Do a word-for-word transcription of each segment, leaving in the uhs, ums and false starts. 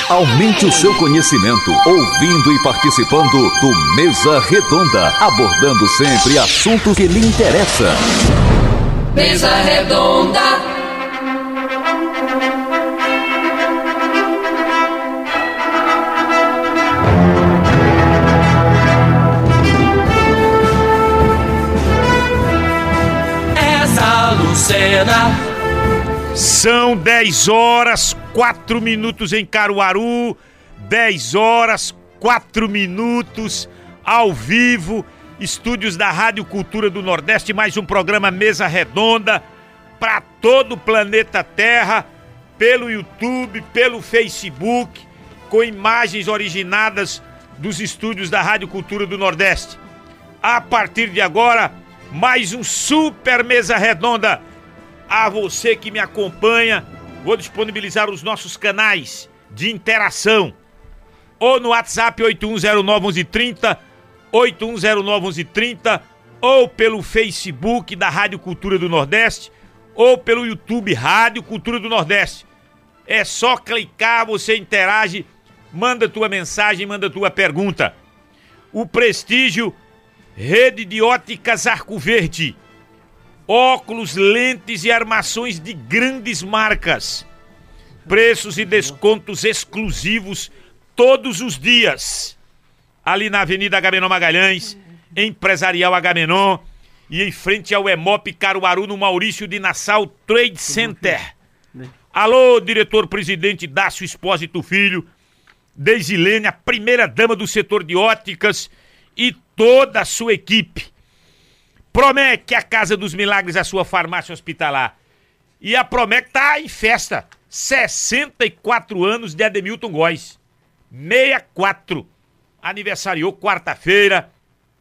Aumente o seu conhecimento, ouvindo e participando do Mesa Redonda, abordando sempre assuntos que lhe interessam. Mesa Redonda. Essa Lucena. São dez horas, quatro minutos em Caruaru, dez horas, quatro minutos, ao vivo, estúdios da Rádio Cultura do Nordeste, mais um programa Mesa Redonda, para todo o planeta Terra, pelo YouTube, pelo Facebook, com imagens originadas dos estúdios da Rádio Cultura do Nordeste. A partir de agora, mais um Super Mesa Redonda. A você que me acompanha, vou disponibilizar os nossos canais de interação. Ou no WhatsApp oito um zero nove um um três zero, oito um zero nove um um três zero, ou pelo Facebook da Rádio Cultura do Nordeste, ou pelo YouTube Rádio Cultura do Nordeste. É só clicar, você interage, manda tua mensagem, manda tua pergunta. O Prestígio, Rede de Óticas Arco Verde. Óculos, lentes e armações de grandes marcas. Preços e descontos exclusivos todos os dias. Ali na Avenida Agamenon Magalhães, Empresarial Agamenon, e em frente ao Emop Caruaru, no Maurício de Nassau Trade Center. Alô, diretor-presidente Dácio Espósito Filho, Deisilene, a primeira dama do setor de óticas, e toda a sua equipe. Promec, a Casa dos Milagres, a sua farmácia hospitalar. E a Promec tá em festa. sessenta e quatro anos de Ademilton Góes. sessenta e quatro. Aniversariou quarta-feira.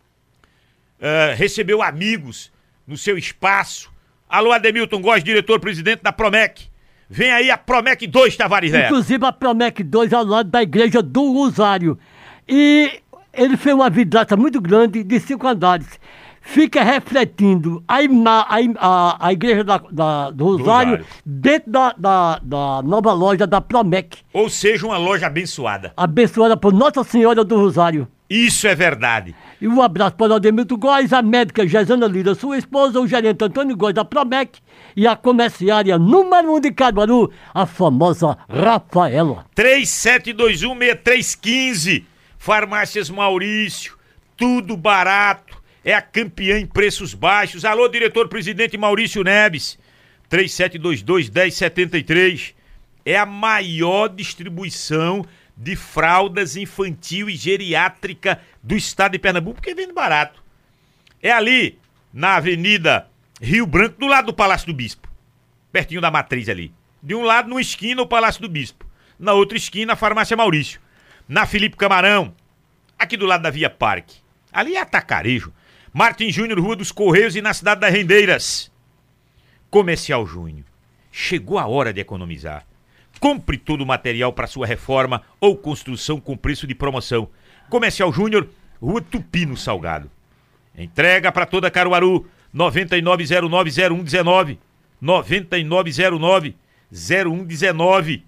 Uh, recebeu amigos no seu espaço. Alô, Ademilton Góes, diretor-presidente da Promec. Vem aí a Promec dois, Tavares Neto. Inclusive a Promec dois ao lado da Igreja do Rosário. E ele fez uma vidraça muito grande de cinco andares. Fica refletindo a, ima, a, a, a igreja da, da, do Rosário, Rosário. dentro da, da, da nova loja da Promec. Ou seja, uma loja abençoada. Abençoada por Nossa Senhora do Rosário. Isso é verdade. E um abraço para o Ademilton Góes, a médica Gesana Lira, sua esposa, o gerente Antônio Góes da Promec e a comerciária número um de Caruaru, a famosa Rafaela. três sete dois um, seis três um cinco. Farmácias Maurício, tudo barato. É a campeã em preços baixos. Alô, diretor-presidente Maurício Neves. três sete dois dois, um zero sete três. É a maior distribuição de fraldas infantil e geriátrica do estado de Pernambuco, porque vende barato. É ali, na Avenida Rio Branco, do lado do Palácio do Bispo. Pertinho da Matriz ali. De um lado, numa esquina, o Palácio do Bispo. Na outra esquina, a Farmácia Maurício. Na Felipe Camarão, aqui do lado da Via Parque. Ali é Atacarejo. Martin Júnior, Rua dos Correios, e na Cidade das Rendeiras. Comercial Júnior. Chegou a hora de economizar. Compre todo o material para sua reforma ou construção com preço de promoção. Comercial Júnior, Rua Tupi, no Salgado. Entrega para toda Caruaru. nove nove zero nove zero um um nove. nove nove zero nove zero um um nove.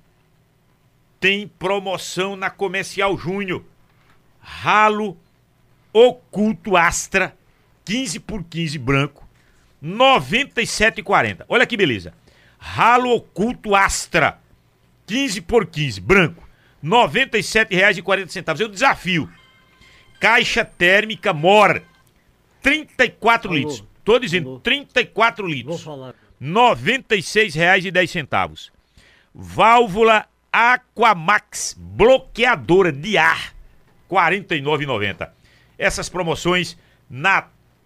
Tem promoção na Comercial Júnior. Ralo Oculto Astra, quinze por quinze branco, noventa e sete reais e quarenta centavos. Olha que beleza. Ralo Oculto Astra, quinze por quinze branco, noventa e sete reais e quarenta centavos. Eu desafio. Caixa térmica Mor, trinta e quatro Alô. litros. Tô dizendo, Alô. trinta e quatro litros. Vou falar. noventa e seis reais e dez centavos. Válvula Aquamax bloqueadora de ar, quarenta e nove reais e noventa centavos. Essas promoções na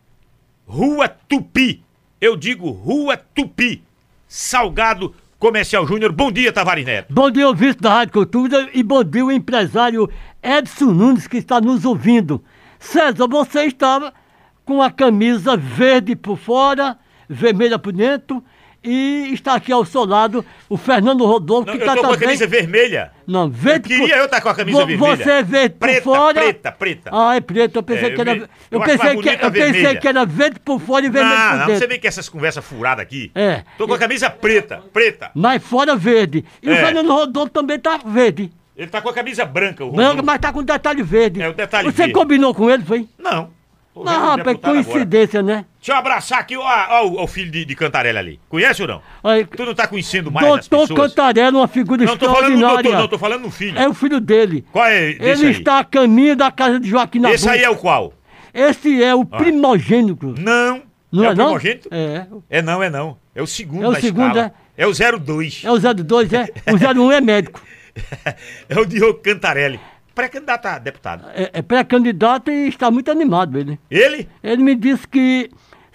Rua Tupi. Eu digo Rua Tupi. Salgado, Comercial Júnior. Bom dia, Tavares Neto. Bom dia, ouvinte da Rádio Cultura, e bom dia o empresário Edson Nunes, que está nos ouvindo. César, você estava com a camisa verde por fora, vermelha por dentro, e está aqui ao seu lado o Fernando Rodolfo, não, que está também... Eu tô com a camisa vermelha. Não, verde eu queria por... eu estar com a camisa Vo vermelha. Você é verde preta, por fora... Preta, preta, Ah, é preta. Eu pensei, é, que, era... eu eu pensei, que... eu pensei que era verde por fora e vermelho não, por dentro. Não, você vê que essas conversas furadas aqui. É. Tô com a camisa preta, preta. Mas fora verde. E é. o Fernando Rodolfo também tá verde. Ele tá com a camisa branca, o Branca, Rodolfo. mas tá com detalhe verde. É, o detalhe Você verde. combinou com ele, foi? Não. Tô vendo Não, o rapaz, deputado coincidência, agora. né? Deixa eu abraçar aqui, ó, ó, ó o filho de, de Cantarelli ali. Conhece ou não? Olha, Tu não tá conhecendo mais as doutor pessoas? Cantarelli, uma figura Não, tô falando no extraordinária. doutor, não, tô falando no filho. É o filho dele. Qual é esse Ele aí? está a caminho da casa de Joaquim Nabuco. Esse aí é o qual? Esse é o primogênito. Não. Não é, é, o não? primogênito? É. É não, é não. É o segundo É o da segundo, escala. É o zero dois. É o zero dois, é? O zero um é médico. É o Diogo Cantarelli. Pré-candidato a deputado. É, é pré-candidato e está muito animado ele. Ele? Ele me disse que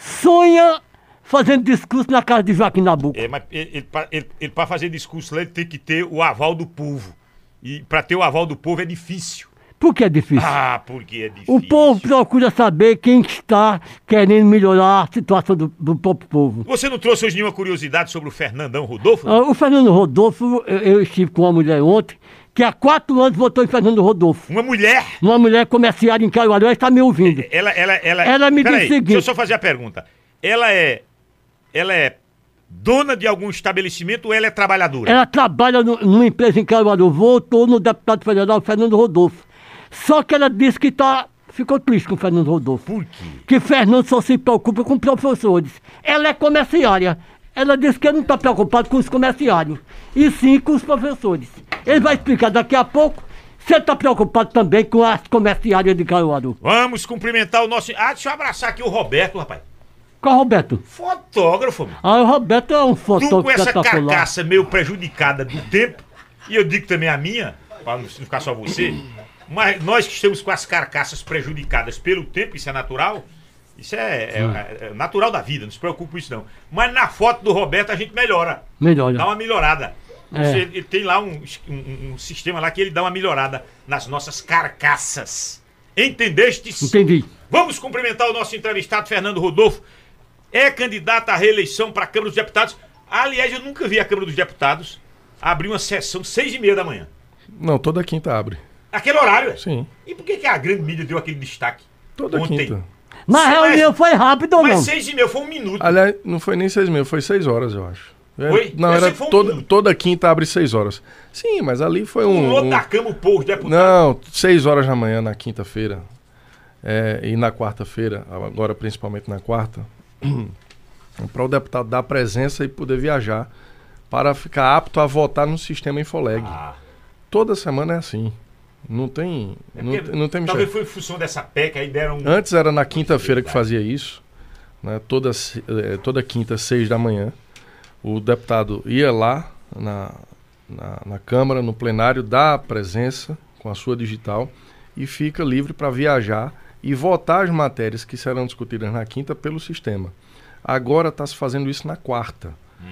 sonha fazendo discurso na casa de Joaquim Nabuco. É, mas ele, ele, pra- ele, ele para fazer discurso lá, ele tem que ter o aval do povo. E para ter o aval do povo é difícil. Por que é difícil? Ah, porque é difícil. O povo procura saber quem está querendo melhorar a situação do, do próprio povo. Você não trouxe hoje nenhuma curiosidade sobre o Fernandão Rodolfo? Ah, o Fernando Rodolfo, eu, eu estive com uma mulher ontem, que há quatro anos votou em Fernando Rodolfo. Uma mulher. Uma mulher comerciária em Caruaru, ela está me ouvindo. Ela, ela, ela, Ela me Peraí, disse o seguinte- deixa eu só fazer a pergunta. Ela é, ela é dona de algum estabelecimento ou ela é trabalhadora? Ela trabalha no- numa empresa em Caruaru, votou no deputado federal Fernando Rodolfo. Só que ela disse que tá, ficou triste com o Fernando Rodolfo. Por quê? Que Fernando só se preocupa com professores. Ela é comerciária. Ela disse que ele não está preocupado com os comerciários, e sim com os professores. Ele vai explicar daqui a pouco. Você está preocupado também com as comerciárias de Caruaru. Vamos cumprimentar o nosso... Ah, deixa eu abraçar aqui o Roberto, rapaz. Qual Roberto? Fotógrafo, meu. Ah, o Roberto é um Tu fotógrafo com essa espetacular. carcaça meio prejudicada do tempo, e eu digo também a minha, para não ficar só você, mas nós que estamos com as carcaças prejudicadas pelo tempo, isso é natural, isso é, é- é natural da vida, não se preocupe com isso não. Mas na foto do Roberto a gente melhora, Melhor. dá uma melhorada. É. Você- ele tem lá um, um- um sistema lá que ele dá uma melhorada nas nossas carcaças. Entendestes? Entendi. Vamos cumprimentar o nosso entrevistado Fernando Rodolfo. É candidato à reeleição para a Câmara dos Deputados. Aliás, eu nunca vi a Câmara dos Deputados abrir uma sessão seis e meia da manhã. Não, toda quinta abre. Aquele horário. é? Sim. E por que, que a grande mídia deu aquele destaque? Toda ontem? quinta. Mas a Mas- reunião foi rápida ou Mas não? seis e meia foi um minuto. Aliás, não foi nem seis mil, foi seis horas, eu acho. É, Foi? Não, Eu era sei que foi um toda, minuto. toda quinta abre seis horas. Sim, mas ali foi um. Pulou um- da cama o povo, os deputados. Não, seis horas da manhã na quinta-feira. É, e na quarta-feira, agora principalmente na quarta, para o deputado dar presença e poder viajar para ficar apto a votar no sistema Infoleg. Ah, Toda semana é assim. Não tem. é não, porque tem- não tem talvez mistério. foi em função dessa P E C, aí deram... um- Antes era na quinta-feira que fazia isso, né, toda, se- eh, toda quinta, seis da manhã. O deputado ia lá na, na, na Câmara, no plenário, dá a presença com a sua digital e fica livre para viajar e votar as matérias que serão discutidas na quinta pelo sistema. Agora está se fazendo isso na quarta.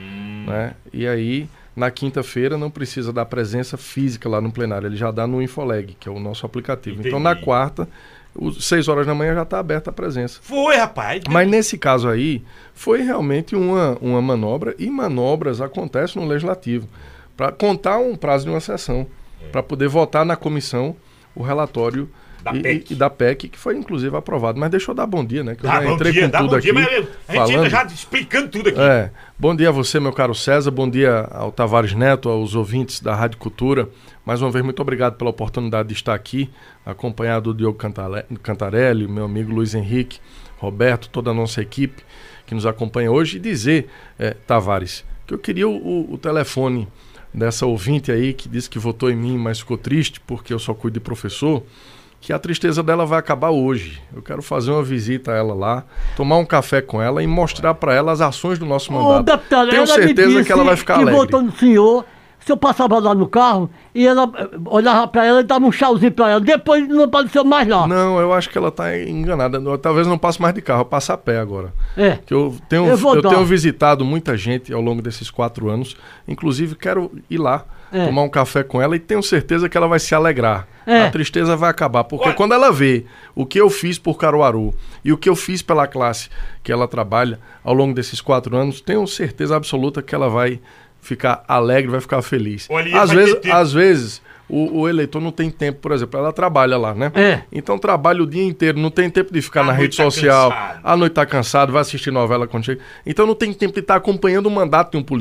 Né? E aí, na quinta-feira, não precisa dar presença física lá no plenário, ele já dá no Infoleg, que é o nosso aplicativo. Então, na Entendi. quarta, os seis horas da manhã já está aberta a presença. Foi, rapaz. Mas nesse caso aí, foi realmente uma, uma manobra, e manobras acontecem no Legislativo, para contar um prazo de uma sessão, para poder votar na comissão o relatório Da e, P E C. e- e da P E C, que foi inclusive aprovado. Mas deixa eu dar bom dia, né? Que eu Dá já bom entrei dia, com dá tudo bom aqui. dia, mas a gente falando. entra já explicando tudo aqui. É, bom dia a você, meu caro César, bom dia ao Tavares Neto, aos ouvintes da Rádio Cultura. Mais uma vez, muito obrigado pela oportunidade de estar aqui, acompanhado do Diogo Cantale- Cantarelli, meu amigo Luiz Henrique, Roberto, toda a nossa equipe que nos acompanha hoje. E dizer, eh, Tavares, que eu queria o, o- o telefone dessa ouvinte aí que disse que votou em mim, mas ficou triste porque eu só cuido de professor, que a tristeza dela vai acabar hoje. Eu quero fazer uma visita a ela lá, tomar um café com ela e mostrar para ela as ações do nosso Ô, mandato. deputado, Tenho ela me certeza disse que ela vai ficar que alegre. votou no senhor. O senhor passava lá no carro e ela eh, olhava pra ela e dava um chauzinho pra ela. Depois não apareceu mais lá. Não, eu acho que ela está enganada. Eu, talvez não passe mais de carro, eu passo a pé agora. É. Que eu tenho, Eu eu vou dar. tenho visitado muita gente ao longo desses quatro anos. Inclusive, quero ir lá, É. tomar um café com ela e tenho certeza que ela vai se alegrar. É. A tristeza vai acabar. Porque Olha- quando ela vê o que eu fiz por Caruaru e o que eu fiz pela classe que ela trabalha ao longo desses quatro anos, tenho certeza absoluta que ela vai ficar alegre, vai ficar feliz. Olha, e às, vai vezes, ter tempo. às vezes, o, o eleitor não tem tempo, por exemplo, ela trabalha lá, né? É. Então trabalha o dia inteiro, não tem tempo de ficar À na noite rede tá social, cansado. à noite tá cansado, vai assistir novela quando chega. Então não tem tempo de estar acompanhando o mandato de um político.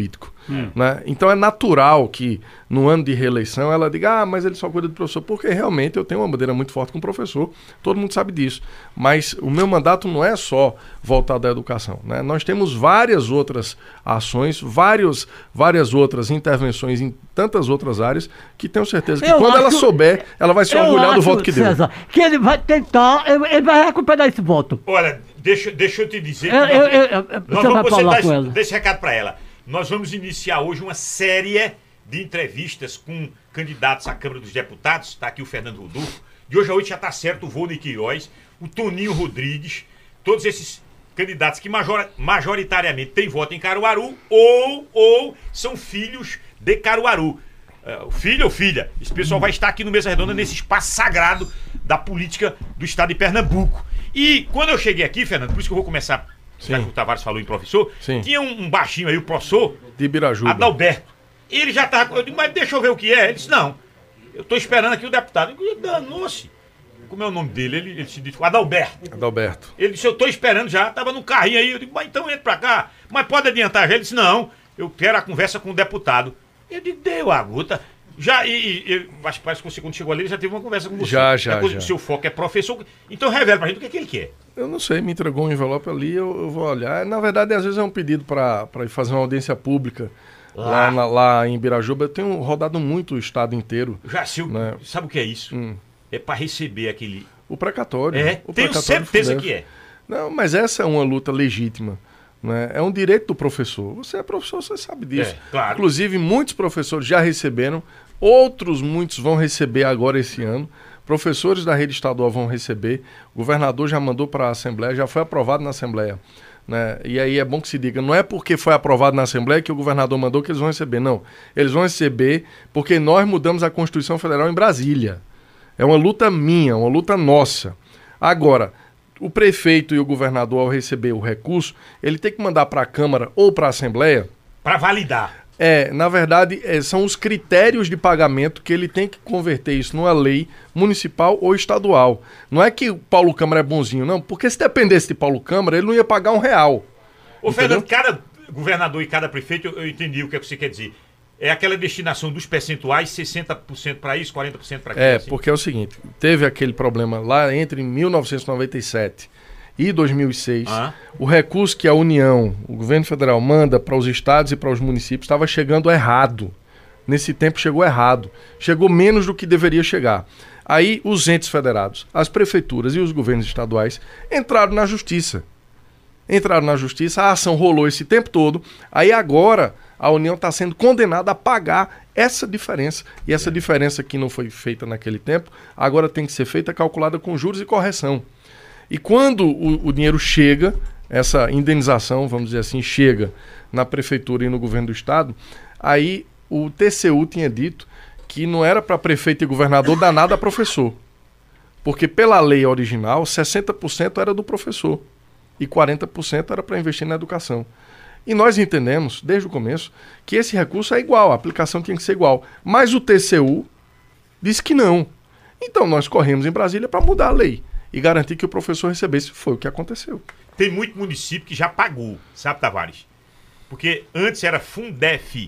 Hum. Né? Então é natural que no ano de reeleição ela diga, ah, mas ele só cuida do professor, porque realmente eu tenho uma bandeira muito forte com o professor, todo mundo sabe disso. Mas o meu mandato não é só voltado à educação. Né? Nós temos várias outras ações, vários, várias outras intervenções em tantas outras áreas que tenho certeza que eu quando acho, ela souber, ela vai se orgulhar do voto que César, deu. Que ele vai tentar, ele vai recuperar esse voto. Olha, deixa, deixa eu te dizer. Eu, que eu, nós, eu, eu, nós você vamos vai falar com esse, ela. Deixa esse recado para ela. Nós vamos iniciar hoje uma série de entrevistas com candidatos à Câmara dos Deputados. Está aqui o Fernando Rodolfo. De hoje a oito já está certo o Volney Queiroz, o Toninho Rodrigues, todos esses candidatos que major, majoritariamente têm voto em Caruaru ou, ou são filhos de Caruaru. Uh, filho ou filha, esse pessoal vai estar aqui no Mesa Redonda, nesse espaço sagrado da política do estado de Pernambuco. E quando eu cheguei aqui, Fernando, por isso que eu vou começar, já que o Tavares falou em professor, Sim. tinha um, um baixinho aí, o professor de Ibirajuba, Adalberto. Ele já estava, eu digo, mas deixa eu ver o que é. Ele disse, não, eu estou esperando aqui o deputado. Eu digo, danou-se. Como é o nome dele? Ele, ele se disse, Adalberto. Adalberto. Ele disse, eu estou esperando já, estava no carrinho aí. Eu digo, mas então entra pra cá. Mas pode adiantar já? Ele disse, não, eu quero a conversa com o deputado. Eu digo, deu a gota. Já, e, e, e acho que parece que você, quando chegou ali, ele já teve uma conversa com você. Já, já, é, já. O seu foco é professor. Então revela pra gente o que é que ele quer. Eu não sei, me entregou um envelope ali, eu, eu vou olhar. Na verdade, às vezes é um pedido para ir fazer uma audiência pública lá, lá, na, lá em Ibirajuba. Eu tenho rodado muito o estado inteiro. Já, Sil, né? Sabe o que é isso? Hum. É para receber aquele... O precatório. É, o tenho precatório certeza Fundef. que é. Não, mas essa é uma luta legítima. Né? É um direito do professor. Você é professor, você sabe disso. É, claro. Inclusive, muitos professores já receberam, outros muitos vão receber agora esse ano. Professores da rede estadual vão receber. O governador já mandou para a Assembleia, já foi aprovado na Assembleia. Né? E aí é bom que se diga, não é porque foi aprovado na Assembleia que o governador mandou que eles vão receber, não. Eles vão receber porque nós mudamos a Constituição Federal em Brasília. É uma luta minha, uma luta nossa. Agora, o prefeito e o governador, ao receber o recurso, ele tem que mandar para a Câmara ou para a Assembleia... Para validar. É, na verdade, é, são os critérios de pagamento que ele tem que converter isso numa lei municipal ou estadual. Não é que o Paulo Câmara é bonzinho, não, porque se dependesse de Paulo Câmara, ele não ia pagar um real. Ô, Fernando, cada governador e cada prefeito, eu, eu entendi o que, é que você quer dizer. É aquela destinação dos percentuais, sessenta por cento para isso, quarenta por cento para aquilo. É, assim. Porque é o seguinte, teve aquele problema lá entre mil novecentos e noventa e sete e dois mil e seis, ah. o recurso que a União, o governo federal, manda para os estados e para os municípios estava chegando errado. Nesse tempo chegou errado. Chegou menos do que deveria chegar. Aí os entes federados, as prefeituras e os governos estaduais entraram na justiça. Entraram na justiça, a ação rolou esse tempo todo. Aí agora a União está sendo condenada a pagar essa diferença. E essa é. diferença que não foi feita naquele tempo, agora tem que ser feita calculada com juros e correção. E quando o, o dinheiro chega, essa indenização, vamos dizer assim, chega na prefeitura e no governo do estado, aí o T C U tinha dito que não era para prefeito e governador dar nada a professor. Porque pela lei original, sessenta por cento era do professor e quarenta por cento era para investir na educação. E nós entendemos, desde o começo, que esse recurso é igual, a aplicação tinha que ser igual. Mas o T C U disse que não. Então nós corremos em Brasília para mudar a lei e garantir que o professor recebesse. Foi o que aconteceu. Tem muito município que já pagou, sabe, Tavares? Porque antes era Fundef,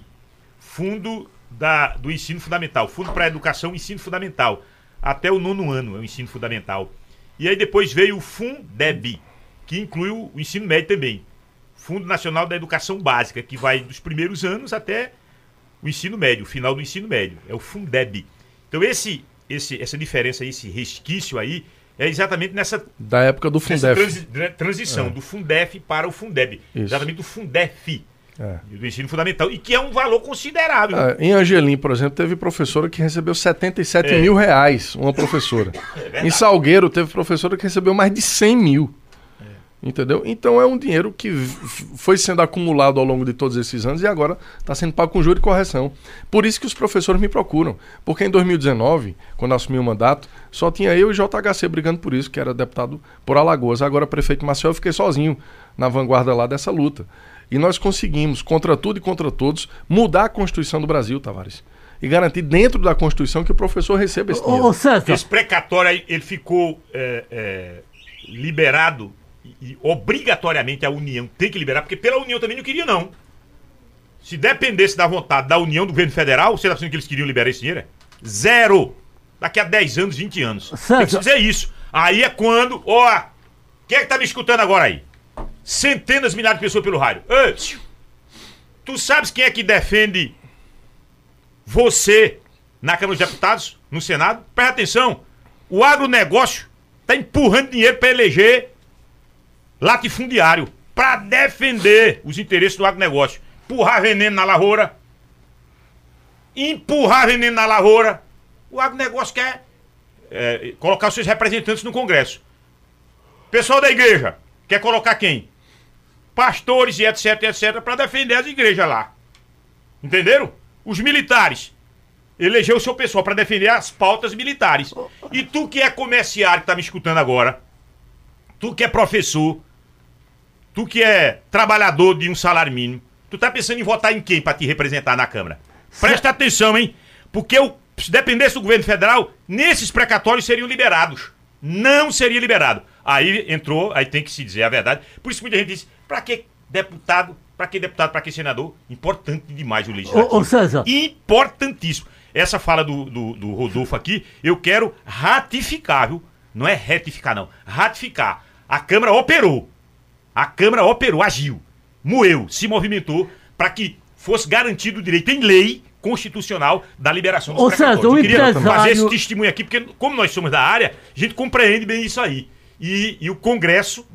Fundo da, do Ensino Fundamental, Fundo para a Educação e Ensino Fundamental. Até o nono ano é o ensino fundamental. E aí depois veio o Fundeb, que inclui o ensino médio também. Fundo Nacional da Educação Básica, que vai dos primeiros anos até o ensino médio, o final do ensino médio. É o Fundeb. Então esse, esse, essa diferença aí, esse resquício aí, é exatamente nessa... Da época do Fundef. Transi, transição, é. do Fundef para o Fundeb. Isso. Exatamente do Fundef, é. do ensino fundamental. E que é um valor considerável. É, em Angelim, por exemplo, teve professora que recebeu setenta e sete é. mil reais, uma professora. É em Salgueiro, teve professora que recebeu mais de cem mil. Entendeu? Então é um dinheiro que foi sendo acumulado ao longo de todos esses anos e agora está sendo pago com juros e correção. Por isso que os professores me procuram. Porque em dois mil e dezenove, quando assumi o mandato, só tinha eu e J H C brigando por isso, que era deputado por Alagoas. Agora prefeito Marcel, eu fiquei sozinho na vanguarda lá dessa luta. E nós conseguimos, contra tudo e contra todos, mudar a Constituição do Brasil, Tavares. E garantir dentro da Constituição que o professor receba esse dinheiro. Ô, César. Esse precatório aí, ele ficou é, é, liberado... E obrigatoriamente a União tem que liberar, porque pela União também não queria, não. Se dependesse da vontade da União do governo federal, você tá pensando que eles queriam liberar esse dinheiro? É? Zero. Daqui a dez anos, vinte anos. César. Tem que dizer isso. Aí é quando, ó, quem é que tá me escutando agora aí? Centenas, milhares de pessoas pelo rádio. Ei, tu sabes quem é que defende você na Câmara dos Deputados, no Senado? Presta atenção. O agronegócio tá empurrando dinheiro para eleger latifundiário, para defender os interesses do agronegócio. Empurrar veneno na lavoura. Empurrar veneno na lavoura. O agronegócio quer é, colocar os seus representantes no Congresso. Pessoal da igreja quer colocar quem? Pastores e etc, etc, para defender as igrejas lá. Entenderam? Os militares elegeu o seu pessoal para defender as pautas militares. E tu que é comerciário, que tá me escutando agora, tu que é professor, tu que é trabalhador de um salário mínimo, tu tá pensando em votar em quem para te representar na Câmara? Presta atenção, hein? Porque eu, se dependesse do governo federal, nesses precatórios seriam liberados. Não seria liberado. Aí entrou, aí tem que se dizer a verdade. Por isso muita gente diz, pra que deputado, pra que deputado, pra que senador? Importante demais o legislativo. Ô, ô César. Importantíssimo. Essa fala do, do, do Rodolfo aqui, eu quero ratificar, viu? Não é retificar, não. Ratificar. A Câmara operou. A Câmara operou, agiu, moeu, se movimentou para que fosse garantido o direito em lei constitucional da liberação dos Ô, precatórios. César, o eu queria empresário... fazer esse testemunho aqui, porque como nós somos da área, a gente compreende bem isso aí. E, e o Congresso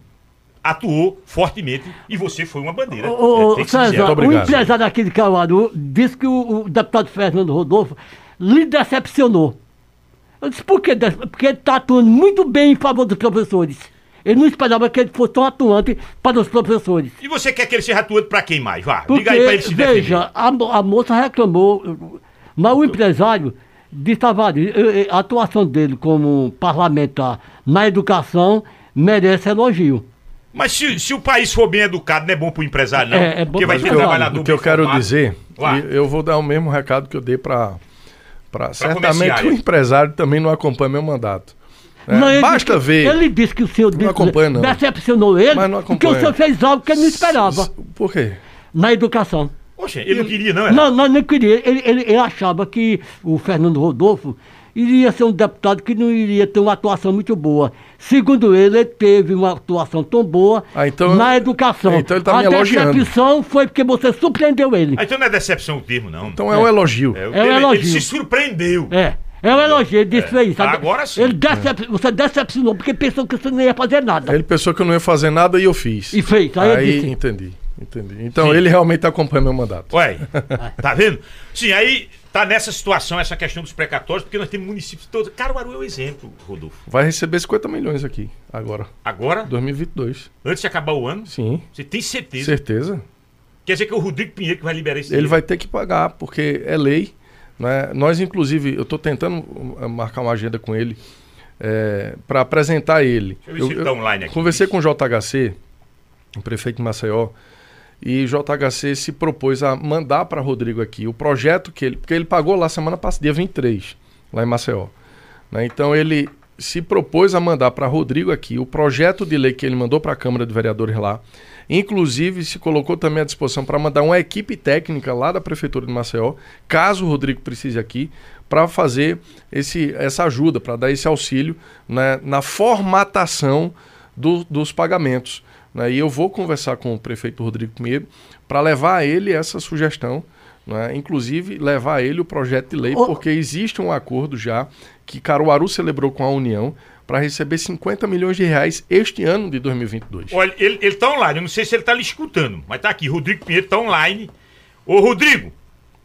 atuou fortemente e você foi uma bandeira. Ô, é, César, o empresário aqui de Caruaru disse que o, o deputado Fernando Rodolfo lhe decepcionou. Eu disse, por quê? Porque ele está atuando muito bem em favor dos professores. Ele não esperava que ele fosse tão atuante para os professores. E você quer que ele seja atuante para quem mais? Vá, porque, diga aí para ele se defender. Veja, a, a moça reclamou, mas o empresário disse, Tavares, a atuação dele como parlamentar na educação merece elogio. Mas se, se o país for bem educado, não é bom para o empresário, não? É, é bom. Porque vai ter eu, trabalhador o que eu quero formado. dizer, e eu vou dar o mesmo recado que eu dei para... Certamente o empresário também não acompanha meu mandato. É, não, basta disse, ver. Ele disse que o senhor não acompanha, não. decepcionou ele, mas não porque o senhor fez algo que ele não esperava. Por quê? Na educação. Poxa, ele não queria, não é? Não, não, não queria. Ele, ele, ele achava que o Fernando Rodolfo iria ser um deputado que não iria ter uma atuação muito boa. Segundo ele, ele teve uma atuação tão boa ah, então, na educação. Então ele tá a me elogiando. A decepção foi porque você surpreendeu ele. Ah, então não é decepção o termo, não. Então é, é um elogio. É, é um elogio. Ele se surpreendeu. É. É um elogio, ele disse é. isso. Agora sim. Ele decep... é. Você decepcionou porque pensou que você não ia fazer nada. Ele pensou que eu não ia fazer nada e eu fiz. E fez. Aí, aí ele disse. entendi, entendi. Então sim. ele realmente acompanha meu mandato. Ué, tá vendo? Sim, aí tá nessa situação, essa questão dos precatórios, porque nós temos municípios todos. Caruaru é o exemplo, Rodolfo. Vai receber cinquenta milhões aqui, agora. Agora? dois mil e vinte e dois. Antes de acabar o ano? Sim. Você tem certeza? Certeza. Quer dizer que é o Rodrigo Pinheiro que vai liberar esse Ele dinheiro. Vai ter que pagar, porque é lei. Né? Nós, inclusive, eu estou tentando marcar uma agenda com ele é, para apresentar ele. Deixa eu ver se ele tá online aqui. Conversei com o J H C, o prefeito de Maceió, e o J H C se propôs a mandar para Rodrigo aqui o projeto que ele... Porque ele pagou lá semana passada, dia vinte e três, lá em Maceió. Né? Então ele se propôs a mandar para Rodrigo aqui o projeto de lei que ele mandou para a Câmara de Vereadores lá. Inclusive se colocou também à disposição para mandar uma equipe técnica lá da Prefeitura de Maceió, caso o Rodrigo precise aqui, para fazer esse, essa ajuda, para dar esse auxílio, né, na formatação do, dos pagamentos. Né? E eu vou conversar com o prefeito Rodrigo Pinheiro para levar a ele essa sugestão, né? Inclusive levar a ele o projeto de lei, oh. porque existe um acordo já que Caruaru celebrou com a União para receber cinquenta milhões de reais este ano de dois mil e vinte e dois. Olha, ele, ele tá online, eu não sei se ele tá lhe escutando, mas tá aqui, Rodrigo Pinheiro tá online. Ô Rodrigo,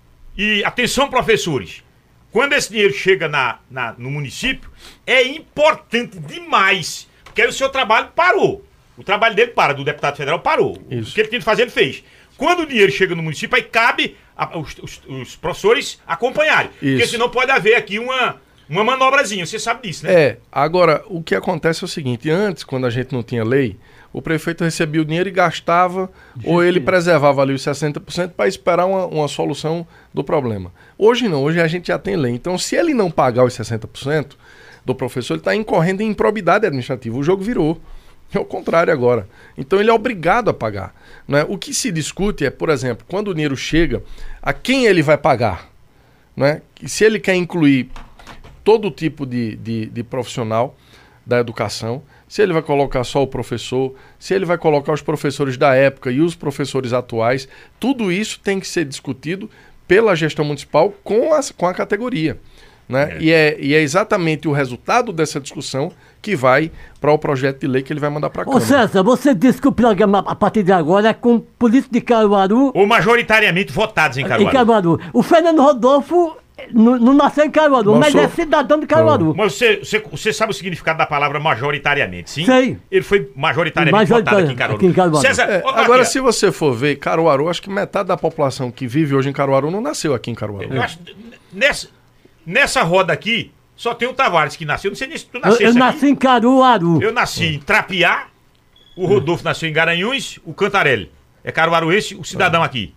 e atenção professores, quando esse dinheiro chega na, na, no município, é importante demais, porque aí o seu trabalho parou. O trabalho dele para, do deputado federal parou. Isso. O que ele tinha que fazer, ele fez. Quando o dinheiro chega no município, aí cabe a, os, os, os professores acompanharem. Isso. Porque senão pode haver aqui uma... Uma manobrazinha, você sabe disso, né? É, agora, o que acontece é o seguinte, antes, quando a gente não tinha lei, o prefeito recebia o dinheiro e gastava, Justiça. Ou ele preservava ali os sessenta por cento para esperar uma, uma solução do problema. Hoje não, hoje a gente já tem lei. Então, se ele não pagar os sessenta por cento do professor, ele está incorrendo em improbidade administrativa. O jogo virou. É o contrário agora. Então ele é obrigado a pagar. Né? O que se discute é, por exemplo, quando o dinheiro chega, a quem ele vai pagar? Né? E se ele quer incluir todo tipo de, de, de profissional da educação, se ele vai colocar só o professor, se ele vai colocar os professores da época e os professores atuais, tudo isso tem que ser discutido pela gestão municipal com a, com a categoria. Né? É. E, é, e é exatamente o resultado dessa discussão que vai para o projeto de lei que ele vai mandar para a Câmara. Ô César, você disse que o programa a partir de agora é com políticos de Caruaru... Ou majoritariamente votados em Caruaru. Em Caruaru. O Fernando Rodolfo não, não nasceu em Caruaru, não mas sou... é cidadão de Caruaru. Mas você, você, você sabe o significado da palavra majoritariamente, sim? Sei. Ele foi majoritariamente votado aqui em Caruaru. Aqui em Caruaru. César, é, agora, se você for ver, Caruaru, acho que metade da população que vive hoje em Caruaru não nasceu aqui em Caruaru. Eu acho, nessa, nessa roda aqui, só tem o Tavares que nasceu. Não sei nem se tu nasceu. Eu, eu nasci aqui. Em Caruaru. Eu nasci em Trapiá, o Rodolfo nasceu em Garanhuns, o Cantarelli. É caruaruense, o cidadão aqui.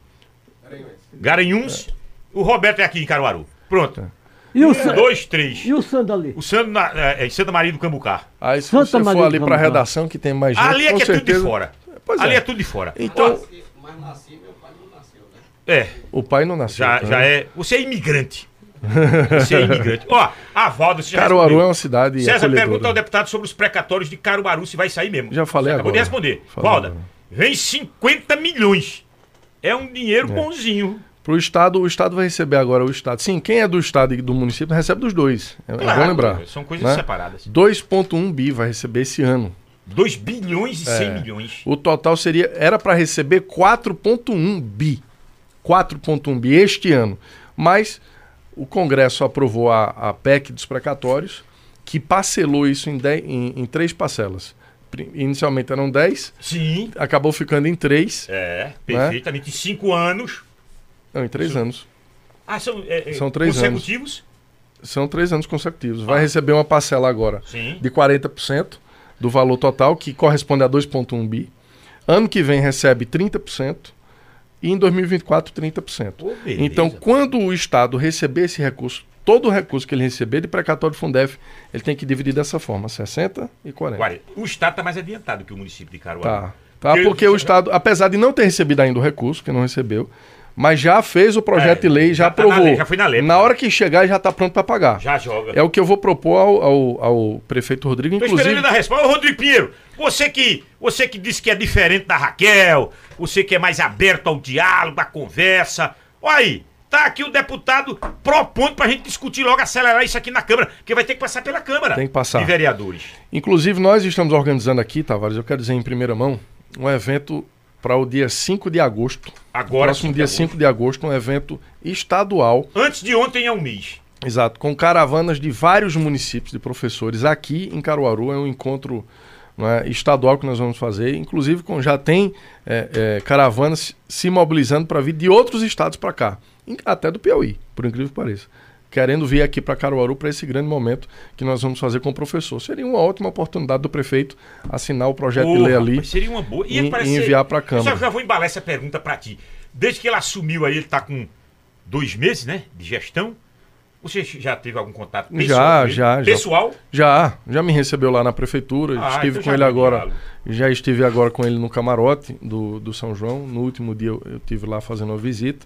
Garanhuns, o Roberto é aqui em Caruaru. Pronto. E o um, Sa... dois, três. E o Sandro ali? O Sandro na, é, é Santa Maria do Cambucá. Aí se Santa você Maria for ali pra redação que tem mais gente, ali é que certeza... é tudo de fora. Pois ali é. é tudo de fora. Então... Mas nasci, meu pai não nasceu, né? É. O pai não nasceu. Já, tá? já é... Você é imigrante. Você é imigrante. Ó, a Valda, você já Caruaru respondeu. é uma cidade César, acolhedora. pergunta ao deputado sobre os precatórios de Caruaru, se vai sair mesmo. Já falei você agora. Acabou de responder. Falei Valda, agora. vem cinquenta milhões. É um dinheiro É. bonzinho. Pro Estado, o Estado vai receber agora o Estado. Sim, quem é do Estado e do município recebe dos dois. É, Claro, é bom lembrar. São coisas né? separadas. dois vírgula um bi vai receber esse ano. dois bilhões e cem É. milhões. O total seria era para receber quatro vírgula um bi. quatro vírgula um bi este ano. Mas o Congresso aprovou a, a P E C dos precatórios, que parcelou isso em, dez, em, em três parcelas. Inicialmente eram dez, Sim. acabou ficando em três. É, perfeitamente. Em cinco anos. Não, em três Isso. anos. Ah, são, é, São três consecutivos? São três anos consecutivos. Vai Ah. receber uma parcela agora Sim. de quarenta por cento do valor total, que corresponde a dois vírgula um bi. Ano que vem recebe trinta por cento e em dois mil e vinte e quatro trinta por cento. Oh, beleza. Então, quando o Estado receber esse recurso, todo o recurso que ele receber de precatório Fundef, ele tem que dividir dessa forma, sessenta e quarenta. quarenta. O Estado está mais adiantado que o município de Caruaru. Tá, tá Porque porque eu- o Estado, apesar de não ter recebido ainda o recurso, que não recebeu, mas já fez o projeto É, de lei, já, já tá na aprovou. lei, já foi na lei. Na hora que chegar, já está pronto para pagar. Já joga. É o que eu vou propor ao, ao, ao prefeito Rodrigo, Tô esperando inclusive. ele dar resposta. Ô, Rodrigo Pinheiro, você que, você que disse que é diferente da Raquel, você que é mais aberto ao diálogo, à conversa. Olha aí, tá aqui o deputado propondo pra gente discutir logo, acelerar isso aqui na Câmara, porque vai ter que passar pela Câmara. Tem que passar. De vereadores. Inclusive, nós estamos organizando aqui, Tavares, eu quero dizer em primeira mão, um evento para o dia cinco de agosto. Agora, Próximo cinco de dia agosto. cinco de agosto, um evento estadual. Antes de ontem é um mês. Exato, com caravanas de vários municípios de professores. Aqui em Caruaru é um encontro não é, estadual que nós vamos fazer. Inclusive, com, já tem é, é, caravanas se mobilizando para vir de outros estados para cá. Em- Até do Piauí, por incrível que pareça. Querendo vir aqui para Caruaru para esse grande momento que nós vamos fazer com o professor. Seria uma ótima oportunidade do prefeito assinar o projeto de lei ali Mas seria uma boa. e, parece e ser- enviar para a Eu Câmara. já, já vou embalar essa pergunta pra ti. Desde que ele assumiu aí, ele tá com dois meses, né? De gestão. Você já teve algum contato pessoal? Já, com ele? já, já. Pessoal? Já, já me recebeu lá na prefeitura, Ah, estive então com já ele tem agora, diálogo. já estive agora com ele no camarote do, do São João, no último dia eu, eu estive lá fazendo uma visita,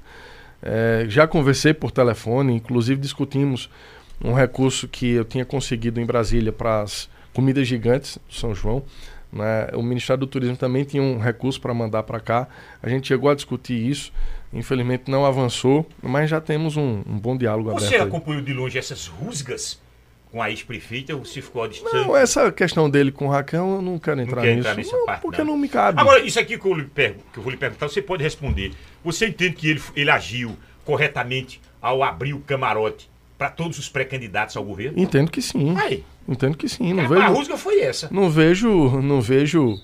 é, já conversei por telefone, inclusive discutimos um recurso que eu tinha conseguido em Brasília para as comidas gigantes do São João, né? O Ministério do Turismo também tinha um recurso para mandar para cá, a gente chegou a discutir isso, infelizmente não avançou, mas já temos um, um bom diálogo Você aberto aí. acompanhou de longe essas rusgas com a ex-prefeita ou se ficou à distância? Não, essa questão dele com o Raquel, eu não quero entrar quer nisso. entrar nessa não, parte, porque não. não me cabe. Agora, isso aqui que eu, lhe pergu- que eu vou lhe perguntar, você pode responder. Você entende que ele, ele agiu corretamente ao abrir o camarote para todos os pré-candidatos ao governo? Entendo que sim. Aí, Entendo que sim. Não a, vejo, a rusga foi essa. não vejo, não vejo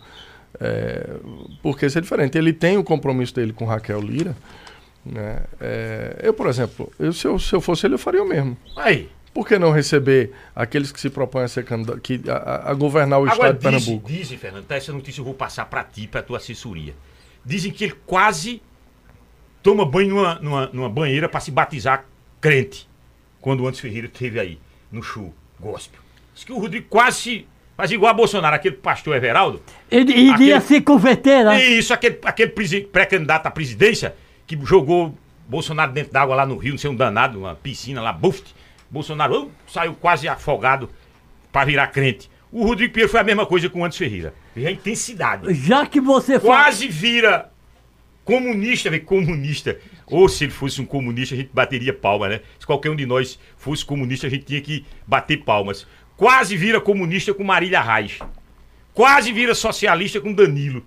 é, por que ser diferente. Ele tem o compromisso dele com Raquel Lira. Né? É, eu, por exemplo, eu, se, eu, se eu fosse ele, eu faria o mesmo. Aí. Por que não receber aqueles que se propõem a ser candidato, que, a, a governar o Agora, estado de dizem, Pernambuco? dizem, Fernando, tá, essa notícia eu vou passar para ti, para tua assessoria. Dizem que ele quase toma banho numa, numa, numa banheira para se batizar crente, quando o Anderson Ferreira esteve aí, no show gospel. Diz que o Rodrigo quase Faz igual a Bolsonaro, aquele pastor Everaldo. Ele iria aquele, se converter, né? Isso, aquele, aquele pré-candidato à presidência que jogou Bolsonaro dentro d'água lá no Rio, não sei, um danado, uma piscina lá, buf. Bolsonaro uh, saiu quase afogado pra virar crente. O Rodrigo Pinheiro foi a mesma coisa com o Anderson Ferreira. Veja a intensidade. Já que você quase fala... vira comunista, velho, comunista. Ou se ele fosse um comunista, a gente bateria palma, né? Se qualquer um de nós fosse comunista, a gente tinha que bater palmas. Quase vira comunista com Marília Reis. Quase vira socialista com Danilo.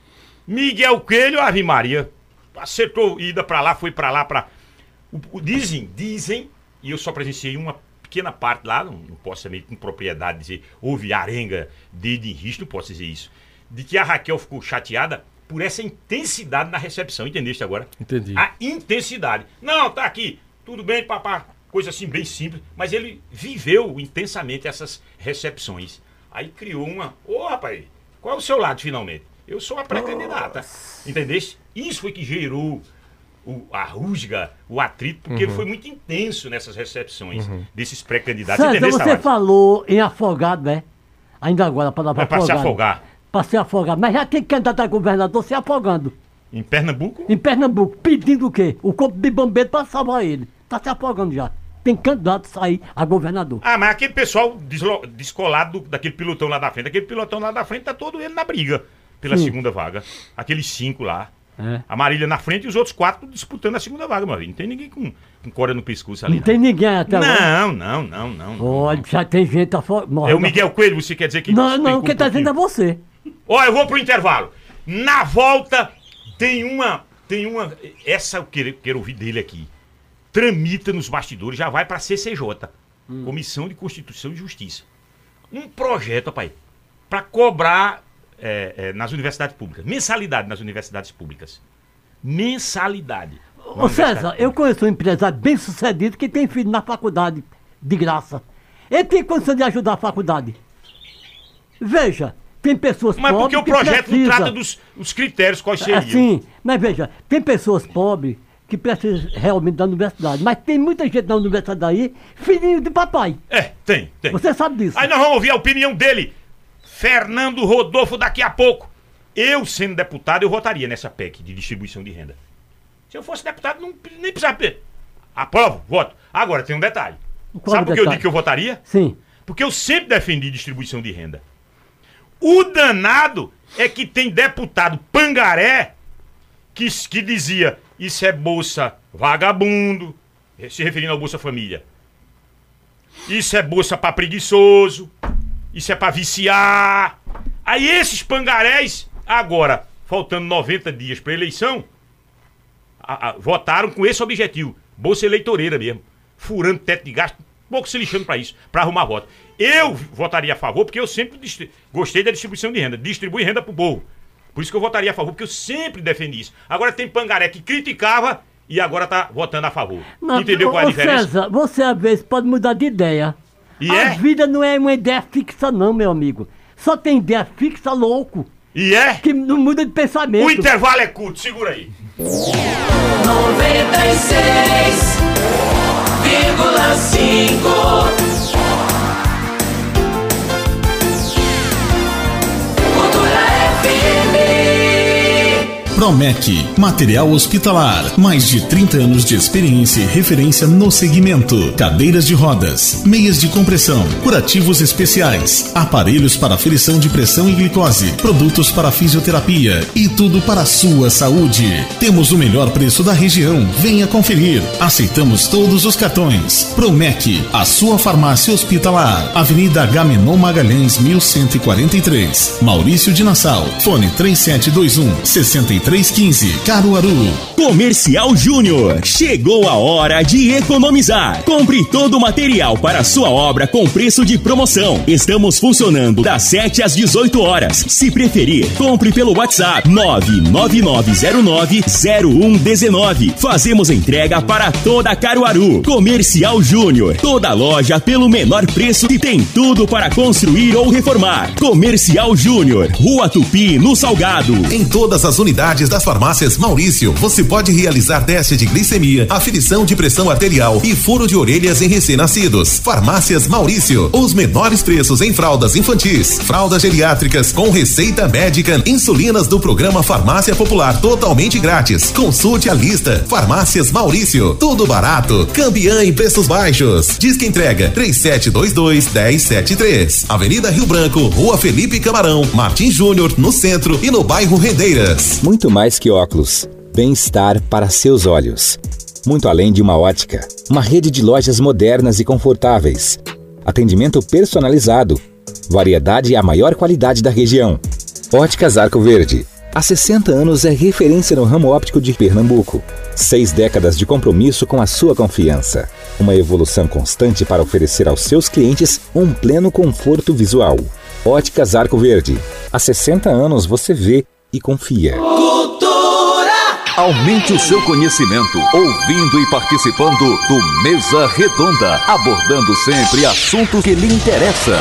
Miguel Coelho, Ave Maria, acertou ida pra lá, foi pra lá, pra... O, o, dizem, dizem, e eu só presenciei uma pequena parte lá, não, não posso saber com propriedade dizer, houve arenga, dedo em risco, não posso dizer isso, de que a Raquel ficou chateada por essa intensidade na recepção, entendeste agora? Entendi. A intensidade. Não, tá aqui, tudo bem, papá, coisa assim bem simples, mas ele viveu intensamente essas recepções. Aí criou uma, ô oh, rapaz, qual é o seu lado finalmente? Eu sou a pré-candidata, entendeste? Isso foi que gerou o, a rusga, o atrito, porque uhum. ele foi muito intenso nessas recepções uhum. desses pré-candidatos. César, você Tavares? Falou em afogado, né? Ainda agora a palavra é para se afogar. Para se afogar. Mas já tem candidato a governador se afogando. Em Pernambuco? Em Pernambuco. Pedindo o quê? O corpo de bombeiro para salvar ele. Tá se afogando já. Tem candidato a sair a governador. Ah, mas aquele pessoal deslo... descolado daquele pilotão lá da frente, aquele pilotão lá da frente tá todo ele na briga pela Sim. segunda vaga. Aqueles cinco lá. É. A Marília na frente e os outros quatro disputando a segunda vaga, meu filho. Não tem ninguém com, com corda no pescoço ali. Não, não. tem ninguém até agora. Não, não, não, não. Olha, já tem gente afogada. É o Miguel Coelho, você quer dizer que... Não, não, quem tá dizendo é você. Ó, eu vou pro intervalo. Na volta tem uma... Tem uma... Essa eu quero, quero ouvir dele aqui. Tramita nos bastidores, já vai pra C C J. Hum. Comissão de Constituição e Justiça. Um projeto, rapaz, pra cobrar... É, é, nas universidades públicas. Mensalidade nas universidades públicas. Mensalidade. Ô César, eu conheço um empresário bem sucedido que tem filho na faculdade, de graça. Ele tem condição de ajudar a faculdade. Veja, tem pessoas mas pobres. Mas porque o projeto precisa... não trata dos, dos critérios quais seriam. Sim, mas veja, tem pessoas pobres que precisam realmente da universidade. Mas tem muita gente na universidade aí, filhinho de papai. É, tem, tem. Você sabe disso. Aí nós vamos ouvir a opinião dele. Fernando Rodolfo daqui a pouco. Eu, sendo deputado, eu votaria nessa P E C de distribuição de renda. Se eu fosse deputado, não, nem precisava... Aprovo, voto. Agora, tem um detalhe. Qual Sabe por que eu digo que eu votaria? Sim. Porque eu sempre defendi distribuição de renda. O danado é que tem deputado pangaré que, que dizia isso é bolsa vagabundo, se referindo ao Bolsa Família. Isso é bolsa pra preguiçoso. Isso é pra viciar. Aí esses pangarés, agora, faltando noventa dias pra eleição, a, a, votaram com esse objetivo. Bolsa eleitoreira mesmo. Furando teto de gasto, pouco se lixando pra isso, pra arrumar voto. Eu votaria a favor, porque eu sempre gostei da distribuição de renda. Distribui renda pro povo. Por isso que eu votaria a favor, porque eu sempre defendi isso. Agora tem pangaré que criticava e agora tá votando a favor. Não, entendeu qual é a diferença? César, você às vezes pode mudar de ideia. E a é? vida não é uma ideia fixa não, meu amigo. Só tem ideia fixa louco. E é? Que não muda de pensamento. O intervalo é curto, segura aí. noventa e seis vírgula cinco Promec, material hospitalar, mais de trinta anos de experiência e referência no segmento. Cadeiras de rodas, meias de compressão, curativos especiais, aparelhos para aferição de pressão e glicose, produtos para fisioterapia e tudo para a sua saúde. Temos o melhor preço da região, venha conferir. Aceitamos todos os cartões. Promec, a sua farmácia hospitalar. Avenida Agamenon Magalhães, mil cento e quarenta e três. Maurício de Nassau, fone três sete dois um, seis três um cinco, Caruaru. Comercial Júnior, chegou a hora de economizar. Compre todo o material para a sua obra com preço de promoção. Estamos funcionando das sete às dezoito horas. Se preferir, compre pelo WhatsApp nove nove nove zero nove zero um um nove. Fazemos entrega para toda Caruaru. Comercial Júnior, toda loja pelo menor preço e tem tudo para construir ou reformar. Comercial Júnior, Rua Tupi, no Salgado. Em todas as unidades unidades das farmácias Maurício, você pode realizar teste de glicemia, aferição de pressão arterial e furo de orelhas em recém-nascidos. Farmácias Maurício, os menores preços em fraldas infantis, fraldas geriátricas com receita médica, insulinas do programa Farmácia Popular totalmente grátis. Consulte a lista. Farmácias Maurício, tudo barato. Campeã em preços baixos. Disque entrega três sete dois dois, um zero sete três. Avenida Rio Branco, Rua Felipe Camarão, Martins Júnior, no centro e no bairro Rendeiras. Muito mais que óculos. Bem-estar para seus olhos. Muito além de uma ótica. Uma rede de lojas modernas e confortáveis. Atendimento personalizado. Variedade e a maior qualidade da região. Óticas Arco Verde. Há sessenta anos é referência no ramo óptico de Pernambuco. Seis décadas de compromisso com a sua confiança. Uma evolução constante para oferecer aos seus clientes um pleno conforto visual. Óticas Arco Verde. Há sessenta anos você vê e confia. Cultura! Aumente o seu conhecimento, ouvindo e participando do Mesa Redonda, abordando sempre assuntos que lhe interessam.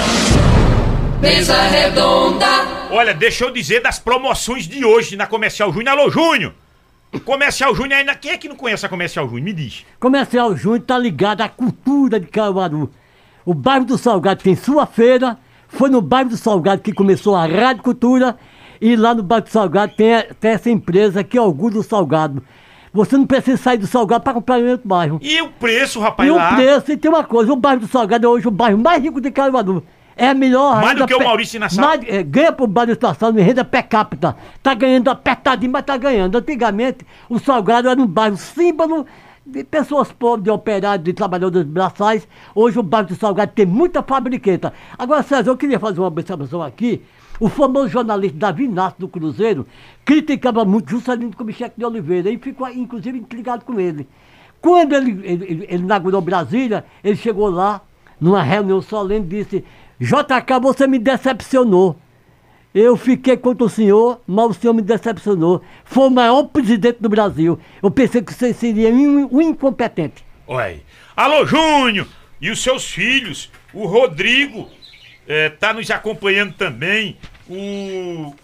Mesa Redonda. Olha, deixa eu dizer das promoções de hoje na Comercial Júnior. Alô, Júnior! Comercial Júnior ainda... Quem é que não conhece a Comercial Júnior? Me diz. Comercial Júnior tá ligado à cultura de Caruaru. O bairro do Salgado tem sua feira. Foi no bairro do Salgado que começou a Rádio Cultura. E lá no bairro do Salgado tem, tem essa empresa que é Orgulho do Salgado. Você não precisa sair do Salgado para comprar em outro bairro. E o preço, rapaz, e lá? E o preço, e tem uma coisa. O bairro do Salgado é hoje o bairro mais rico de Caruaru. É a melhor mais renda... do que o Maurício Nassau? Mais, é, ganha pro bairro do Salgado em renda per capita. Tá ganhando apertadinho, mas tá ganhando. Antigamente, o Salgado era um bairro símbolo de pessoas pobres, de operários, de trabalhadores braçais. Hoje o bairro do Salgado tem muita fabriqueta. Agora, César, eu queria fazer uma observação aqui. O famoso jornalista Davi Inácio do Cruzeiro criticava muito Juscelino Kubitschek de Oliveira e ficou, inclusive, intrigado com ele. Quando ele, ele, ele, ele inaugurou Brasília, ele chegou lá, numa reunião solene, e disse: J K, você me decepcionou. Eu fiquei contra o senhor, mas o senhor me decepcionou. Foi o maior presidente do Brasil. Eu pensei que você seria um, um incompetente. Oi. Alô, Júnior! E os seus filhos? O Rodrigo é, tá nos acompanhando também. O,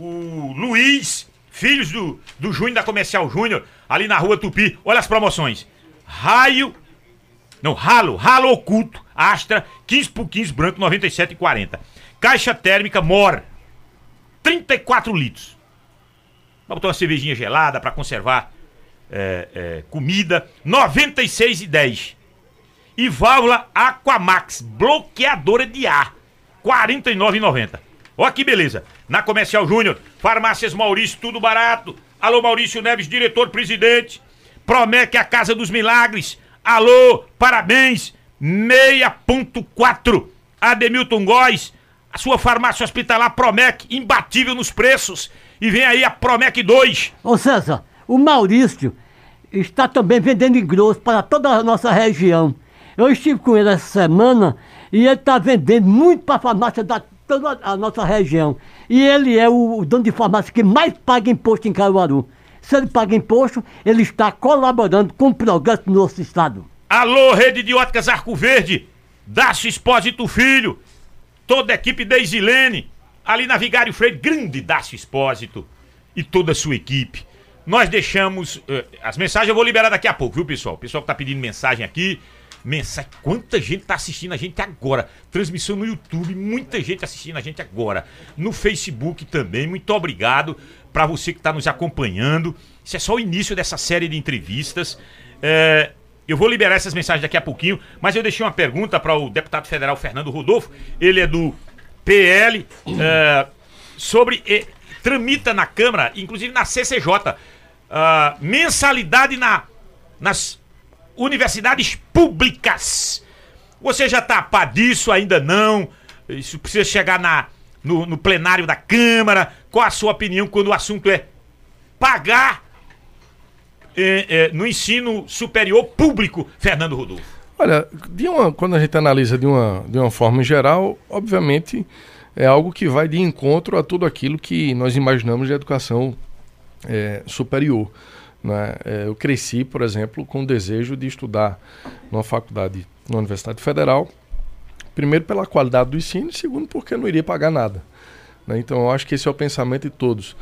o Luiz, filhos do, do Júnior, da Comercial Júnior, ali na Rua Tupi. Olha as promoções. Raio... Não, ralo, ralo oculto, Astra, quinze por quinze branco, noventa e sete reais e quarenta centavos. Caixa térmica Mor, trinta e quatro litros. Pra botar uma cervejinha gelada, pra conservar é, é, comida, noventa e seis reais e dez centavos. E válvula Aquamax, bloqueadora de ar, quarenta e nove reais e noventa centavos. Ó que beleza. Na Comercial Júnior, Farmácias Maurício, tudo barato. Alô, Maurício Neves, diretor-presidente. Promete a Casa dos Milagres. Alô, parabéns, seis ponto quatro, Ademilton Góes, a sua farmácia hospitalar Promec, imbatível nos preços, e vem aí a Promec dois. Ô César, o Maurício está também vendendo engrosso para toda a nossa região. Eu estive com ele essa semana e ele está vendendo muito para a farmácia da toda a nossa região. E ele é o, o dono de farmácia que mais paga imposto em Caruaru. Se ele paga imposto, ele está colaborando com o progresso do nosso estado. Alô, Rede de Óticas Arco Verde, Dácio Espósito Filho, toda a equipe da Isilene, ali na Vigário Freire, grande Dácio Espósito e toda a sua equipe. Nós deixamos, uh, as mensagens eu vou liberar daqui a pouco, viu, pessoal? O pessoal que tá pedindo mensagem aqui, mensagem, quanta gente tá assistindo a gente agora. Transmissão no YouTube, muita gente assistindo a gente agora. No Facebook também, muito obrigado para você que está nos acompanhando. Isso é só o início dessa série de entrevistas. É, eu vou liberar essas mensagens daqui a pouquinho, mas eu deixei uma pergunta para o deputado federal Fernando Rodolfo, ele é do P L, é, sobre, é, tramita na Câmara, inclusive na C C J, é, mensalidade na, nas universidades públicas. Você já está a par disso? Ainda não? Isso precisa chegar na... No, no plenário da Câmara. Qual a sua opinião quando o assunto é pagar é, é, no ensino superior público, Fernando Rodolfo? Olha, de uma, quando a gente analisa de uma, de uma forma geral, obviamente é algo que vai de encontro a tudo aquilo que nós imaginamos de educação é, superior. Né? É, eu cresci, por exemplo, com o desejo de estudar numa faculdade, na Universidade Federal, primeiro pela qualidade do ensino e segundo porque eu não iria pagar nada. Né? Então eu acho que esse é o pensamento de todos.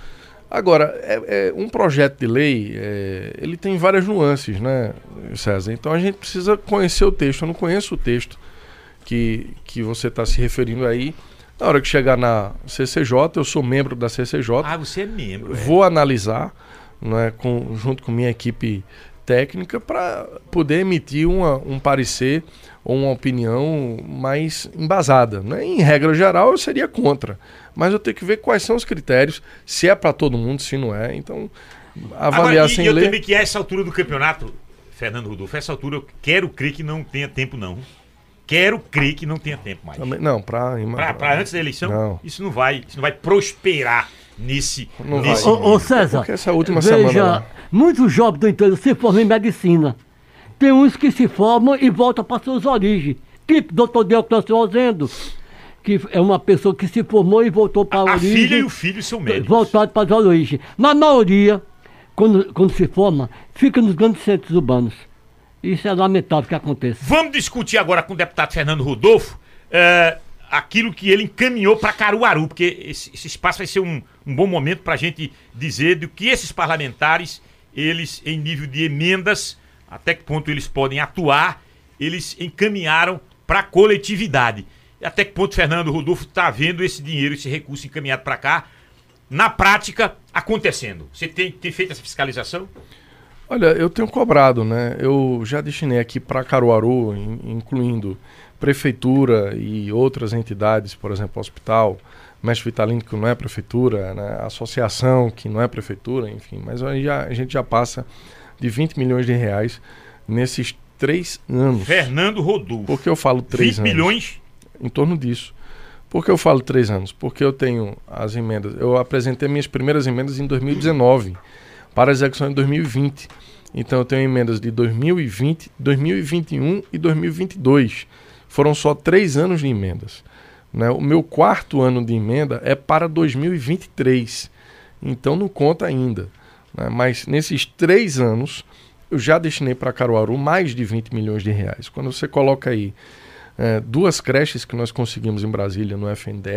Agora, é, é, um projeto de lei, é, ele tem várias nuances, né, César? Então a gente precisa conhecer o texto. Eu não conheço o texto que, que você está se referindo aí. Na hora que chegar na C C J, eu sou membro da C C J. Ah, você é membro. Vou é. analisar, né, com, junto com minha equipe técnica, para poder emitir uma, um parecer ou uma opinião mais embasada, né? Em regra geral, eu seria contra. Mas eu tenho que ver quais são os critérios, se é para todo mundo, se não é. Então, avaliar Agora, e, sem e eu ler... também que a essa altura do campeonato, Fernando Rodolfo, a essa altura eu quero crer que não tenha tempo, não. Quero crer que não tenha tempo mais. Também, não, para... Para antes da eleição, não. Isso não vai, isso não vai prosperar nesse... Não nesse vai. Ô, ô César, porque essa última veja, semana lá... muitos jovens do interior se formam em medicina. Tem uns que se formam e voltam para suas origens. Tipo doutor Deoclâncio Rosendo, que é uma pessoa que se formou e voltou para a origem. A filha e o filho são médicos. Voltado para as origens. Mas a maioria, quando, quando se forma, fica nos grandes centros urbanos. Isso é lamentável que aconteça. Vamos discutir agora com o deputado Fernando Rodolfo é, aquilo que ele encaminhou para Caruaru, porque esse, esse espaço vai ser um, um bom momento para a gente dizer do que esses parlamentares, eles, em nível de emendas, até que ponto eles podem atuar, eles encaminharam para a coletividade. E até que ponto Fernando Rodolfo está vendo esse dinheiro, esse recurso encaminhado para cá, na prática, acontecendo. Você tem, tem feito essa fiscalização? Olha, eu tenho cobrado, né? Eu já destinei aqui para Caruaru, in, incluindo prefeitura e outras entidades, por exemplo, hospital, Mestre Vitalino, que não é prefeitura, né? Associação, que não é prefeitura, enfim. Mas aí já, a gente já passa de vinte milhões de reais nesses três anos. Fernando Rodolfo. Por que eu falo três anos? vinte milhões? Em torno disso. Por que eu falo três anos? Porque eu tenho as emendas. Eu apresentei minhas primeiras emendas em dois mil e dezenove, para execução em dois mil e vinte. Então eu tenho emendas de dois mil e vinte, dois mil e vinte e um e dois mil e vinte e dois. Foram só três anos de emendas, né? O meu quarto ano de emenda é para dois mil e vinte e três. Então não conta ainda, né? Mas nesses três anos eu já destinei para Caruaru mais de vinte milhões de reais. Quando você coloca aí é, duas creches que nós conseguimos em Brasília, no F N D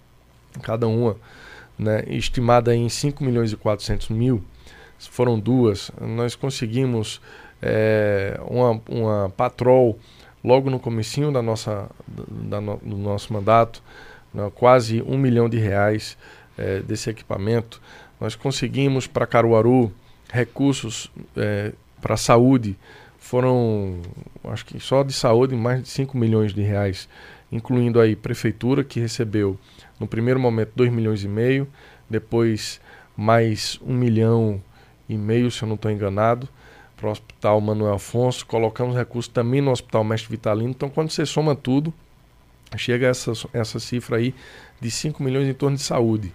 E, cada uma, né, estimada em cinco milhões e quatrocentos mil, foram duas. Nós conseguimos é, uma, uma patrol logo no comecinho da nossa, da no, do nosso mandato, né, quase um milhão de reais é, desse equipamento. Nós conseguimos para Caruaru recursos é, para a saúde, foram, acho que só de saúde, mais de cinco milhões de reais, incluindo aí prefeitura, que recebeu no primeiro momento dois milhões e meio, depois mais um milhão e meio, se eu não estou enganado, para o Hospital Manuel Afonso. Colocamos recursos também no Hospital Mestre Vitalino. Então, quando você soma tudo, chega a essa, essa cifra aí de cinco milhões em torno de saúde.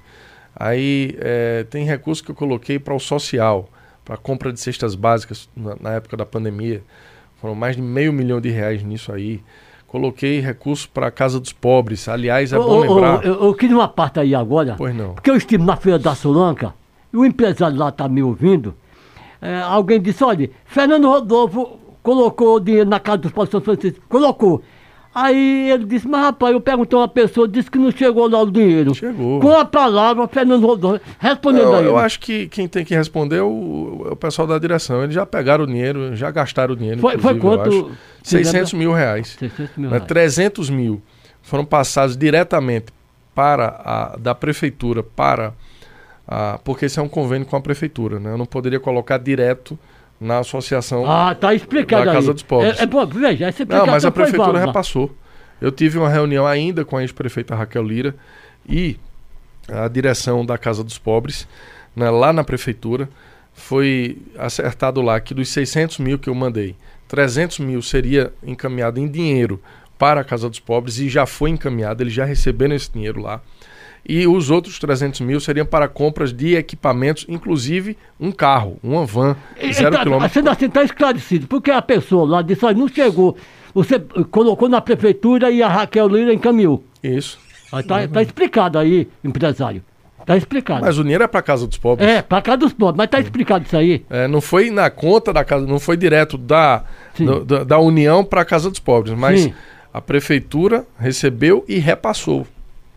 Aí é, tem recursos que eu coloquei para o social, para a compra de cestas básicas na, na época da pandemia. Foram mais de meio milhão de reais nisso aí. Coloquei recursos para a Casa dos Pobres. Aliás, é ô, bom ô, lembrar... Eu, eu queria uma parte aí agora. Pois não. Porque eu estive na Feira da Solanca e o empresário lá está me ouvindo. É, alguém disse, olha, Fernando Rodolfo colocou dinheiro na Casa dos Pobres São Francisco. Colocou. Aí ele disse, mas rapaz, eu perguntei a uma pessoa, disse que não chegou lá o dinheiro. Chegou. Com a palavra, Fernando Rodolfo, respondendo não, aí. Eu acho que quem tem que responder é o, é o pessoal da direção. Eles já pegaram o dinheiro, já gastaram o dinheiro. Foi, foi quanto? seiscentos mil reais. seiscentos mil né? reais. trezentos mil foram passados diretamente para a, da prefeitura para a, porque esse é um convênio com a prefeitura, né? Eu não poderia colocar direto na associação ah, tá explicado da aí. Casa dos Pobres. É, é bom, veja, essa não, mas a prefeitura válida. repassou. Eu tive uma reunião ainda com a ex-prefeita Raquel Lira e a direção da Casa dos Pobres, né, lá na prefeitura. Foi acertado lá que dos seiscentos mil que eu mandei, trezentos mil seria encaminhado em dinheiro para a Casa dos Pobres e já foi encaminhado, eles já receberam esse dinheiro lá. E os outros trezentos mil seriam para compras de equipamentos, inclusive um carro, uma van, zero quilômetro. Sendo assim, está esclarecido, porque a pessoa lá disse, olha, não chegou, você colocou na prefeitura e a Raquel Lira encaminhou. Isso. Está uhum. tá explicado aí, empresário. Está explicado. Mas o dinheiro é para a Casa dos Pobres. É, para a Casa dos Pobres, mas está explicado isso aí. É, não foi na conta da Casa, não foi direto da, do, da, da União para a Casa dos Pobres, mas Sim. a prefeitura recebeu e repassou.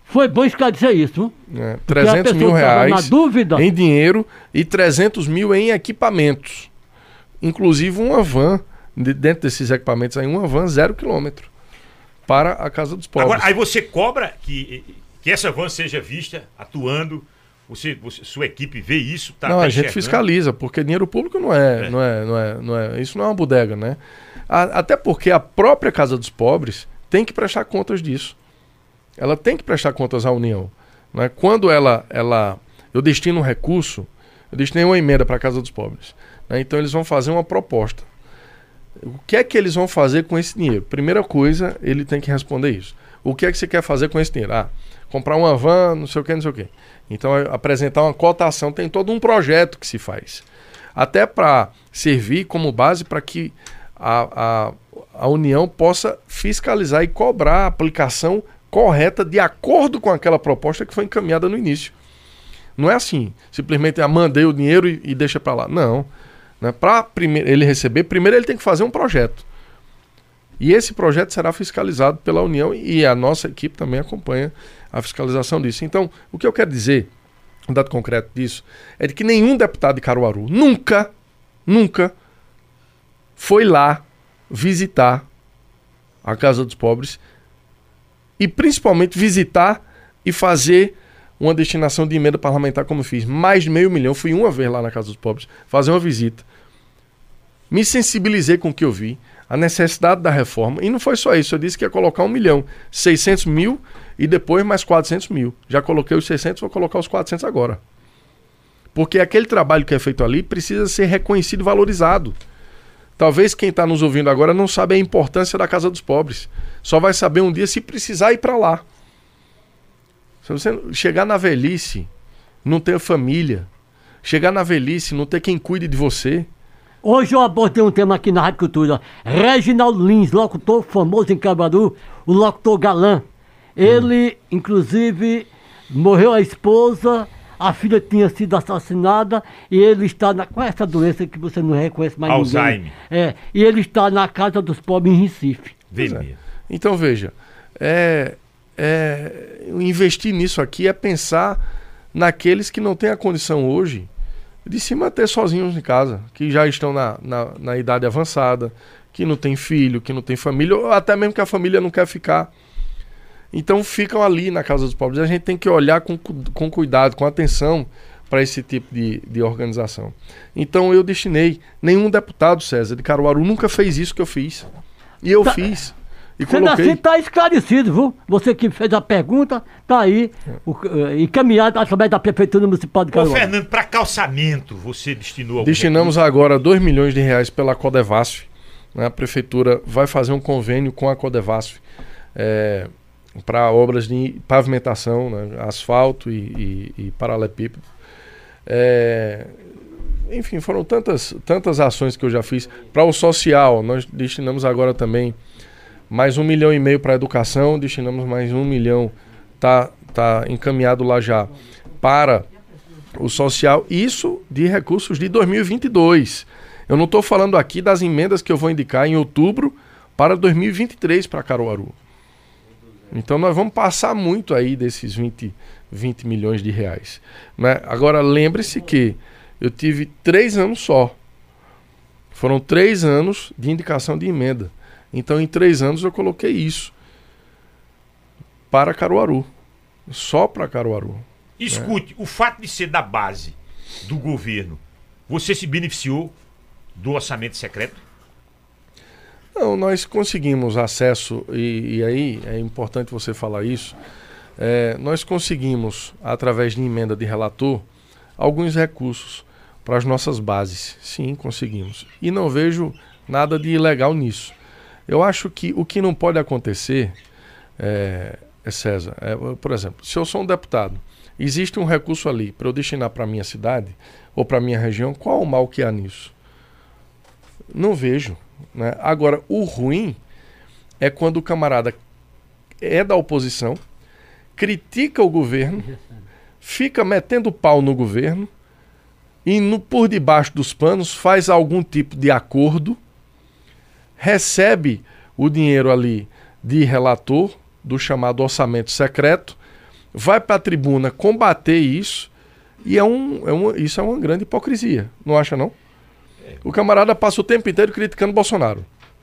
Foi bom esclarecer isso. É, trezentos mil reais na dúvida. em dinheiro e trezentos mil em equipamentos. Inclusive uma van, de, dentro desses equipamentos aí, uma van zero quilômetro para a Casa dos Pobres. Agora, aí você cobra que, que essa van seja vista atuando, você, você, sua equipe vê isso? Tá, não, tá a gente fiscaliza, porque dinheiro público não é, é. Não é, não é, não é, isso não é uma bodega, né? A, até porque a própria Casa dos Pobres tem que prestar contas disso. Ela tem que prestar contas à União. Né? Quando ela, ela, eu destino um recurso, eu destinei uma emenda para a Casa dos Pobres. Né? Então eles vão fazer uma proposta. O que é que eles vão fazer com esse dinheiro? Primeira coisa, ele tem que responder isso. O que é que você quer fazer com esse dinheiro? Ah, comprar uma van, não sei o que, não sei o que. Então apresentar uma cotação, tem todo um projeto que se faz. Até para servir como base para que a, a, a União possa fiscalizar e cobrar a aplicação correta de acordo com aquela proposta que foi encaminhada no início. Não é assim, simplesmente ah, mandei o dinheiro e, e deixa para lá. Não. Né? Para ele receber, primeiro ele tem que fazer um projeto. E esse projeto será fiscalizado pela União e a nossa equipe também acompanha a fiscalização disso. Então, o que eu quero dizer, um dado concreto disso, é de que nenhum deputado de Caruaru nunca, nunca foi lá visitar a Casa dos Pobres e principalmente visitar e fazer uma destinação de emenda parlamentar como eu fiz. Mais de meio milhão. Fui uma vez lá na Casa dos Pobres fazer uma visita. Me sensibilizei com o que eu vi, a necessidade da reforma. E não foi só isso. Eu disse que ia colocar um milhão, seiscentos mil e depois mais quatrocentos mil. Já coloquei os seiscentos, vou colocar os quatrocentos agora. Porque aquele trabalho que é feito ali precisa ser reconhecido e valorizado. Talvez quem está nos ouvindo agora não sabe a importância da Casa dos Pobres. Só vai saber um dia se precisar ir para lá. Se você chegar na velhice, não ter família, chegar na velhice, não ter quem cuide de você. Hoje eu abordei um tema aqui na Rádio Cultura. Reginaldo Lins, locutor famoso em Caruaru, o locutor galã. Ele, hum. inclusive, morreu a esposa, a filha tinha sido assassinada e ele está na... Qual é essa doença que você não reconhece mais Alzheimer. Ninguém? É, e ele está na Casa dos Pobres em Recife. É. Então, veja, é... É, investir nisso aqui é pensar naqueles que não têm a condição hoje de se manter sozinhos em casa, que já estão na, na, na idade avançada, que não tem filho, que não tem família, ou até mesmo que a família não quer ficar. Então ficam ali na Casa dos Pobres. A gente tem que olhar com, com cuidado, com atenção para esse tipo de, de organização. Então eu destinei, nenhum deputado, César, de Caruaru nunca fez isso que eu fiz. E eu tá. fiz. E Sendo coloquei... assim, está esclarecido, viu? Você que fez a pergunta, está aí, o, uh, encaminhado através da Prefeitura Municipal de Caruaru. Ô, Fernando, para calçamento, você destinou algum Destinamos recurso? Agora dois milhões de reais pela Codevasf. Né? A Prefeitura vai fazer um convênio com a Codevasf é, para obras de pavimentação, né? Asfalto e, e, e paralelepípedo. É, enfim, foram tantas, tantas ações que eu já fiz. Para o social, nós destinamos agora também mais um milhão e meio para a educação, destinamos mais um milhão, tá, tá encaminhado lá já para o social, isso de recursos de dois mil e vinte e dois. Eu não estou falando aqui das emendas que eu vou indicar em outubro para dois mil e vinte e três para Caruaru. Então nós vamos passar muito aí desses vinte, vinte milhões de reais. Né? Agora lembre-se que eu tive três anos só. Foram três anos de indicação de emenda. Então, em três anos, eu coloquei isso para Caruaru. Só para Caruaru. Escute, né? O fato de ser da base do governo, você se beneficiou do orçamento secreto? Não, nós conseguimos acesso, e, e aí é importante você falar isso, é, nós conseguimos, através de emenda de relator, alguns recursos para as nossas bases. Sim, conseguimos. E não vejo nada de ilegal nisso. Eu acho que o que não pode acontecer, é, é César, é, por exemplo, se eu sou um deputado, existe um recurso ali para eu destinar para a minha cidade ou para a minha região, qual o mal que há nisso? Não vejo. Né? Agora, o ruim é quando o camarada é da oposição, critica o governo, fica metendo pau no governo e no, por debaixo dos panos faz algum tipo de acordo, recebe o dinheiro ali de relator, do chamado orçamento secreto, vai para a tribuna combater isso, e é um, é um, isso é uma grande hipocrisia, não acha não? O camarada passa o tempo inteiro criticando Bolsonaro.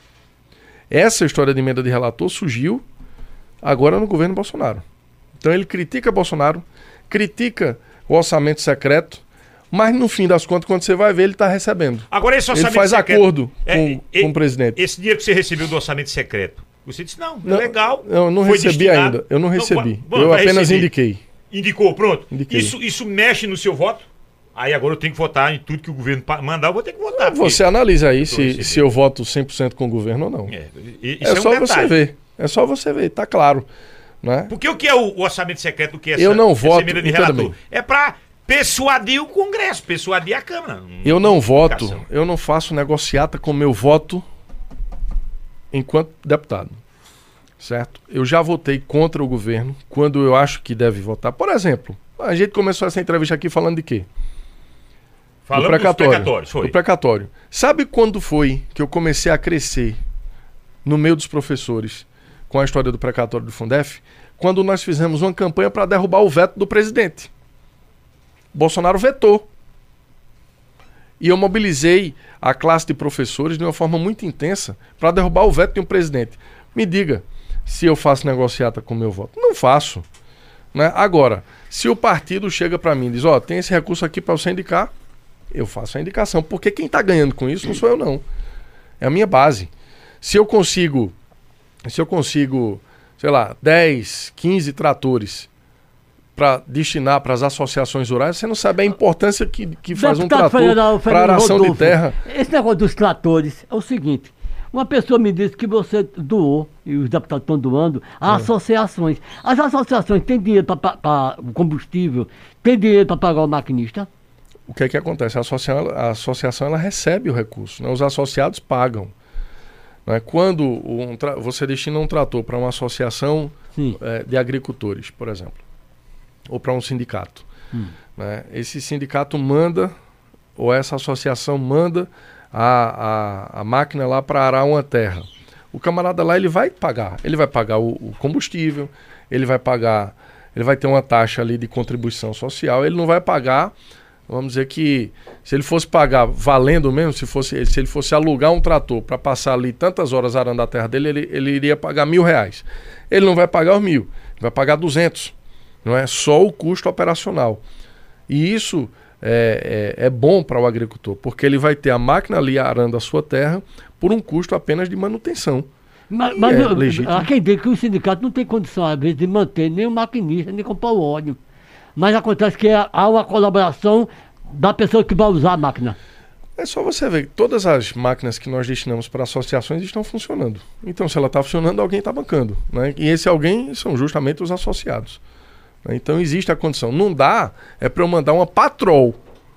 Essa história de emenda de relator surgiu agora no governo Bolsonaro. Então ele critica Bolsonaro, critica o orçamento secreto, mas no fim das contas, quando você vai ver, ele está recebendo. Agora esse orçamento ele faz secreto, acordo é, com, é, com o presidente. Esse dinheiro que você recebeu do orçamento secreto, você disse, não, não é legal. Eu não foi recebi destinado. ainda, eu não recebi. Não, eu apenas receber. indiquei. Indicou, pronto. Indiquei. Isso, isso mexe no seu voto? Aí agora eu tenho que votar em tudo que o governo mandar, eu vou ter que votar. Você analisa aí se, se eu voto cem por cento com o governo ou não. É, isso é, é um só detalhe. você ver. É só você ver, tá claro. Né? Porque o que é o, o orçamento secreto? O que é essa, eu não essa voto, emenda de relator? Bem. É para persuadir o Congresso, persuadir a Câmara. Eu não voto, eu não faço negociata com meu voto enquanto deputado. Certo? Eu já votei contra o governo quando eu acho que deve votar. Por exemplo, a gente começou essa entrevista aqui falando de quê? Falando do precatório. dos precatórios, foi. Do precatório. Sabe quando foi que eu comecei a crescer no meio dos professores com a história do precatório do Fundef? Quando nós fizemos uma campanha para derrubar o veto do presidente. Bolsonaro vetou. E eu mobilizei a classe de professores de uma forma muito intensa para derrubar o veto de um presidente. Me diga se eu faço negociata com o meu voto. Não faço. Né? Agora, se o partido chega para mim e diz, ó, oh, tem esse recurso aqui para você indicar, eu faço a indicação, porque quem está ganhando com isso não sou eu não. É a minha base. Se eu consigo, se eu consigo, sei lá, dez, quinze tratores para destinar para as associações rurais, você não sabe a importância que, que faz um trator para a aração de terra. Esse negócio dos tratores é o seguinte, uma pessoa me disse que você doou, e os deputados estão doando, a é. associações. As associações têm dinheiro para combustível, têm dinheiro para pagar o maquinista? O que é que acontece? A associação, a associação ela recebe o recurso, né? Os associados pagam. Né? Quando um tra... você destina um trator para uma associação é, de agricultores, por exemplo, ou para um sindicato, hum. né? Esse sindicato manda, ou essa associação manda a, a, a máquina lá para arar uma terra. O camarada lá ele vai pagar, ele vai pagar o, o combustível, ele vai pagar, ele vai ter uma taxa ali de contribuição social, ele não vai pagar. Vamos dizer que se ele fosse pagar valendo mesmo, se, fosse, se ele fosse alugar um trator para passar ali tantas horas arando a terra dele, ele, ele iria pagar mil reais. Ele não vai pagar os mil, ele vai pagar duzentos. Não é só o custo operacional. E isso é, é, é bom para o agricultor, porque ele vai ter a máquina ali arando a sua terra por um custo apenas de manutenção. Mas, mas é legítimo. Há quem diga que o sindicato não tem condição, às vezes, de manter nem o maquinista, nem comprar o óleo. Mas acontece que há uma colaboração da pessoa que vai usar a máquina. É só você ver, todas as máquinas que nós destinamos para associações estão funcionando. Então, se ela está funcionando, alguém está bancando. Né? E esse alguém são justamente os associados. Né? Então, existe a condição. Não dá, é para eu mandar uma patrol,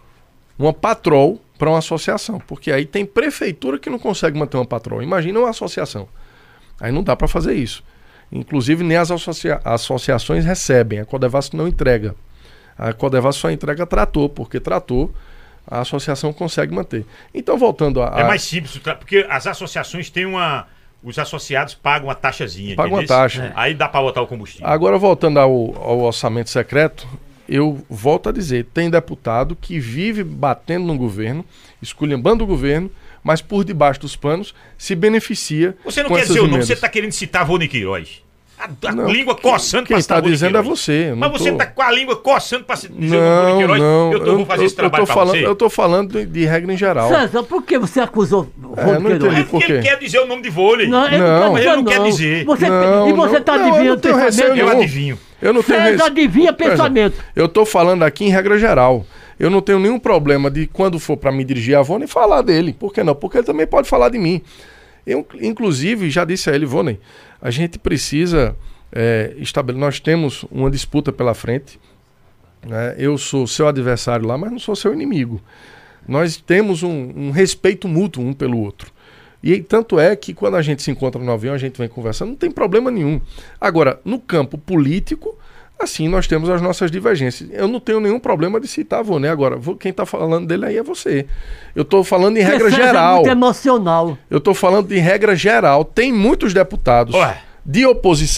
uma patrol para uma associação. Porque aí tem prefeitura que não consegue manter uma patrol. Imagina uma associação. Aí não dá para fazer isso. Inclusive, nem as associa- associações recebem. A Codevasf não entrega. A Codevasf só entrega trator, porque trator a associação consegue manter. Então, voltando a... a... É mais simples, porque as associações têm uma... Os associados pagam uma taxazinha. Pagam uma taxa. É. Aí dá para botar o combustível. Agora, voltando ao, ao orçamento secreto, eu volto a dizer, tem deputado que vive batendo no governo, esculhambando o governo, mas por debaixo dos panos se beneficia. Você não quer dizer o nome, você está querendo citar Rony Queiroz. A, a não, língua coçando para citar Rony Queiroz. Quem está dizendo é você. Mas você está tô... com a língua coçando para dizer não, o Rony Queiroz. Não, eu, tô, eu vou fazer eu, esse trabalho para você. Eu estou falando de, de regra em geral. César, por que você acusou o Rony é, não Queiroz? Entendi é porque ele quer dizer o nome de vôlei. Não, ele não, mas ele não, não quer dizer. Você, não, e você está adivinhando o pensamento? Eu adivinho. Eu não tenho César res... adivinha pensamento. Eu estou falando aqui em regra geral. Eu não tenho nenhum problema de, quando for para me dirigir a Voney, falar dele. Por que não? Porque ele também pode falar de mim. Eu, inclusive, já disse a ele, Voney, a gente precisa é, estabelecer... Nós temos uma disputa pela frente. Né? Eu sou seu adversário lá, mas não sou seu inimigo. Nós temos um, um respeito mútuo um pelo outro. E tanto é que quando a gente se encontra no avião, a gente vem conversando, não tem problema nenhum. Agora, no campo político... Assim, nós temos as nossas divergências. Eu não tenho nenhum problema de citar a Voney. Agora, quem está falando dele aí é você. Eu estou falando em regra César geral. É muito emocional. Eu estou falando de regra geral. Tem muitos deputados Ué. de oposição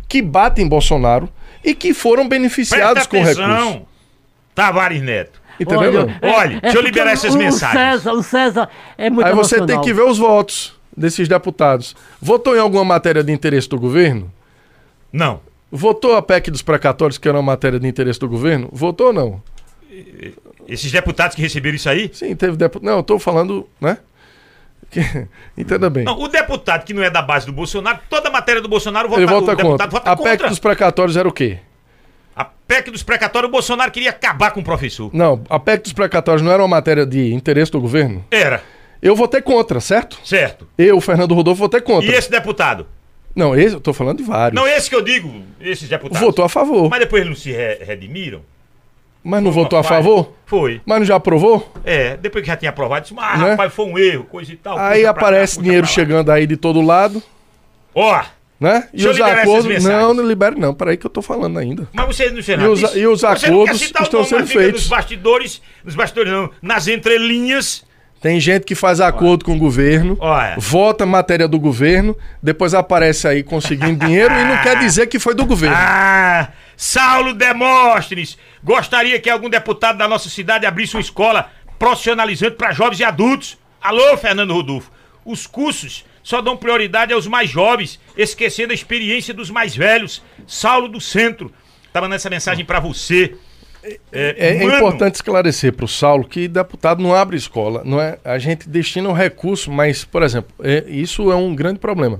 que batem Bolsonaro e que foram beneficiados Presta com atenção, recursos. Tavares Neto. Entendeu? Olha, Olha, deixa eu liberar essas o, mensagens. O César, o César é muito Aí você emocional. tem que ver os votos desses deputados. Votou em alguma matéria de interesse do governo? Não. Votou a P E C dos precatórios, que era uma matéria de interesse do governo? Votou ou não? Esses deputados que receberam isso aí? Sim, teve deputado. Não, eu tô falando, né? Que... Entenda bem. Não, o deputado que não é da base do Bolsonaro, toda matéria do Bolsonaro vota, Ele vota o deputado contra. vota A P E C contra. dos precatórios era o quê? A P E C dos precatórios, o Bolsonaro queria acabar com o professor. Não, a P E C dos precatórios não era uma matéria de interesse do governo? Era. Eu votei contra, certo? Certo. Eu, Fernando Rodolfo, votei contra. E esse deputado? Não, esse eu tô falando de vários. Não, esse que eu digo, esses deputados. Votou a favor. Mas depois eles não se re redimiram? Mas não Foi votou a uma falha? favor? Foi. Mas não já aprovou? É, depois que já tinha aprovado, disse, ah, Né? rapaz, foi um erro, coisa e tal. Aí puxa pra aparece cá, puxa dinheiro pra lá. chegando aí de todo lado, Ó, né? E Deixa eu os liberar essas acordos. mensagens. Não, não libere, não. Peraí que eu tô falando ainda. mas você não sei E nada os- disso. e os Você não quer acordos citar o estão nome, sendo mas fica feitos. Nos bastidores, nos bastidores não, nas entrelinhas. Tem gente que faz acordo com o governo, Olha. vota matéria do governo, depois aparece aí conseguindo dinheiro e não quer dizer que foi do governo. Ah, Saulo Demóstenes, gostaria que algum deputado da nossa cidade abrisse uma escola profissionalizante para jovens e adultos. Alô, Fernando Rodolfo. Os cursos só dão prioridade aos mais jovens, esquecendo a experiência dos mais velhos. Saulo do Centro. Tá mandando essa mensagem para você. É, É, é mano, importante esclarecer para o Saulo que deputado não abre escola, não é? A gente destina um recurso, mas, por exemplo, é- isso é um grande problema.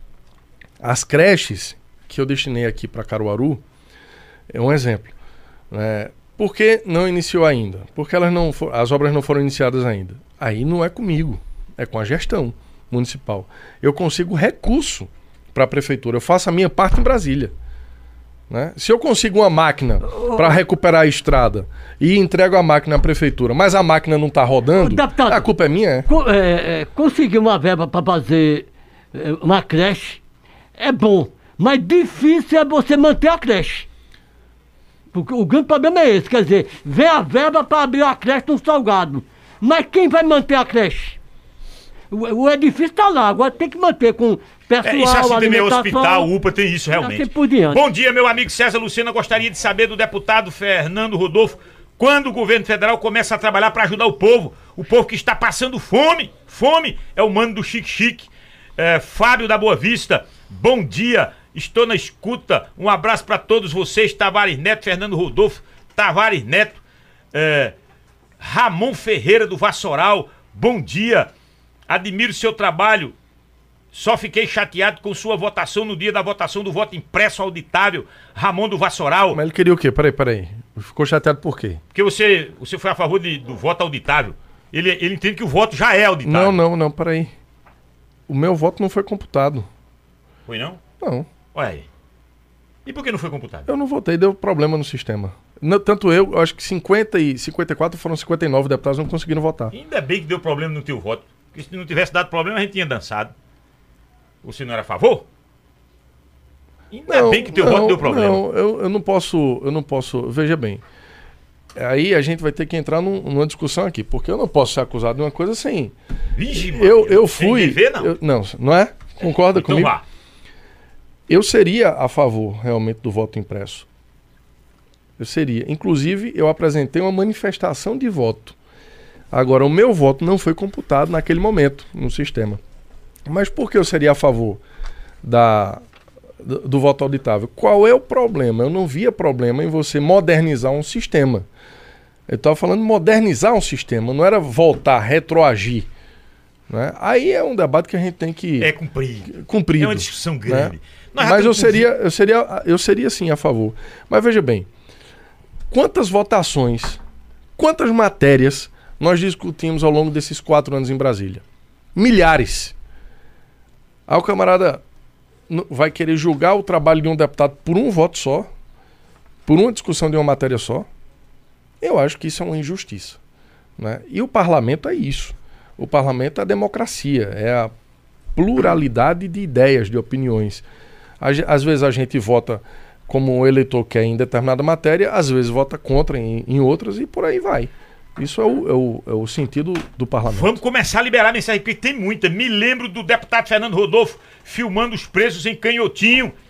As creches que eu destinei aqui para Caruaru é um exemplo. Né? Por que não iniciou ainda? Porque elas não for- as obras não foram iniciadas ainda. Aí não é comigo, é com a gestão municipal. Eu consigo recurso para a prefeitura, eu faço a minha parte em Brasília. Né? Se eu consigo uma máquina para recuperar a estrada e entrego a máquina à prefeitura, mas a máquina não está rodando, Ô, deputado, a culpa é minha, é? Co- é, é, conseguir uma verba para fazer é, uma creche é bom, mas difícil é você manter a creche. Porque o grande problema é esse, quer dizer, vem a verba para abrir a creche no Salgado, mas quem vai manter a creche? O, o edifício está lá, agora tem que manter com pessoal, É, isso assim também é alimentação. hospital, U P A, tem isso realmente. assim por diante. Bom dia, meu amigo César Lucena. Gostaria de saber do deputado Fernando Rodolfo quando o governo federal começa a trabalhar para ajudar o povo. O povo que está passando fome. Fome é o mano do Chique Chique. É, Fábio da Boa Vista. Bom dia, estou na escuta. Um abraço para todos vocês. Tavares Neto, Fernando Rodolfo, Tavares Neto. É, Ramon Ferreira do Vassoural. Bom dia. Admiro seu trabalho. Só fiquei chateado com sua votação no dia da votação do voto impresso auditável. Ramon do Vassoural. Mas ele queria o quê? Peraí, peraí. Ficou chateado por quê? Porque você, você foi a favor de- do voto auditável. Ele, ele entende que o voto já é auditável. Não, não, não, peraí. O meu voto não foi computado. Foi não? Não. Olha aí. E por que não foi computado? Eu não votei, deu problema no sistema. Não, tanto eu, eu acho que cinquenta e cinquenta e quatro foram cinquenta e nove deputados não conseguiram votar. Ainda bem que deu problema no teu voto. Porque se não tivesse dado problema, a gente tinha dançado. Você não era a favor? Ainda bem que teu voto deu problema. Não, eu, eu não posso, eu não posso, veja bem. Aí a gente vai ter que entrar num- numa discussão aqui, porque eu não posso ser acusado de uma coisa sem. Vixe, Eu, Maria, eu sem fui. dever, não? eu- não, não é? Concorda Então comigo? vá. Eu seria a favor realmente do voto impresso. Eu seria. Inclusive, eu apresentei uma manifestação de voto. Agora, o meu voto não foi computado naquele momento no sistema. Mas por que eu seria a favor da, do, do voto auditável? Qual é o problema? Eu não via problema em você modernizar um sistema. Eu estava falando de modernizar um sistema, não era voltar, retroagir. Né? Aí é um debate que a gente tem que... É cumprido. Cumprido. É uma discussão grande. Né? Nós já Mas eu temos- seria, eu, seria, eu seria sim a favor. Mas veja bem, quantas votações, quantas matérias nós discutimos ao longo desses quatro anos em Brasília? Milhares. Aí o camarada n- vai querer julgar o trabalho de um deputado por um voto só, por uma discussão de uma matéria só. Eu acho que isso é uma injustiça. Né? E o parlamento é isso. O parlamento é a democracia, é a pluralidade de ideias, de opiniões. A ge- Às vezes a gente vota como o eleitor quer em determinada matéria, às vezes vota contra em, em outras e por aí vai. Isso é o, é o, é o sentido do parlamento. Vamos começar a liberar a mensagem, porque tem muita. Me lembro do deputado Fernando Rodolfo filmando os presos em Canhotinho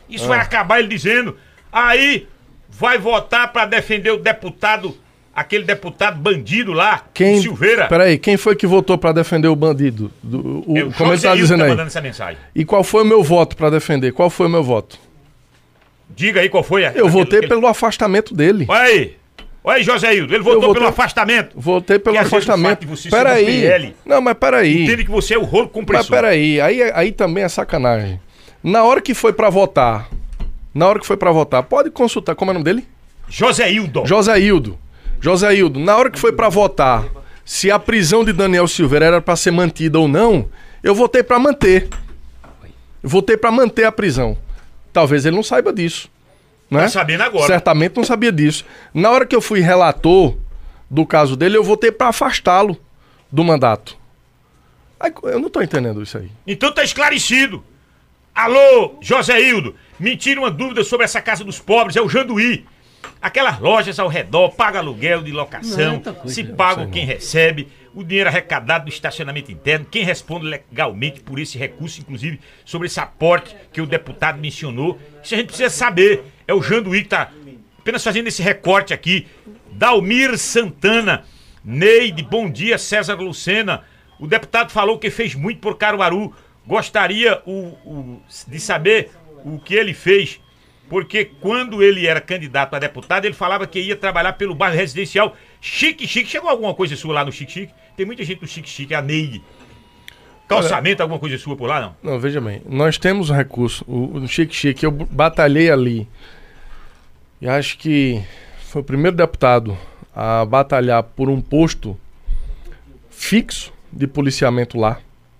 Isso Ah. vai acabar ele dizendo. Aí vai votar pra defender o deputado, aquele deputado bandido lá, Quem, o Silveira. Peraí, quem foi que votou pra defender o bandido? Do, o, Eu, como ele tá José Hildo dizendo tá aí? mandando essa mensagem. E qual foi o meu voto pra defender? Qual foi o meu voto? Diga aí qual foi a. Eu votei aquele- pelo afastamento dele. Olha aí. Olha aí, José Hildo. Ele votou votei- pelo afastamento. Votei pelo Porque às vezes o afastamento. fato de você ser do P Peraí. L, Não, mas peraí. entende que você é o rolo Mas compressor. peraí, aí, aí também é sacanagem. Na hora que foi pra votar, na hora que foi pra votar, pode consultar, como é o nome dele? José Hildo. José Hildo. José Hildo, na hora que foi pra votar, se a prisão de Daniel Silveira era pra ser mantida ou não, eu votei pra manter. Votei pra manter a prisão. Talvez ele não saiba disso. Né? Tá sabendo agora. Certamente não sabia disso. Na hora que eu fui relator do caso dele, eu votei pra afastá-lo do mandato. Aí, eu não tô entendendo isso aí. Então tá esclarecido. Alô, José Hildo, me tira uma dúvida sobre essa casa dos pobres, é o Janduí. Aquelas lojas ao redor, paga aluguel de locação, se paga quem recebe, o dinheiro arrecadado do estacionamento interno, quem responde legalmente por esse recurso, inclusive sobre esse aporte que o deputado mencionou. Isso a gente precisa saber. É o Janduí que tá apenas fazendo esse recorte aqui. Dalmir Santana, Neide, bom dia, César Lucena. O deputado falou que fez muito por Caruaru. Gostaria o, o, de saber o que ele fez, porque quando ele era candidato a deputado, ele falava que ia trabalhar pelo bairro residencial Chique Chique. Chegou alguma coisa sua lá no Chique Chique? Tem muita gente no Chique Chique, a Neide. Calçamento, alguma coisa sua por lá, não? Não, veja bem, nós temos um recurso, o, o Chique Chique, eu batalhei ali. E acho que foi o primeiro deputado a batalhar por um posto fixo de policiamento lá.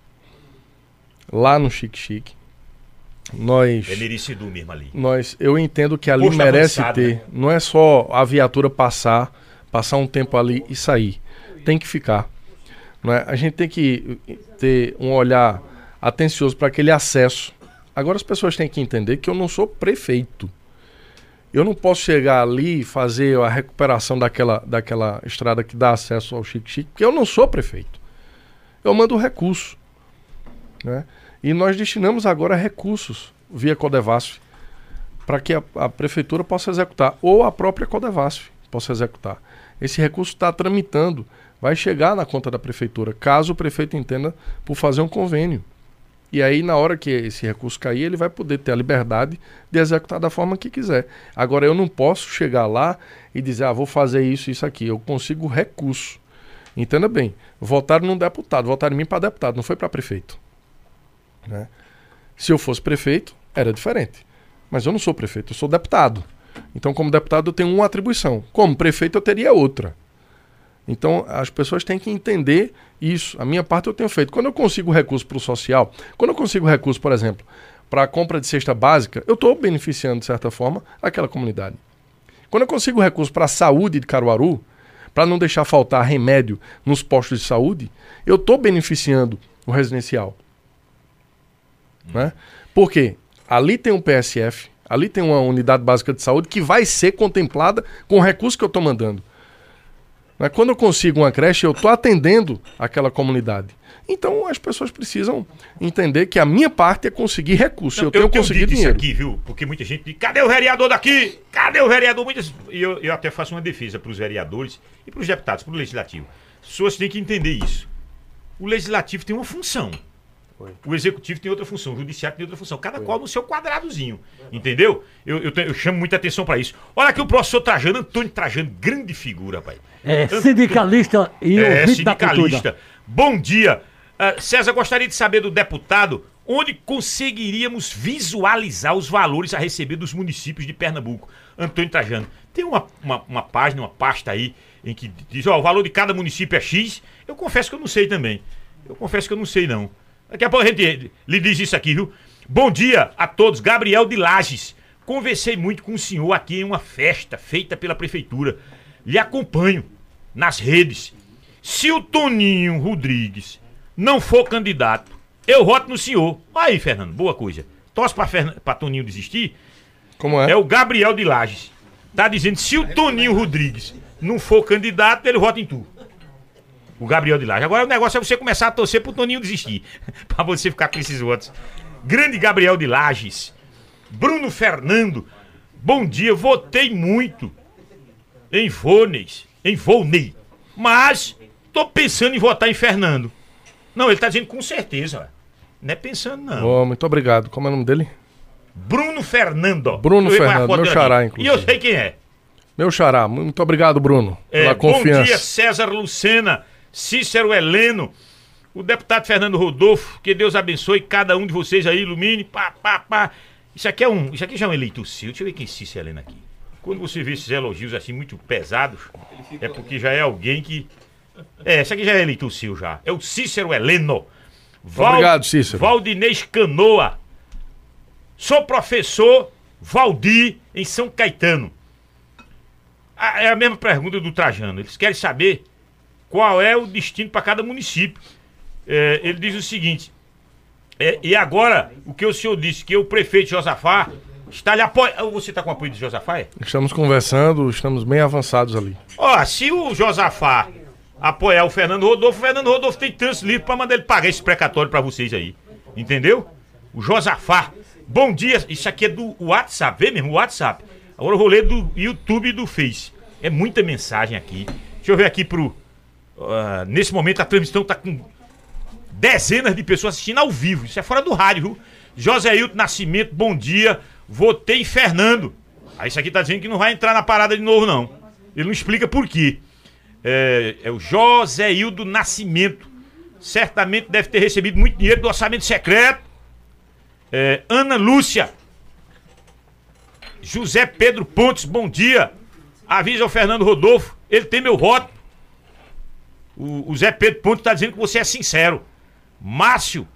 Lá no Chique Chique. Nós, É Merecido mesmo ali. nós, eu entendo que ali Posto merece avançado, ter. né? Não é só a viatura passar, passar um tempo ali e sair. Tem que ficar. Não é? A gente tem que ter um olhar atencioso para aquele acesso. Agora as pessoas têm que entender que eu não sou prefeito. Eu não posso chegar ali e fazer a recuperação daquela, daquela estrada que dá acesso ao Chique Chique, porque eu não sou prefeito. Eu mando recurso. Né? E nós destinamos agora recursos via Codevasf para que a, a prefeitura possa executar, ou a própria Codevasf possa executar. Esse recurso está tramitando, vai chegar na conta da prefeitura, caso o prefeito entenda por fazer um convênio. E aí, na hora que esse recurso cair, ele vai poder ter a liberdade de executar da forma que quiser. Agora, eu não posso chegar lá e dizer, ah, vou fazer isso, isso aqui. Eu consigo recurso. Entenda bem, votaram num deputado, votaram em mim para deputado, não foi para prefeito. Né? Se eu fosse prefeito, era diferente. Mas eu não sou prefeito, eu sou deputado. Então, como deputado, eu tenho uma atribuição. Como prefeito, eu teria outra. Então, as pessoas têm que entender isso. A minha parte eu tenho feito. Quando eu consigo recurso para o social, quando eu consigo recurso, por exemplo, para a compra de cesta básica, eu estou beneficiando, de certa forma, aquela comunidade. Quando eu consigo recurso para a saúde de Caruaru, para não deixar faltar remédio nos postos de saúde, eu estou beneficiando o residencial. Né? Por quê? Ali tem um P S F, ali tem uma unidade básica de saúde que vai ser contemplada com o recurso que eu estou mandando. Né? Quando eu consigo uma creche, eu estou atendendo aquela comunidade. Então as pessoas precisam entender que a minha parte é conseguir recurso. Não, eu tenho eu tenho conseguido dito dinheiro. isso aqui, viu? Porque muita gente diz, cadê o vereador daqui? Cadê o vereador? Muitas... E eu, eu até faço uma defesa para os vereadores e para os deputados, para o legislativo. As pessoas têm que entender isso. O legislativo tem uma função. Foi. O executivo tem outra função, o judiciário tem outra função, cada Foi. qual no seu quadradozinho, entendeu? Eu, eu, tenho, eu chamo muita atenção para isso. Olha aqui o professor Trajano, Antônio Trajano, grande figura, pai. É, sindicalista e é, ouvinte da cultura. sindicalista. Bom dia. Uh, César, gostaria de saber do deputado onde conseguiríamos visualizar os valores a receber dos municípios de Pernambuco. Antônio Trajano, tem uma, uma, uma página, uma pasta aí, em que diz, ó, o valor de cada município é X. Eu confesso que eu não sei também. Eu confesso que eu não sei, não. Daqui a pouco a gente lhe diz isso aqui, viu? Bom dia a todos. Gabriel de Lages. Conversei muito com o senhor aqui em uma festa feita pela prefeitura. Lhe acompanho nas redes. Se o Toninho Rodrigues não for candidato, eu voto no senhor. Aí, Fernando, boa coisa. Torce pra, Fern... pra Toninho desistir? Como é? É o Gabriel de Lages. Tá dizendo, se o Toninho Rodrigues não for candidato, ele vota em tu. O Gabriel de Lages. Agora o negócio é você começar a torcer pro Toninho desistir. Pra você ficar com esses votos. Grande Gabriel de Lages. Bruno Fernando, bom dia, votei muito em Volney, em Volney, mas tô pensando em votar em Fernando. Não, ele tá dizendo com certeza, ó. Não é pensando não. Oh, muito obrigado. Como é o nome dele? Bruno Fernando. Bruno Fernando, meu xará, aqui. inclusive. E eu sei quem é. Meu xará, muito obrigado, Bruno, É, pela confiança. Bom dia, César Lucena, Cícero Heleno, o deputado Fernando Rodolfo, que Deus abençoe cada um de vocês aí, ilumine, pá, pá, pá. Isso aqui é um, isso aqui já é um eleitor seu. Deixa eu ver quem é Cícero Heleno aqui. Quando você vê esses elogios assim muito pesados, é porque já é alguém que... É, esse aqui já é eleitor seu já. É o Cícero Heleno. Val... Obrigado, Cícero. Valdinês Canoa. Sou professor Valdir em São Caetano. Ah, é a mesma pergunta do Trajano. Eles querem saber qual é o destino para cada município. É, ele diz o seguinte: é, e agora, o que o senhor disse, que o prefeito Josafá está lhe apoiando. Você está com apoio de Josafá? É? Estamos conversando, estamos bem avançados ali. Ó, se o Josafá apoiar o Fernando Rodolfo, o Fernando Rodolfo tem tantos livros para mandar ele pagar esse precatório para vocês aí. Entendeu? O Josafá. Bom dia. Isso aqui é do WhatsApp, vê mesmo, o WhatsApp. Agora eu vou ler do YouTube e do Face. É muita mensagem aqui. Deixa eu ver aqui pro... Uh, nesse momento a transmissão tá com dezenas de pessoas assistindo ao vivo. Isso é fora do rádio, viu? José Hilton Nascimento, bom dia. Votei em Fernando. Aí isso aqui tá dizendo que não vai entrar na parada de novo, não. Ele não explica por quê. É, é o José Hilton Nascimento. Certamente deve ter recebido muito dinheiro do orçamento secreto. É, Ana Lúcia. José Pedro Pontes, bom dia. Avisa ao Fernando Rodolfo, ele tem meu voto. O, o Zé Pedro Pontes está dizendo que você é sincero. Márcio,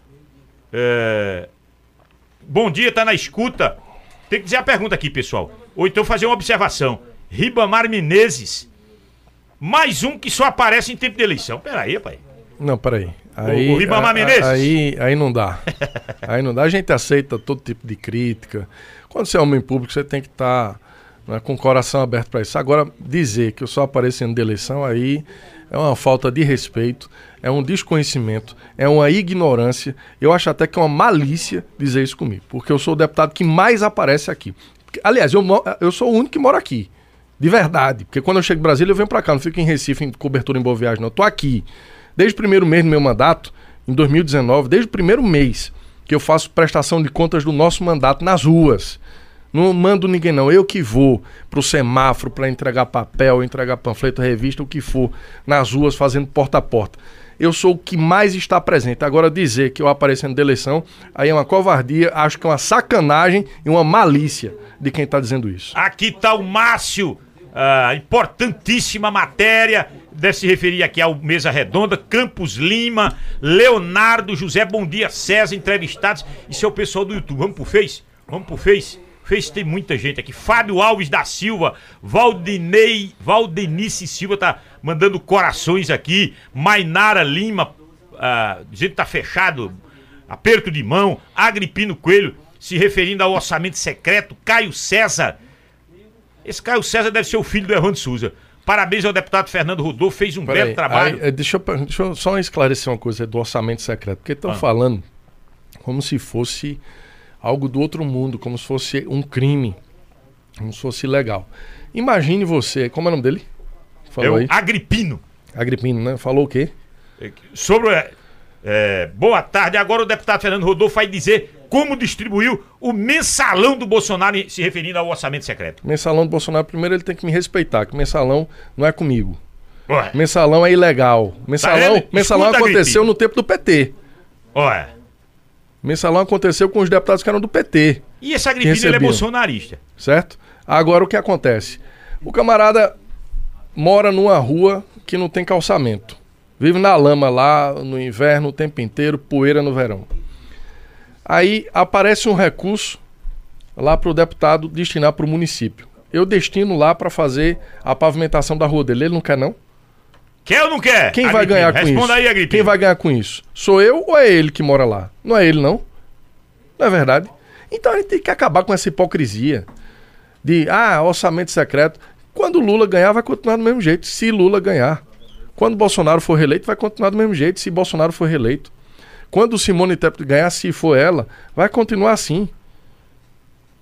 é... bom dia, tá na escuta. Tem que dizer a pergunta aqui, pessoal. Ou então fazer uma observação. Ribamar Menezes, mais um que só aparece em tempo de eleição. Peraí, rapaz. Não, peraí. Aí, o, o Ribamar a, Menezes? Aí, aí não dá. Aí não dá. A gente aceita todo tipo de crítica. Quando você é homem público, você tem que estar tá, né, com o coração aberto para isso. Agora, dizer que eu só apareço em de eleição, aí é uma falta de respeito, é um desconhecimento, é uma ignorância. Eu acho até que é uma malícia dizer isso comigo, porque eu sou o deputado que mais aparece aqui. Aliás, eu, eu sou o único que mora aqui, de verdade. Porque quando eu chego em Brasília, eu venho para cá, não fico em Recife, em cobertura em Boa Viagem, não. Eu tô aqui. Desde o primeiro mês do meu mandato, em dois mil e dezenove, desde o primeiro mês que eu faço prestação de contas do nosso mandato nas ruas. Não mando ninguém não, eu que vou pro semáforo para entregar papel, entregar panfleto, revista, o que for, nas ruas fazendo porta a porta. Eu sou o que mais está presente. Agora dizer que eu aparecendo de eleição, aí é uma covardia, acho que é uma sacanagem e uma malícia de quem está dizendo isso. Aqui tá o Márcio, uh, importantíssima matéria, deve se referir aqui ao Mesa Redonda, Campos Lima, Leonardo, José, bom dia, César, entrevistados. Isso é o pessoal do YouTube. Vamos pro Face? Vamos pro Face? Face tem muita gente aqui. Fábio Alves da Silva, Valdinei, Valdenice Silva tá mandando corações aqui. Mainara Lima, uh, dizendo que tá fechado, aperto de mão. Agripino Coelho, se referindo ao orçamento secreto. Caio César, esse Caio César deve ser o filho do Evandro Souza. Parabéns ao deputado Fernando Rodolfo, fez um Pera belo aí, trabalho. Aí, deixa, eu, deixa eu só esclarecer uma coisa do orçamento secreto, porque estão ah. falando como se fosse algo do outro mundo, como se fosse um crime, como se fosse ilegal. Imagine você, como é o nome dele? Falou é o aí. Agripino. Agripino, né? Falou o quê? Sobre... É, boa tarde, agora o deputado Fernando Rodolfo vai dizer como distribuiu o mensalão do Bolsonaro, se referindo ao orçamento secreto. Mensalão do Bolsonaro, primeiro ele tem que me respeitar, que mensalão não é comigo. Ué. Mensalão é ilegal. Mensalão, tá mensalão aconteceu no tempo do P T. Ué. Mensalão aconteceu com os deputados que eram do P T. E esse Agripino, ele é bolsonarista. Certo? Agora o que acontece? O camarada mora numa rua que não tem calçamento. Vive na lama lá no inverno o tempo inteiro, poeira no verão. Aí aparece um recurso lá para o deputado destinar para o município. Eu destino lá para fazer a pavimentação da rua dele. Ele não quer, não? Quer ou não quer? Quem vai ganhar com isso? Responda aí, Agripino. Quem vai ganhar com isso? Sou eu ou é ele que mora lá? Não é ele, não? Não é verdade? Então a gente tem que acabar com essa hipocrisia de, ah, orçamento secreto. Quando Lula ganhar, vai continuar do mesmo jeito. Se Lula ganhar. Quando Bolsonaro for reeleito, vai continuar do mesmo jeito, se Bolsonaro for reeleito. Quando Simone Tebet ganhar, se for ela, vai continuar assim.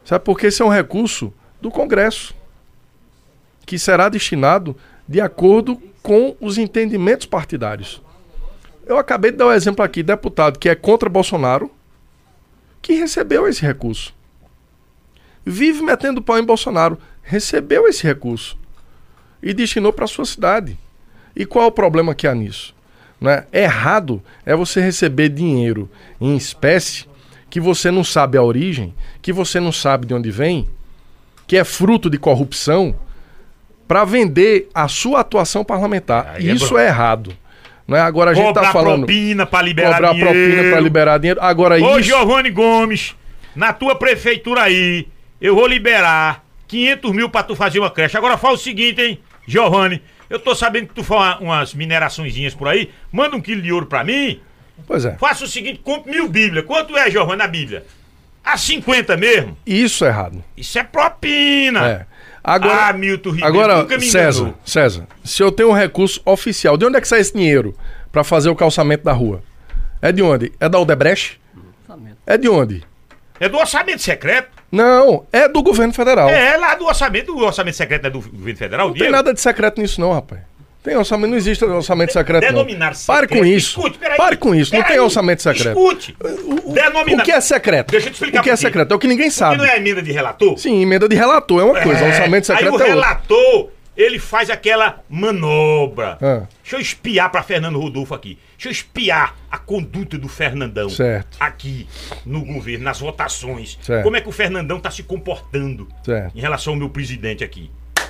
Sabe por quê? Esse é um recurso do Congresso, que será destinado de acordo com os entendimentos partidários. Eu acabei de dar o um exemplo aqui, deputado que é contra Bolsonaro, que recebeu esse recurso. Vive metendo pau em Bolsonaro, recebeu esse recurso e destinou para a sua cidade. E qual é o problema que há nisso? Né? Errado é você receber dinheiro em espécie que você não sabe a origem, que você não sabe de onde vem, que é fruto de corrupção, para vender a sua atuação parlamentar. Aí isso é, é errado. Não é? Agora a gente está falando... propina para liberar cobrar dinheiro. propina para liberar dinheiro. Agora Ô, isso... Giovanni Gomes, na tua prefeitura aí, eu vou liberar quinhentos mil para tu fazer uma creche. Agora fala o seguinte, hein, Giovanni, eu tô sabendo que tu faz umas mineraçõezinhas por aí, manda um quilo de ouro para mim. Pois é. Faça o seguinte, compre mil bíblias. Quanto é, Giovanni, na bíblia? A cinquenta mesmo? Isso é errado. Isso é propina. É. Agora, ah, Milton Ribeiro, agora nunca me César, enganou. César, se eu tenho um recurso oficial, de onde é que sai esse dinheiro para fazer o calçamento da rua? É de onde? É da Odebrecht? É de onde? É do orçamento secreto. Não, é do governo federal. É, lá do orçamento, o orçamento secreto é do governo federal. Não tem nada de secreto nisso não, rapaz. Tem orçamento, não existe orçamento secreto Denominar não. secreto. Pare com isso. Escute, peraí. Pare com isso, não Peraí. tem orçamento secreto. Escute. O, Denominar... o que é secreto? Deixa eu te explicar O que é por quê. secreto? É o que ninguém sabe. Porque não é emenda de relator? Sim, emenda de relator é uma coisa, É. orçamento secreto Aí o é outra. relator, ele faz aquela manobra. Ah. Deixa eu espiar pra Fernando Rodolfo aqui. Deixa eu espiar a conduta do Fernandão. Certo. Aqui no governo, nas votações. Certo. Como é que o Fernandão tá se comportando Certo. em relação ao meu presidente aqui.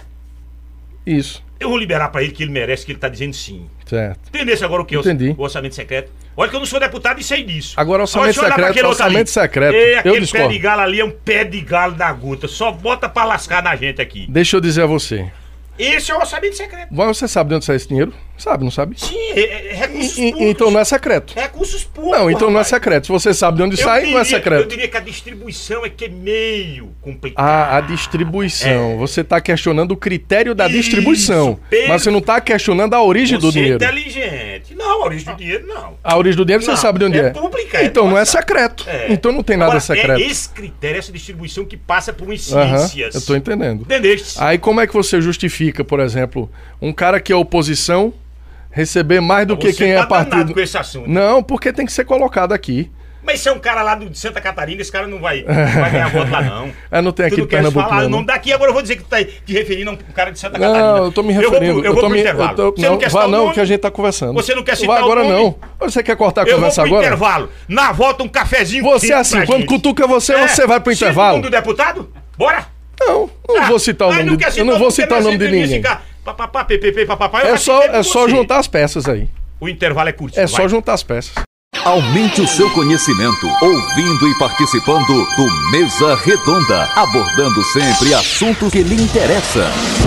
Isso. Eu vou liberar pra ele que ele merece, que ele tá dizendo sim. Certo. Entendesse agora o que é o, Entendi. o orçamento secreto? Olha que eu não sou deputado e sei disso. Agora, orçamento Olha, deixa eu olhar pra secreto, aquele outro orçamento ali. secreto, Ei, eu aquele pé discordo. de galo ali é um pé de galo da gota. Só bota pra lascar na gente aqui. Deixa eu dizer a você. Esse é o orçamento secreto. Mas você sabe de onde sai esse dinheiro? Sabe, não sabe? Sim, é, é recursos E- e- públicos. então não é secreto. Recursos públicos. Não, então não é rapaz. secreto. Se você sabe de onde Eu sai, diria, não é Eu secreto. diria que a distribuição é que é meio complicado. Ah, a distribuição. É. Você está questionando o critério da Isso, distribuição. Pedro. Mas você não está questionando a origem do Você é dinheiro. inteligente. Não, a origem do dinheiro não. A origem do dinheiro Não, você sabe de onde é. é pública, é Então não é nossa. secreto. É. Então não tem nada Agora, secreto. É esse critério, essa distribuição que passa por umas Aham, ciências. eu tô entendendo. Entendeste? Aí como é que você justifica, por exemplo, um cara que é oposição receber mais do que Você quem tá é partido? danado com esse assunto. Não, porque tem que ser colocado aqui. Mas se é um cara lá do- de Santa Catarina, esse cara não vai, não vai ganhar voto lá, não. É, não tem Tu aqui não em queres Pernambuco, falar o não, nome daqui, agora eu vou dizer que tu tá te referindo a um cara de Santa Não, Catarina. eu tô me Eu vou referindo. pro, eu vou tô pro me, intervalo. eu tô- Você não, não, quer vá citar o não, nome? que a gente tá conversando. Você não quer Vá citar o agora nome? não. Você quer cortar a Eu vou conversa pro agora? intervalo. Na volta, um cafezinho Você quente assim, pra quando gente. cutuca você, É, você vai pro cita intervalo? o nome do deputado? Bora? Não, não Ah, vou citar o aí nome não de, quer eu citar não vou porque citar o nós nome de sempre ia ninguém. ficar papapá, ppp, papapá. Eu É já só, citei é com só você. juntar as peças aí. O intervalo é curtinho. É só vai. juntar as peças. Aumente o seu conhecimento, ouvindo e participando do Mesa Redonda, abordando sempre assuntos que lhe interessam.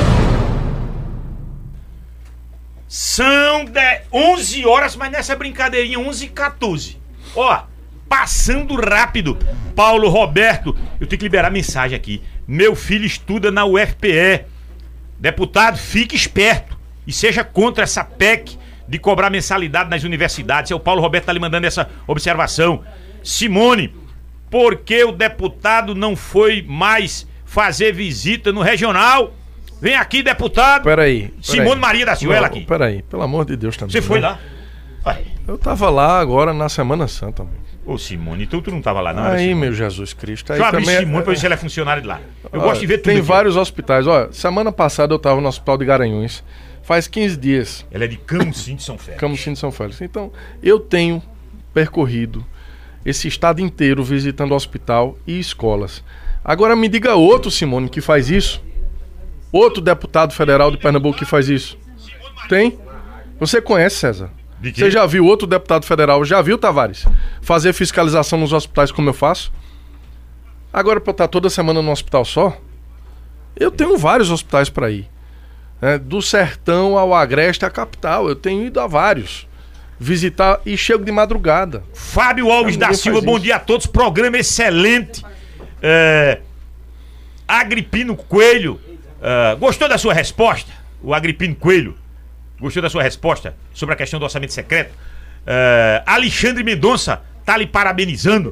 São de onze horas, mas nessa brincadeirinha onze e quatorze. Ó, passando rápido. Paulo Roberto, eu tenho que liberar mensagem aqui. Meu filho estuda na U F P E. Deputado, fique esperto e seja contra essa P E C de cobrar mensalidade nas universidades. O Paulo Roberto tá lhe mandando essa observação. Simone, por que o deputado não foi mais fazer visita no regional? Vem aqui, deputado. Peraí. Simone Maria da Silva, ela aqui. Peraí, pelo amor de Deus também. Você foi né? lá? Vai. Eu tava lá agora na Semana Santa, amigo. Ô, Simone, então tu não tava lá, não? era, Aí, Simone? meu Jesus Cristo. Aí Deixa eu abrir também Simone pra ver se ela é funcionária de lá. Eu Ó, gosto de ver tudo Tem aqui. vários hospitais. Olha, semana passada eu tava no Hospital de Garanhuns. Faz quinze dias. Ela é de Camusim de São Félix. Camusim de São Félix. Então, eu tenho percorrido esse estado inteiro visitando hospital e escolas. Agora me diga outro, Simone, que faz isso. Outro deputado federal de Pernambuco que faz isso. Tem? Você conhece, César? De quê? Você já viu outro deputado federal, já viu, Tavares, fazer fiscalização nos hospitais como eu faço? Agora, pra eu estar toda semana num hospital só, eu tenho vários hospitais para ir. É, do sertão ao agreste à capital, eu tenho ido a vários. Visitar e chego de madrugada. Fábio Alves Ninguém da Silva, faz bom isso. dia a todos. Programa excelente. É, Agripino Coelho, é, gostou da sua resposta? O Agripino Coelho, gostou da sua resposta sobre a questão do orçamento secreto? É, Alexandre Mendonça tá lhe parabenizando.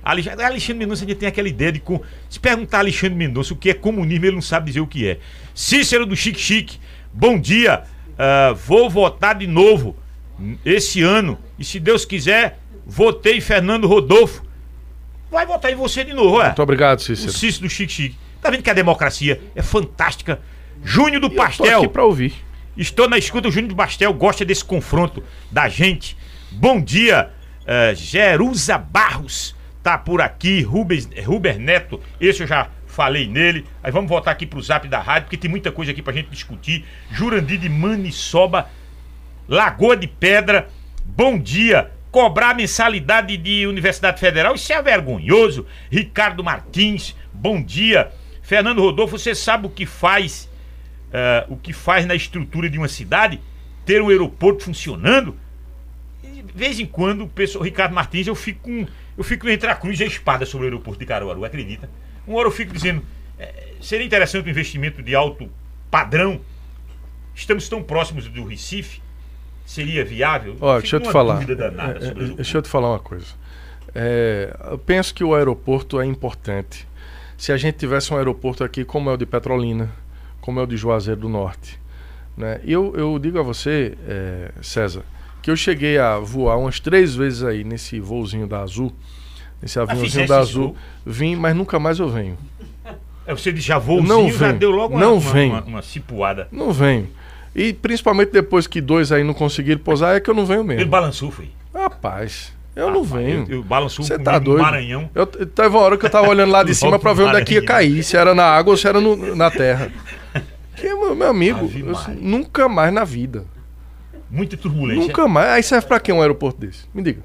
Alexandre Mendonça, a gente tem aquela ideia de... Com... Se perguntar a Alexandre Mendonça o que é comunismo, ele não sabe dizer o que é. Cícero do Chique Chique, bom dia. Uh, vou votar de novo esse ano. E se Deus quiser, votei Fernando Rodolfo. Vai votar em você de novo, é? Muito obrigado, Cícero. O Cícero do Chique Chique. Tá vendo que a democracia é fantástica? Júnior do Pastel. Eu tô aqui pra ouvir. Estou na escuta, o Júnior do Pastel gosta desse confronto da gente. Bom dia, uh, Jerusa Barros tá por aqui, Rubens, Ruber Neto, esse eu já falei nele. Aí vamos voltar aqui pro zap da rádio, porque tem muita coisa aqui pra gente discutir. Jurandir de Maniçoba, Lagoa de Pedra, bom dia. Cobrar mensalidade de Universidade Federal, isso é vergonhoso. Ricardo Martins, bom dia. Fernando Rodolfo, você sabe o que faz uh, o que faz na estrutura de uma cidade? Ter um aeroporto funcionando? E, de vez em quando, o pessoal, Ricardo Martins, eu fico com, eu fico entre a cruz e a espada sobre o aeroporto de Caruaru, acredita? Uma hora eu fico dizendo, é, seria interessante um investimento de alto padrão. Estamos tão próximos do Recife, seria viável? Olha, deixa eu te falar. É, é, deixa eu te falar uma coisa. É, eu penso que o aeroporto é importante. Se a gente tivesse um aeroporto aqui como é o de Petrolina, como é o de Juazeiro do Norte, né? Eu, eu digo a você, é, César, que eu cheguei a voar umas três vezes aí nesse voozinho da Azul, nesse aviãozinho da Azul, vim, mas nunca mais eu venho. É, você já voozinho, não já venho, deu logo uma, não uma, venho. uma, uma cipuada. Não venho. E principalmente depois que dois aí não conseguiram pousar, é que eu não venho mesmo. Ele balançou, foi? Rapaz, eu ah, não venho. Eu, eu balançou Você tá doido? No Maranhão. Eu, teve uma hora que eu tava olhando lá de cima pra ver onde é que ia cair, se era na água ou se era no, na terra. Que, meu, meu amigo, eu, nunca mais na vida. Muita turbulência. Nunca mais. Aí serve pra quê um aeroporto desse? Me diga.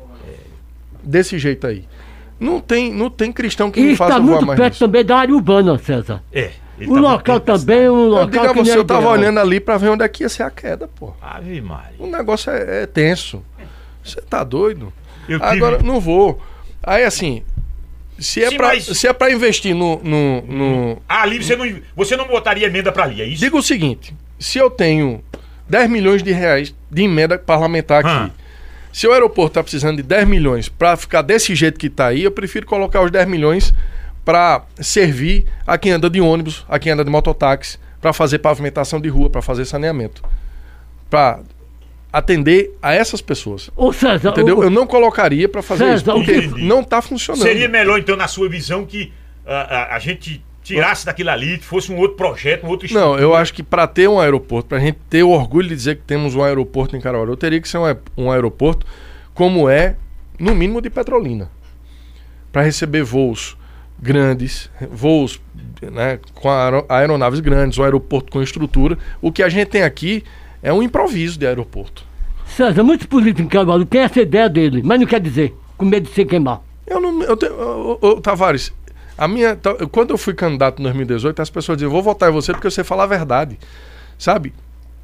Desse jeito aí. Não tem, não tem cristão que não faça voar mais nisso. Está muito perto também da área urbana, César. É. O tá local também é um local. Eu digo a você, eu tava olhando ali pra ver onde é que ia ser a queda, pô. Ave Maria. O negócio é, é tenso. Você tá doido? Eu Agora, tive... não vou. Aí, assim, se é, Sim, pra, mas... se é pra investir no... no, no... Ah, ali você não, você não botaria emenda pra ali, é isso? Diga o seguinte, se eu tenho dez milhões de reais de emenda parlamentar aqui, ah. se o aeroporto tá precisando de dez milhões pra ficar desse jeito que tá aí, eu prefiro colocar os dez milhões para servir a quem anda de ônibus, a quem anda de mototáxi, para fazer pavimentação de rua, para fazer saneamento, para atender a essas pessoas. Ô César, entendeu? o... Eu não colocaria para fazer César, isso, porque entendi. Não está funcionando. Seria melhor, então, na sua visão, que uh, a, a gente tirasse daquilo ali, fosse um outro projeto, um outro estudo. Não, eu acho que para ter um aeroporto, para a gente ter o orgulho de dizer que temos um aeroporto em Caruaru, teria que ser um, um aeroporto como é, no mínimo, de Petrolina, para receber voos grandes, voos, né, com aeronaves grandes, um aeroporto com estrutura. O que a gente tem aqui é um improviso de aeroporto. César, muitos políticos em Caruaru têm essa ideia dele, mas não quer dizer, com medo de se queimar. Eu não... Eu tenho, eu, eu, Tavares, a minha, quando eu fui candidato em dois mil e dezoito, as pessoas diziam, vou votar em você porque você fala a verdade. Sabe?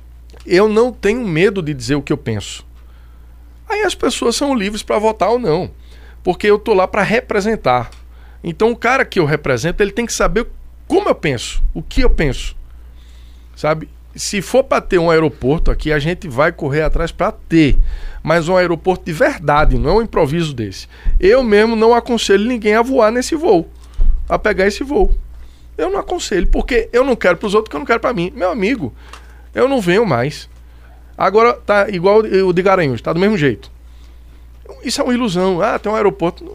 Eu não tenho medo de dizer o que eu penso. Aí as pessoas são livres para votar ou não, porque eu tô lá para representar. Então o cara que eu represento, ele tem que saber como eu penso, o que eu penso, sabe? Se for para ter um aeroporto aqui, a gente vai correr atrás para ter, mas um aeroporto de verdade, não é um improviso desse. Eu mesmo não aconselho ninguém a voar nesse voo, a pegar esse voo. Eu não aconselho, porque eu não quero para os outros, que eu não quero para mim. Meu amigo, eu não venho mais. Agora tá igual o de Garanhuns, tá do mesmo jeito. Isso é uma ilusão. Ah, tem um aeroporto...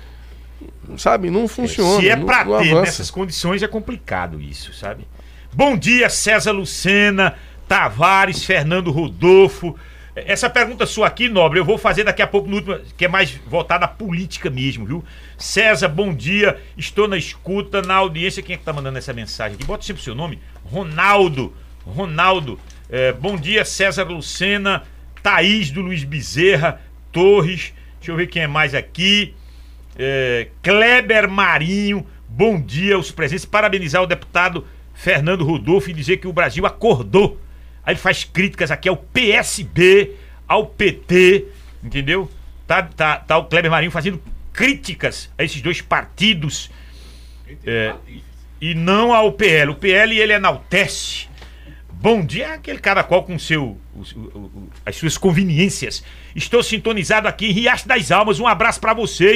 Sabe, não funciona. Se é pra não, não ter avança. Nessas condições é complicado isso, sabe? Bom dia, César Lucena, Tavares, Fernando Rodolfo. Essa pergunta sua aqui, Nobre, eu vou fazer daqui a pouco no último, que é mais voltada à política mesmo, viu? César, bom dia, estou na escuta, na audiência. Quem é que tá mandando essa mensagem aqui? Bota sempre o seu nome. Ronaldo, Ronaldo. É, bom dia, César Lucena, Thaís do Luiz Bezerra, Torres. Deixa eu ver quem é mais aqui. É, Kleber Marinho, bom dia aos presentes, parabenizar o deputado Fernando Rodolfo e dizer que o Brasil acordou. Aí ele faz críticas aqui ao P S B, ao P T, entendeu? Tá, tá, tá o Kleber Marinho fazendo críticas a esses dois partidos é, e não ao P L. O P L ele enaltece. Bom dia, aquele cada qual com seu, o, o, as suas conveniências. Estou sintonizado aqui em Riacho das Almas. Um abraço para vocês.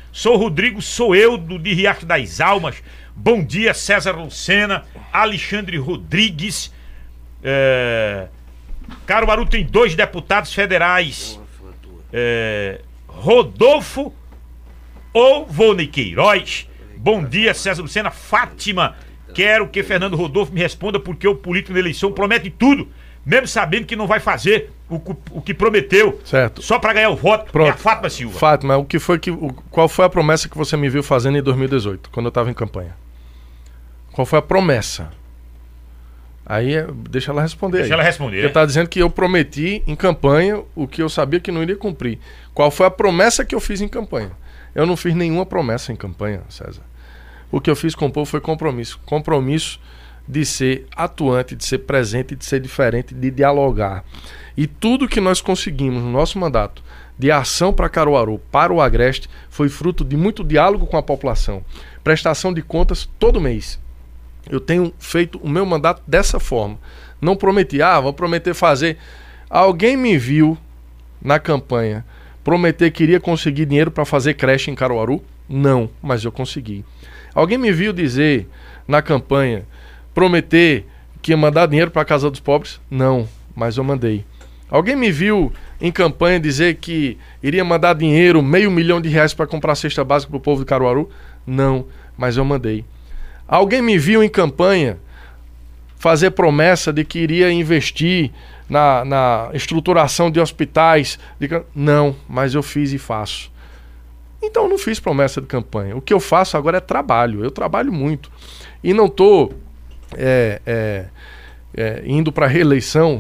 Sou Rodrigo Soeudo, de Riacho das Almas. Bom dia, César Lucena, Alexandre Rodrigues. É... Caruaru tem dois deputados federais. É... Rodolfo ou Volney Queiroz. Bom dia, César Lucena. Fátima, quero que Fernando Rodolfo me responda porque o político na eleição promete tudo, mesmo sabendo que não vai fazer o, o que prometeu, certo, só para ganhar o voto. Pronto. É a Fátima Silva. Fátima, o que foi que, o, qual foi a promessa que você me viu fazendo em dois mil e dezoito, quando eu estava em campanha? Qual foi a promessa? Aí, deixa ela responder. Deixa aí. ela responder. Porque tá dizendo que eu prometi em campanha o que eu sabia que não iria cumprir. Qual foi a promessa que eu fiz em campanha? Eu não fiz nenhuma promessa em campanha, César. O que eu fiz com o povo foi compromisso. Compromisso de ser atuante, de ser presente, de ser diferente, de dialogar. E tudo que nós conseguimos no nosso mandato de ação para Caruaru, para o Agreste, foi fruto de muito diálogo com a população. Prestação de contas todo mês. Eu tenho feito o meu mandato dessa forma. Não prometi, ah, vou prometer fazer. Alguém me viu na campanha prometer que iria conseguir dinheiro para fazer creche em Caruaru? Não, mas eu consegui. Alguém me viu dizer na campanha, prometer que ia mandar dinheiro para a Casa dos Pobres? Não, mas eu mandei. Alguém me viu em campanha dizer que iria mandar dinheiro, meio milhão de reais para comprar cesta básica para o povo de Caruaru? Não, mas eu mandei. Alguém me viu em campanha fazer promessa de que iria investir na, na estruturação de hospitais? De... Não, mas eu fiz e faço. Então eu não fiz promessa de campanha. O que eu faço agora é trabalho. Eu trabalho muito. E não estou é, é, é, indo para a reeleição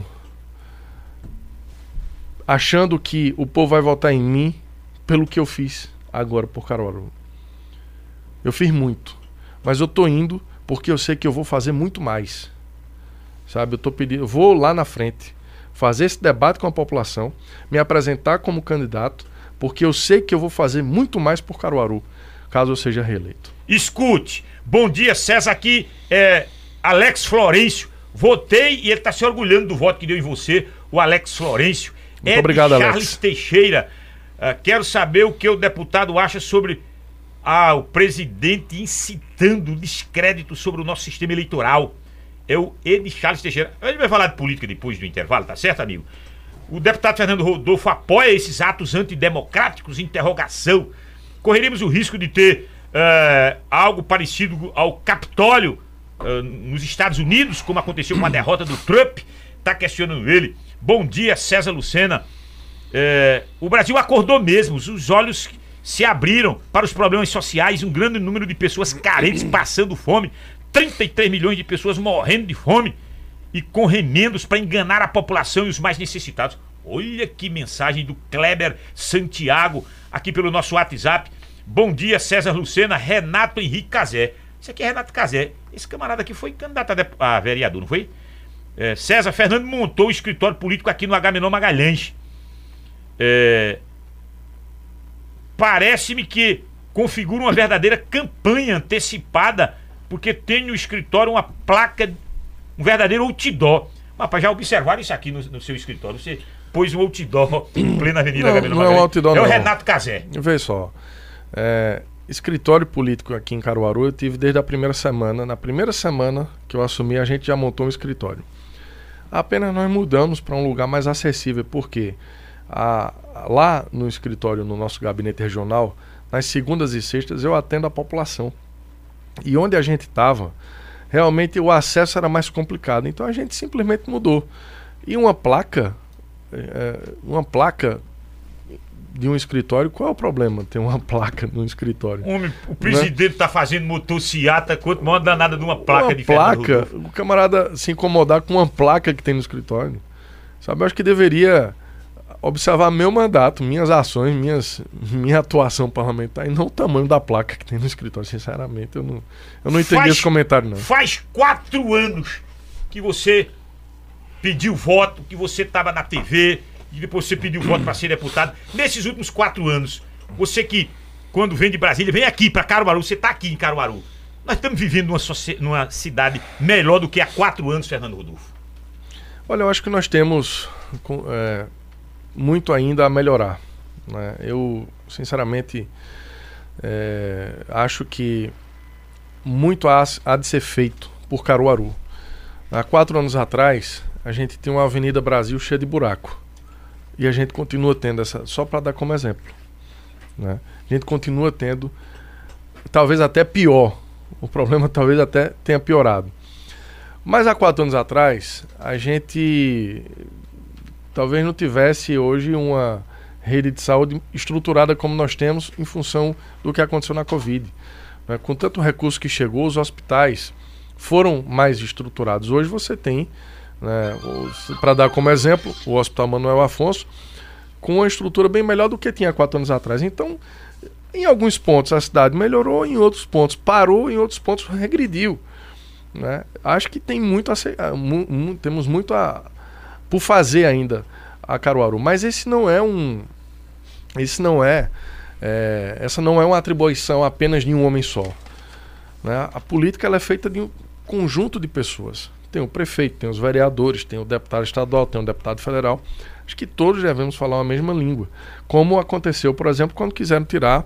achando que o povo vai votar em mim pelo que eu fiz agora por Caruaru. Eu fiz muito. Mas eu estou indo porque eu sei que eu vou fazer muito mais. Sabe, eu tô pedindo, eu vou lá na frente fazer esse debate com a população, me apresentar como candidato, porque eu sei que eu vou fazer muito mais por Caruaru, caso eu seja reeleito. Escute, bom dia, César, aqui é Alex Florencio. Votei e ele está se orgulhando do voto que deu em você, o Alex Florencio. Muito é obrigado, Charles Alex. Teixeira. Uh, quero saber o que o deputado acha sobre ah, o presidente incitando descrédito sobre o nosso sistema eleitoral. É o Ed Charles Teixeira. A gente vai falar de política depois do intervalo, tá certo, amigo? O deputado Fernando Rodolfo apoia esses atos antidemocráticos? Interrogação. Correríamos o risco de ter uh, algo parecido ao Capitólio uh, nos Estados Unidos, como aconteceu com a derrota do Trump? Tá questionando ele. Bom dia, César Lucena. Uh, o Brasil acordou mesmo, os olhos se abriram para os problemas sociais, um grande número de pessoas carentes passando fome, trinta e três milhões de pessoas morrendo de fome e com remendos para enganar a população e os mais necessitados. Olha que mensagem do Kleber Santiago aqui pelo nosso WhatsApp. Bom dia, César Lucena. Renato Henrique Cazé. Isso aqui é Renato Cazé. Esse camarada aqui foi candidato a, dep- a vereador, não foi? É, César Fernando montou o escritório político aqui no Agamenon Magalhães. É, parece-me que configura uma verdadeira campanha antecipada, porque tem no escritório uma placa, um verdadeiro outdoor. Rapaz, já observaram isso aqui no, no seu escritório? Você pôs um outdoor em plena Avenida Agamenon Não, não é um outdoor, É o não. Renato Cazé. Vê só. É, escritório político aqui em Caruaru eu tive desde a primeira semana. Na primeira semana que eu assumi, a gente já montou um escritório. Apenas nós mudamos para um lugar mais acessível, porque a, lá no escritório, no nosso gabinete regional, nas segundas e sextas eu atendo a população. E onde a gente estava, realmente o acesso era mais complicado. Então a gente simplesmente mudou. E uma placa, é, uma placa de um escritório, qual é o problema? Tem uma placa no escritório. Homem, o presidente está, né, fazendo motociata, quanto maior danada de uma placa uma de placa, o camarada se incomodar com uma placa que tem no escritório. Sabe, eu acho que deveria observar meu mandato, minhas ações, minhas, minha atuação parlamentar e não o tamanho da placa que tem no escritório. Sinceramente, eu não, eu não entendi Faz- esse comentário, não. Faz quatro anos que você pediu voto, que você estava na T V e depois você pediu voto para ser deputado. Nesses últimos quatro anos, você que, quando vem de Brasília, vem aqui para Caruaru, você está aqui em Caruaru. Nós estamos vivendo numa, socie- numa cidade melhor do que há quatro anos, Fernando Rodolfo. Olha, eu acho que nós temos com- é, muito ainda a melhorar, né? Eu, sinceramente, É, acho que muito há, há de ser feito por Caruaru. Há quatro anos atrás, a gente tinha uma Avenida Brasil cheia de buraco. E a gente continua tendo essa, só para dar como exemplo, né? A gente continua tendo, talvez até pior. O problema talvez até tenha piorado. Mas há quatro anos atrás, a gente talvez não tivesse hoje uma rede de saúde estruturada como nós temos em função do que aconteceu na Covid. Né? Com tanto recurso que chegou, os hospitais foram mais estruturados. Hoje você tem, né, para dar como exemplo, o Hospital Manuel Afonso, com uma estrutura bem melhor do que tinha quatro anos atrás. Então, em alguns pontos a cidade melhorou, em outros pontos parou, em outros pontos regrediu. Né? Acho que tem muito a, mu, temos muito a, por fazer ainda a Caruaru, mas esse não é um, esse não é, é essa não é uma atribuição apenas de um homem só. Né? A política ela é feita de um conjunto de pessoas. Tem o prefeito, tem os vereadores, tem o deputado estadual, tem o deputado federal. Acho que todos devemos falar a mesma língua. Como aconteceu, por exemplo, quando quiseram tirar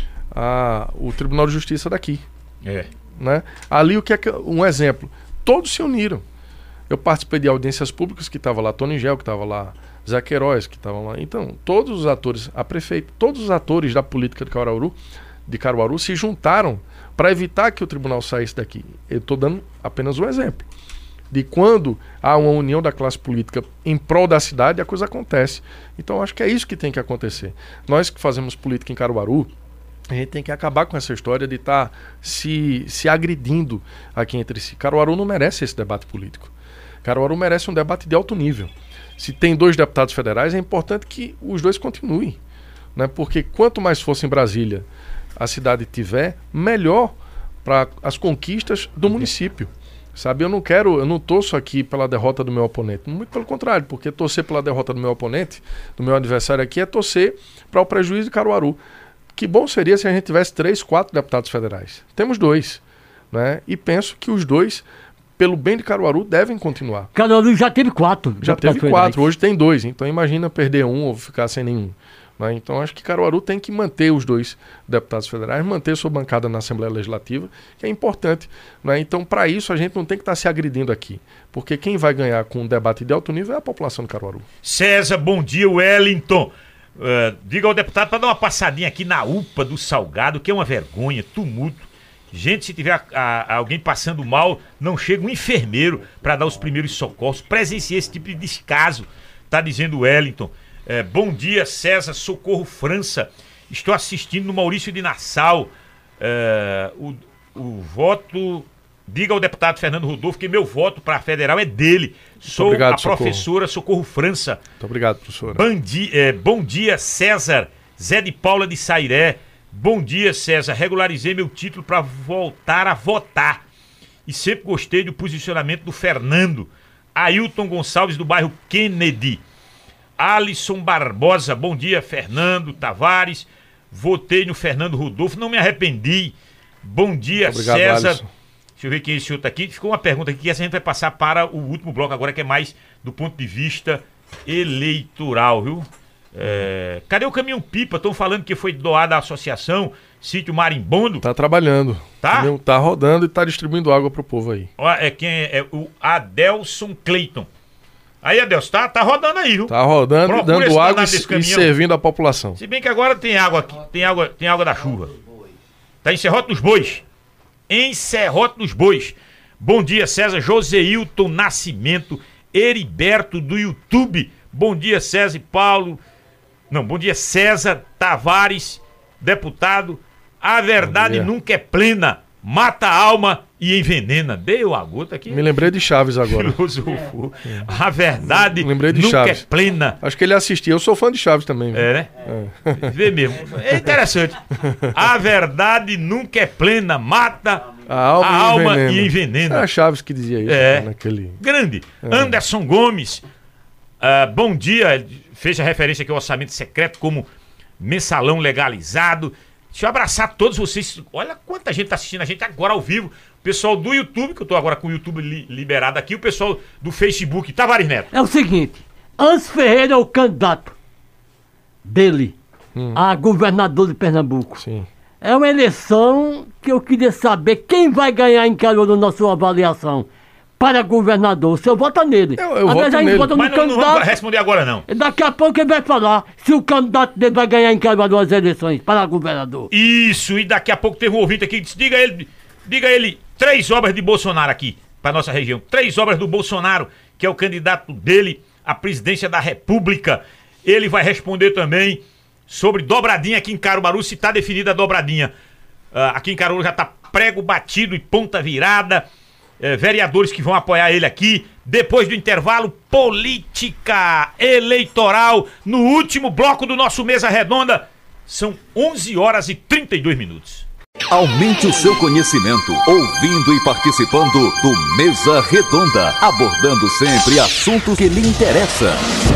a, o Tribunal de Justiça daqui. É. Né? Ali, o que é que, um exemplo, todos se uniram. Eu participei de audiências públicas, que estava lá Tony Gel, que estava lá Zé Queiroz, que estavam lá. Então, todos os atores, a prefeito, todos os atores da política de Caruaru, de Caruaru se juntaram para evitar que o tribunal saísse daqui. Eu estou dando apenas um exemplo de quando há uma união da classe política em prol da cidade, a coisa acontece. Então, acho que é isso que tem que acontecer. Nós que fazemos política em Caruaru, a gente tem que acabar com essa história de estar tá se, se agredindo aqui entre si. Caruaru não merece esse debate político. Caruaru merece um debate de alto nível. Se tem dois deputados federais, é importante que os dois continuem. Né? Porque quanto mais força em Brasília a cidade tiver, melhor para as conquistas do município. Sabe, eu não quero, eu não torço aqui pela derrota do meu oponente. Muito pelo contrário, porque torcer pela derrota do meu oponente, do meu adversário aqui, é torcer para o prejuízo de Caruaru. Que bom seria se a gente tivesse três, quatro deputados federais. Temos dois, né? E penso que os dois, pelo bem de Caruaru, devem continuar. Caruaru já teve quatro. Já teve quatro, hoje tem dois. Então imagina perder um ou ficar sem nenhum. Né? Então acho que Caruaru tem que manter os dois deputados federais, manter sua bancada na Assembleia Legislativa, que é importante. Né? Então para isso a gente não tem que estar se agredindo aqui, porque quem vai ganhar com um debate de alto nível é a população de Caruaru. César, bom dia, Wellington. Uh, diga ao deputado para dar uma passadinha aqui na U P A do Salgado, que é uma vergonha, tumulto. Gente, se tiver a, a, alguém passando mal, não chega um enfermeiro para dar os primeiros socorros. Presenciei esse tipo de descaso, tá dizendo o Wellington. É, bom dia, César, Socorro França. Estou assistindo no Maurício de Nassau. É, o, o voto... Diga ao deputado Fernando Rodolfo que meu voto para a federal é dele. Sou obrigado, a Socorro. Professora Socorro França. Muito obrigado, professora. Bandi, é, bom dia, César. Zé de Paula de Sairé. Bom dia, César. Regularizei meu título para voltar a votar. E sempre gostei do posicionamento do Fernando. Ailton Gonçalves, do bairro Kennedy. Alisson Barbosa. Bom dia, Fernando Tavares. Votei no Fernando Rodolfo. Não me arrependi. Bom dia, obrigado, César. Alisson. Deixa eu ver quem é esse outro aqui. Ficou uma pergunta aqui que essa a gente vai passar para o último bloco agora, que é mais do ponto de vista eleitoral, viu? É... Cadê o caminhão-pipa? Estão falando que foi doado à associação Sítio Marimbondo. Tá trabalhando. Tá? Tá rodando e tá distribuindo água pro povo aí. Ó, é quem é, é o Adelson Cleiton. Aí, Adelson, tá, tá rodando aí, viu? Tá rodando, procura dando água e, e servindo a população. Se bem que agora tem água aqui, tem água, tem água da chuva. Tá em Serrote dos Bois. Em Serrote dos Bois. Bom dia, César. Joseilton Nascimento, Heriberto do YouTube. Bom dia, César e Paulo. Não, bom dia, César Tavares, deputado. A verdade nunca é plena, mata a alma e envenena. Deu a gota aqui. Me lembrei de Chaves agora. Filosofo. A verdade lembrei de nunca Chaves. é plena. Acho que ele assistia. Eu sou fã de Chaves também. Viu? É, né? É. Vê mesmo. É interessante. A verdade nunca é plena, mata a alma, a e, alma envenena. e envenena. É Chaves que dizia isso. É. Né, naquele... Grande. É. Anderson Gomes. Uh, bom dia. Fez a referência aqui ao orçamento secreto como mensalão legalizado. Deixa eu abraçar todos vocês. Olha quanta gente tá assistindo a gente agora ao vivo. O pessoal do YouTube, que eu tô agora com o YouTube li- liberado aqui. O pessoal do Facebook. Tavares Neto. É o seguinte. Antes Ferreira é o candidato dele hum. a governador de Pernambuco. Sim. É uma eleição que eu queria saber quem vai ganhar em Caruaru na sua avaliação. Para governador, o senhor vota nele. Eu, eu voto nele. Vota Mas não, não vamos responder agora, não. Daqui a pouco ele vai falar se o candidato dele vai ganhar em Caruaru as eleições para governador. Isso, e daqui a pouco teve um ouvinte aqui que disse, diga ele, diga ele três obras de Bolsonaro aqui, para nossa região. Três obras do Bolsonaro, que é o candidato dele à presidência da República. Ele vai responder também sobre dobradinha aqui em Caruaru, se está definida a dobradinha. Uh, aqui em Caruaru já está prego batido e ponta virada. É, vereadores que vão apoiar ele aqui. Depois do intervalo, política eleitoral no último bloco do nosso Mesa Redonda. São onze horas e trinta e dois minutos. Aumente o seu conhecimento, ouvindo e participando do Mesa Redonda, abordando sempre assuntos que lhe interessam.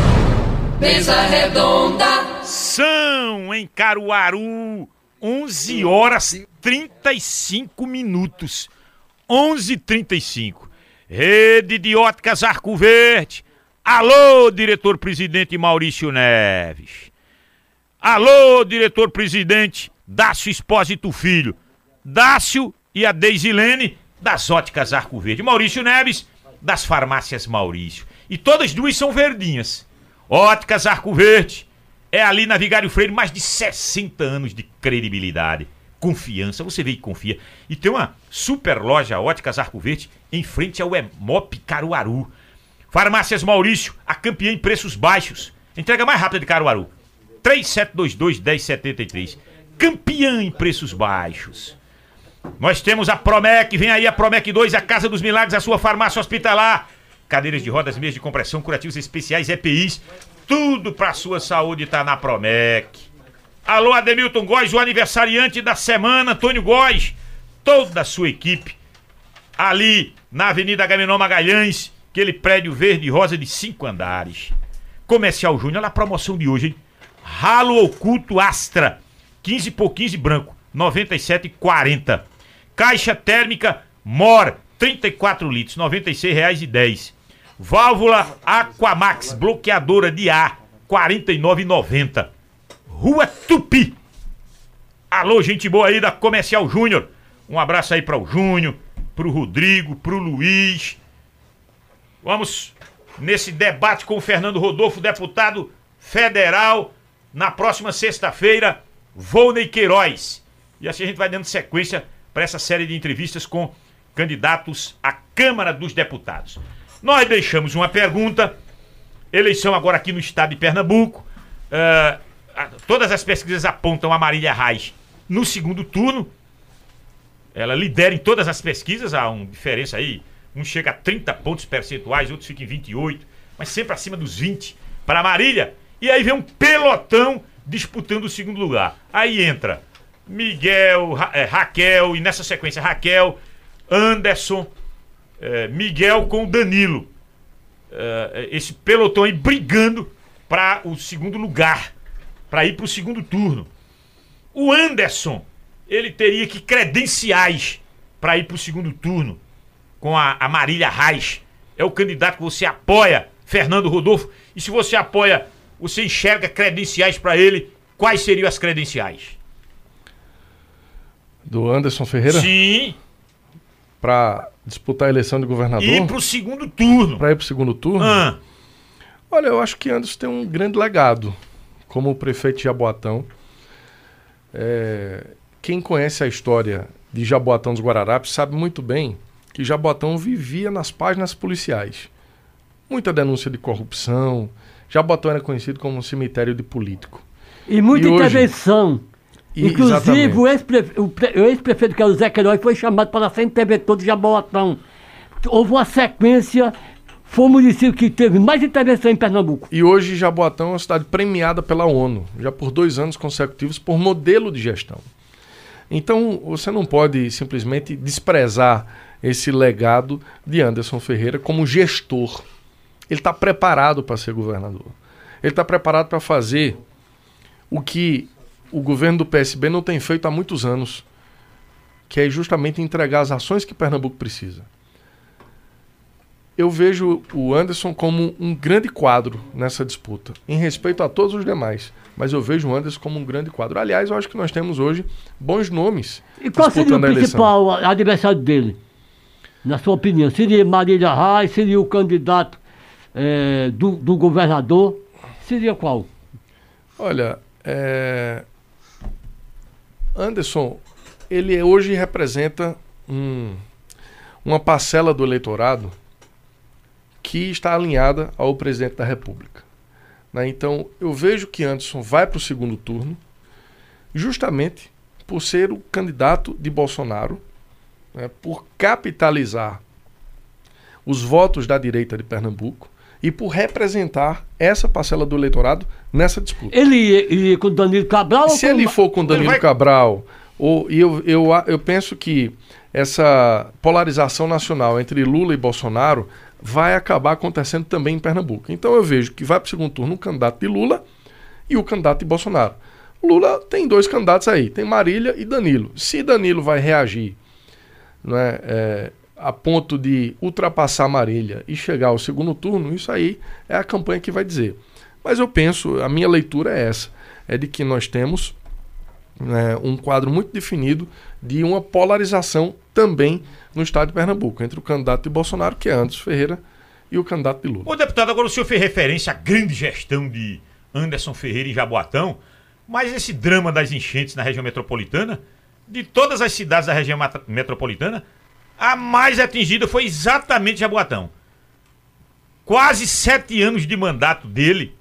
Mesa Redonda. São em Caruaru onze horas e trinta e cinco minutos. onze e trinta e cinco. Rede de Óticas Arco Verde. Alô, diretor-presidente Maurício Neves. Alô, diretor-presidente Dácio Espósito Filho. Dácio e a Deisilene das Óticas Arco Verde. Maurício Neves das farmácias Maurício. E todas duas são verdinhas. Óticas Arco Verde é ali na Vigário Freire, mais de sessenta anos de credibilidade. Confiança, você vê e confia. E tem uma super loja Óticas Arco Verde em frente ao Emop Caruaru. Farmácias Maurício, a campeã em preços baixos. Entrega mais rápida de Caruaru. três sete dois dois, um zero sete três. Campeã em preços baixos. Nós temos a Promec, vem aí a Promec dois, a Casa dos Milagres, a sua farmácia hospitalar. Cadeiras de rodas, meias de compressão, curativos especiais, E P Is. Tudo pra sua saúde tá na Promec. Alô, Ademilton Góes, o aniversariante da semana, Antônio Góes, toda a sua equipe, ali na Avenida Agamenon Magalhães, aquele prédio verde e rosa de cinco andares. Comercial Júnior, olha a promoção de hoje, hein? Ralo Oculto Astra, quinze por quinze branco, noventa e sete reais e quarenta centavos. Caixa térmica Mor, trinta e quatro litros, noventa e seis reais e dez centavos. Válvula Aquamax, bloqueadora de ar, quarenta e nove reais e noventa centavos. Rua Tupi. Alô, gente boa aí da Comercial Júnior. Um abraço aí para o Júnior, pro Rodrigo, pro Luiz. Vamos nesse debate com o Fernando Rodolfo, deputado federal. Na próxima sexta-feira, Volney Queiroz. E assim a gente vai dando sequência para essa série de entrevistas com candidatos à Câmara dos Deputados. Nós deixamos uma pergunta. Eleição agora aqui no estado de Pernambuco. Uh, Todas as pesquisas apontam a Marília Reis no segundo turno. Ela lidera em todas as pesquisas. Há uma diferença aí. Um chega a trinta pontos percentuais, outros ficam em vinte e oito. Mas sempre acima dos vinte para a Marília. E aí vem um pelotão disputando o segundo lugar. Aí entra Miguel, Ra- é, Raquel, e nessa sequência Raquel, Anderson, é, Miguel com o Danilo. É, esse pelotão aí brigando para o segundo lugar. Para ir para o segundo turno. O Anderson, ele teria que credenciais para ir para o segundo turno com a, a Marília Reis. É o candidato que você apoia, Fernando Rodolfo. E se você apoia, você enxerga credenciais para ele. Quais seriam as credenciais? Do Anderson Ferreira? Sim. Para disputar a eleição de governador? Ir para o segundo turno. Para ir para o segundo turno? Ah. Olha, eu acho que Anderson tem um grande legado como prefeito de Jaboatão. É, quem conhece a história de Jaboatão dos Guararapes sabe muito bem que Jaboatão vivia nas páginas policiais. Muita denúncia de corrupção. Jaboatão era conhecido como um cemitério de político. E muita e intervenção. Hoje... Inclusive, o ex-prefeito, o, pre, o ex-prefeito que era o Zé Queiroz foi chamado para ser interventor de Jaboatão. Houve uma sequência... Foi o município que teve mais intervenção em Pernambuco. E hoje Jaboatão é uma cidade premiada pela ONU, já por dois anos consecutivos, por modelo de gestão. Então, você não pode simplesmente desprezar esse legado de Anderson Ferreira como gestor. Ele está preparado para ser governador. Ele está preparado para fazer o que o governo do P S B não tem feito há muitos anos, que é justamente entregar as ações que Pernambuco precisa. eu vejo o Anderson como um grande quadro nessa disputa, em respeito a todos os demais. Mas eu vejo o Anderson como um grande quadro. Aliás, eu acho que nós temos hoje bons nomes. E qual seria o principal adversário dele? Na sua opinião? Seria Marília Reis? Seria o candidato é, do, do governador? Seria qual? Olha, é... Anderson, ele hoje representa um, uma parcela do eleitorado que está alinhada ao presidente da República. Né? Então, eu vejo que Anderson vai para o segundo turno justamente por ser o candidato de Bolsonaro, né? Por capitalizar os votos da direita de Pernambuco e por representar essa parcela do eleitorado nessa disputa. Ele ia, ia com Danilo Cabral? Se ou com... ele for com Danilo vai... Cabral, ou, e eu, eu, eu penso que essa polarização nacional entre Lula e Bolsonaro vai acabar acontecendo também em Pernambuco. Então eu vejo que vai para o segundo turno o candidato de Lula e o candidato de Bolsonaro. Lula tem dois candidatos aí, tem Marília e Danilo. Se Danilo vai reagir, né, é, a ponto de ultrapassar Marília e chegar ao segundo turno, isso aí é a campanha que vai dizer. Mas eu penso, a minha leitura é essa, é de que nós temos, né, um quadro muito definido de uma polarização também no estado de Pernambuco, entre o candidato de Bolsonaro, que é Anderson Ferreira, e o candidato de Lula. Ô deputado, agora o senhor fez referência à grande gestão de Anderson Ferreira em Jaboatão, mas esse drama das enchentes na região metropolitana, de todas as cidades da região metropolitana, a mais atingida foi exatamente Jaboatão. Quase sete anos de mandato dele,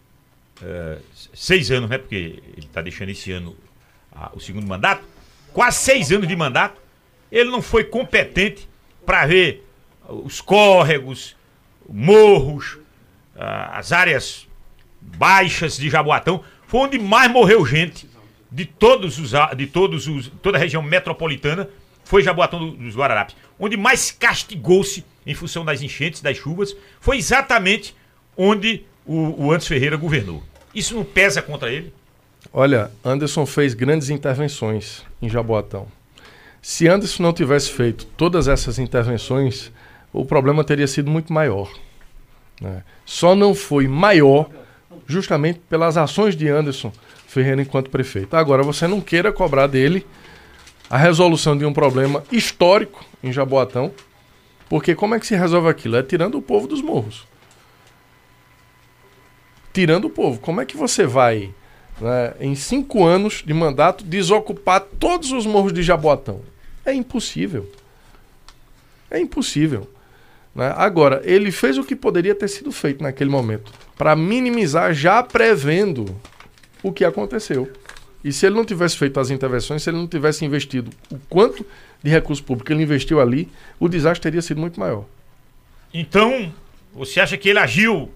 é, seis anos, né? Porque ele está deixando esse ano a, o segundo mandato. Quase seis anos de mandato, ele não foi competente para ver os córregos, morros, as áreas baixas de Jaboatão. Foi onde mais morreu gente de todos os de todos os toda a região metropolitana. Foi Jaboatão dos Guararapes. Onde mais castigou-se em função das enchentes, das chuvas, foi exatamente onde o, o Anderson Ferreira governou. Isso não pesa contra ele? Olha, Anderson fez grandes intervenções em Jaboatão. Se Anderson não tivesse feito todas essas intervenções, o problema teria sido muito maior. Né? Só não foi maior justamente pelas ações de Anderson Ferreira enquanto prefeito. Agora, você não queira cobrar dele a resolução de um problema histórico em Jaboatão, porque como é que se resolve aquilo? É tirando o povo dos morros. Tirando o povo. Como é que você vai, né, em cinco anos de mandato, desocupar todos os morros de Jaboatão? É impossível. É impossível. Né? Agora, ele fez o que poderia ter sido feito naquele momento, para minimizar, já prevendo o que aconteceu. E se ele não tivesse feito as intervenções, se ele não tivesse investido o quanto de recurso público ele investiu ali, o desastre teria sido muito maior. Então, você acha que ele agiu,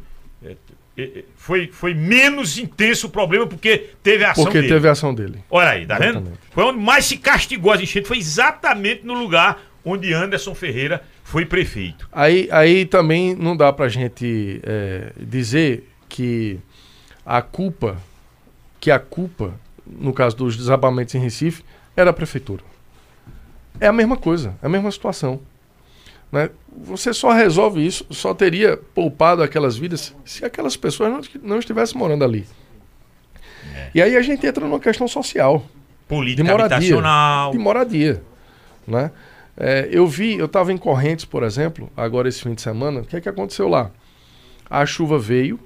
foi, foi menos intenso o problema porque teve a ação porque dele? Porque teve a ação dele. Olha aí, tá Exatamente. vendo? Foi onde mais se castigou as enchentes, foi exatamente no lugar onde Anderson Ferreira foi prefeito. Aí, aí também não dá pra gente é, dizer que a culpa, que a culpa, no caso dos desabamentos em Recife, era a prefeitura. É a mesma coisa, é a mesma situação. Né? Você só resolve isso, só teria poupado aquelas vidas se aquelas pessoas não, não estivessem morando ali. É. E aí a gente entra numa questão social. Política de moradia, habitacional. De moradia. Né? É, eu vi, eu estava em Correntes, por exemplo, agora esse fim de semana, o que é que aconteceu lá? A chuva veio,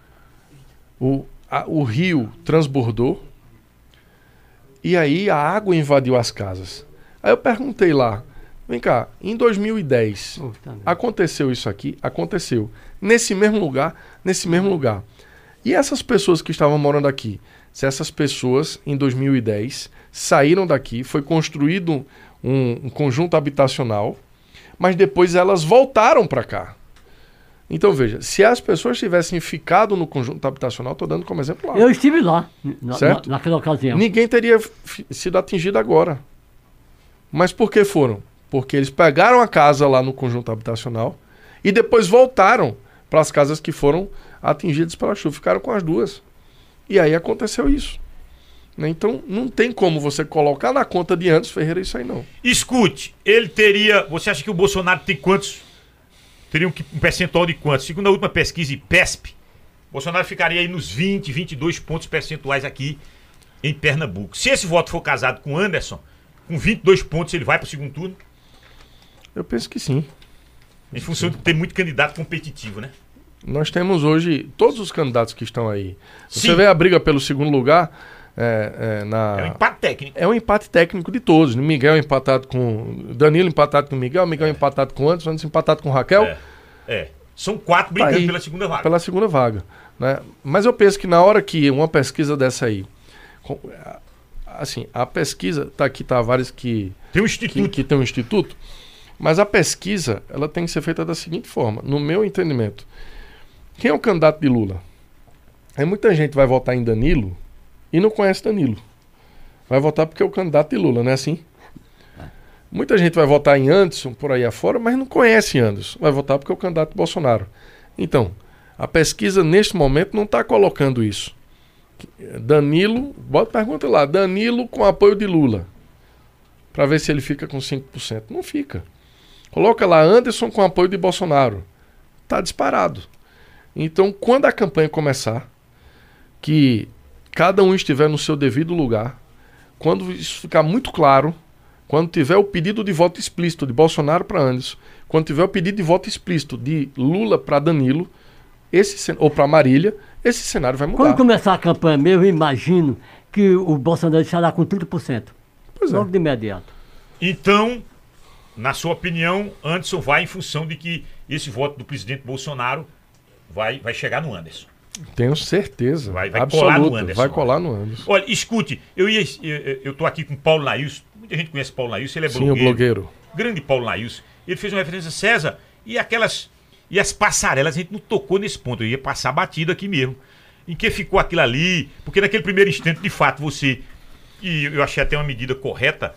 o, a, o rio transbordou, e aí a água invadiu as casas. Aí eu perguntei lá, vem cá, em dois mil e dez, oh, tá aconteceu isso aqui? Aconteceu. Nesse mesmo lugar, nesse mesmo lugar. E essas pessoas que estavam morando aqui, se essas pessoas, em dois mil e dez, saíram daqui, foi construído um, um conjunto habitacional, mas depois elas voltaram para cá. Então veja, se as pessoas tivessem ficado no conjunto habitacional, estou dando como exemplo lá. Eu estive lá, na, certo? Na, naquela ocasião. Ninguém teria f- sido atingido agora. Mas por que foram? Porque eles pegaram a casa lá no conjunto habitacional e depois voltaram para as casas que foram atingidas pela chuva. Ficaram com as duas. E aí aconteceu isso. Então não tem como você colocar na conta de Anderson Ferreira isso aí não. Escute, ele teria... Você acha que o Bolsonaro tem quantos teria um, um percentual de quanto? Segundo a última pesquisa I P E S P, Bolsonaro ficaria aí nos vinte, vinte e dois pontos percentuais aqui em Pernambuco. Se esse voto for casado com Anderson, com vinte e dois pontos ele vai para o segundo turno? Eu penso que sim. Em função sim. de ter muito candidato competitivo, né? Nós temos hoje todos os candidatos que estão aí. Você Sim. vê a briga pelo segundo lugar. É, é, na... é um empate técnico. É um empate técnico de todos. Miguel empatado com. Danilo empatado com Miguel, Miguel é. empatado com Anderson, Anderson empatado com Raquel. É. é. São quatro brigando aí, pela segunda vaga. Pela segunda vaga. Né? Mas eu penso que na hora que uma pesquisa dessa aí. Assim, a pesquisa. Tá aqui Tavares que. Tem um instituto. Que, que tem um instituto. Mas a pesquisa ela tem que ser feita da seguinte forma, no meu entendimento. Quem é o candidato de Lula? Aí muita gente vai votar em Danilo e não conhece Danilo. Vai votar porque é o candidato de Lula, não é assim? Muita gente vai votar em Anderson por aí afora, mas não conhece Anderson. Vai votar porque é o candidato de Bolsonaro. Então, a pesquisa neste momento não está colocando isso. Danilo, bota pergunta lá, Danilo com apoio de Lula. Para ver se ele fica com cinco por cento. Não fica. Coloca lá Anderson com apoio de Bolsonaro. Está disparado. Então, quando a campanha começar, que cada um estiver no seu devido lugar, quando isso ficar muito claro, quando tiver o pedido de voto explícito de Bolsonaro para Anderson, quando tiver o pedido de voto explícito de Lula para Danilo, esse, ou para Marília, esse cenário vai mudar. Quando começar a campanha mesmo, eu imagino que o Bolsonaro estará com trinta por cento. Pois é. Logo de imediato. Então, na sua opinião, Anderson vai em função de que esse voto do presidente Bolsonaro vai, vai chegar no Anderson. Tenho certeza. Vai, vai absoluta, colar no Anderson. Vai colar no Anderson. Olha, escute, eu ia, eu, eu tô aqui com o Paulo Nailson. Muita gente conhece o Paulo Nailson, ele é Sim, blogueiro. o blogueiro. Grande Paulo Nailson. Ele fez uma referência, César, e aquelas. E as passarelas, a gente não tocou nesse ponto. Eu ia passar batido aqui mesmo. Em que ficou aquilo ali? Porque naquele primeiro instante, de fato, você. E eu achei até uma medida correta,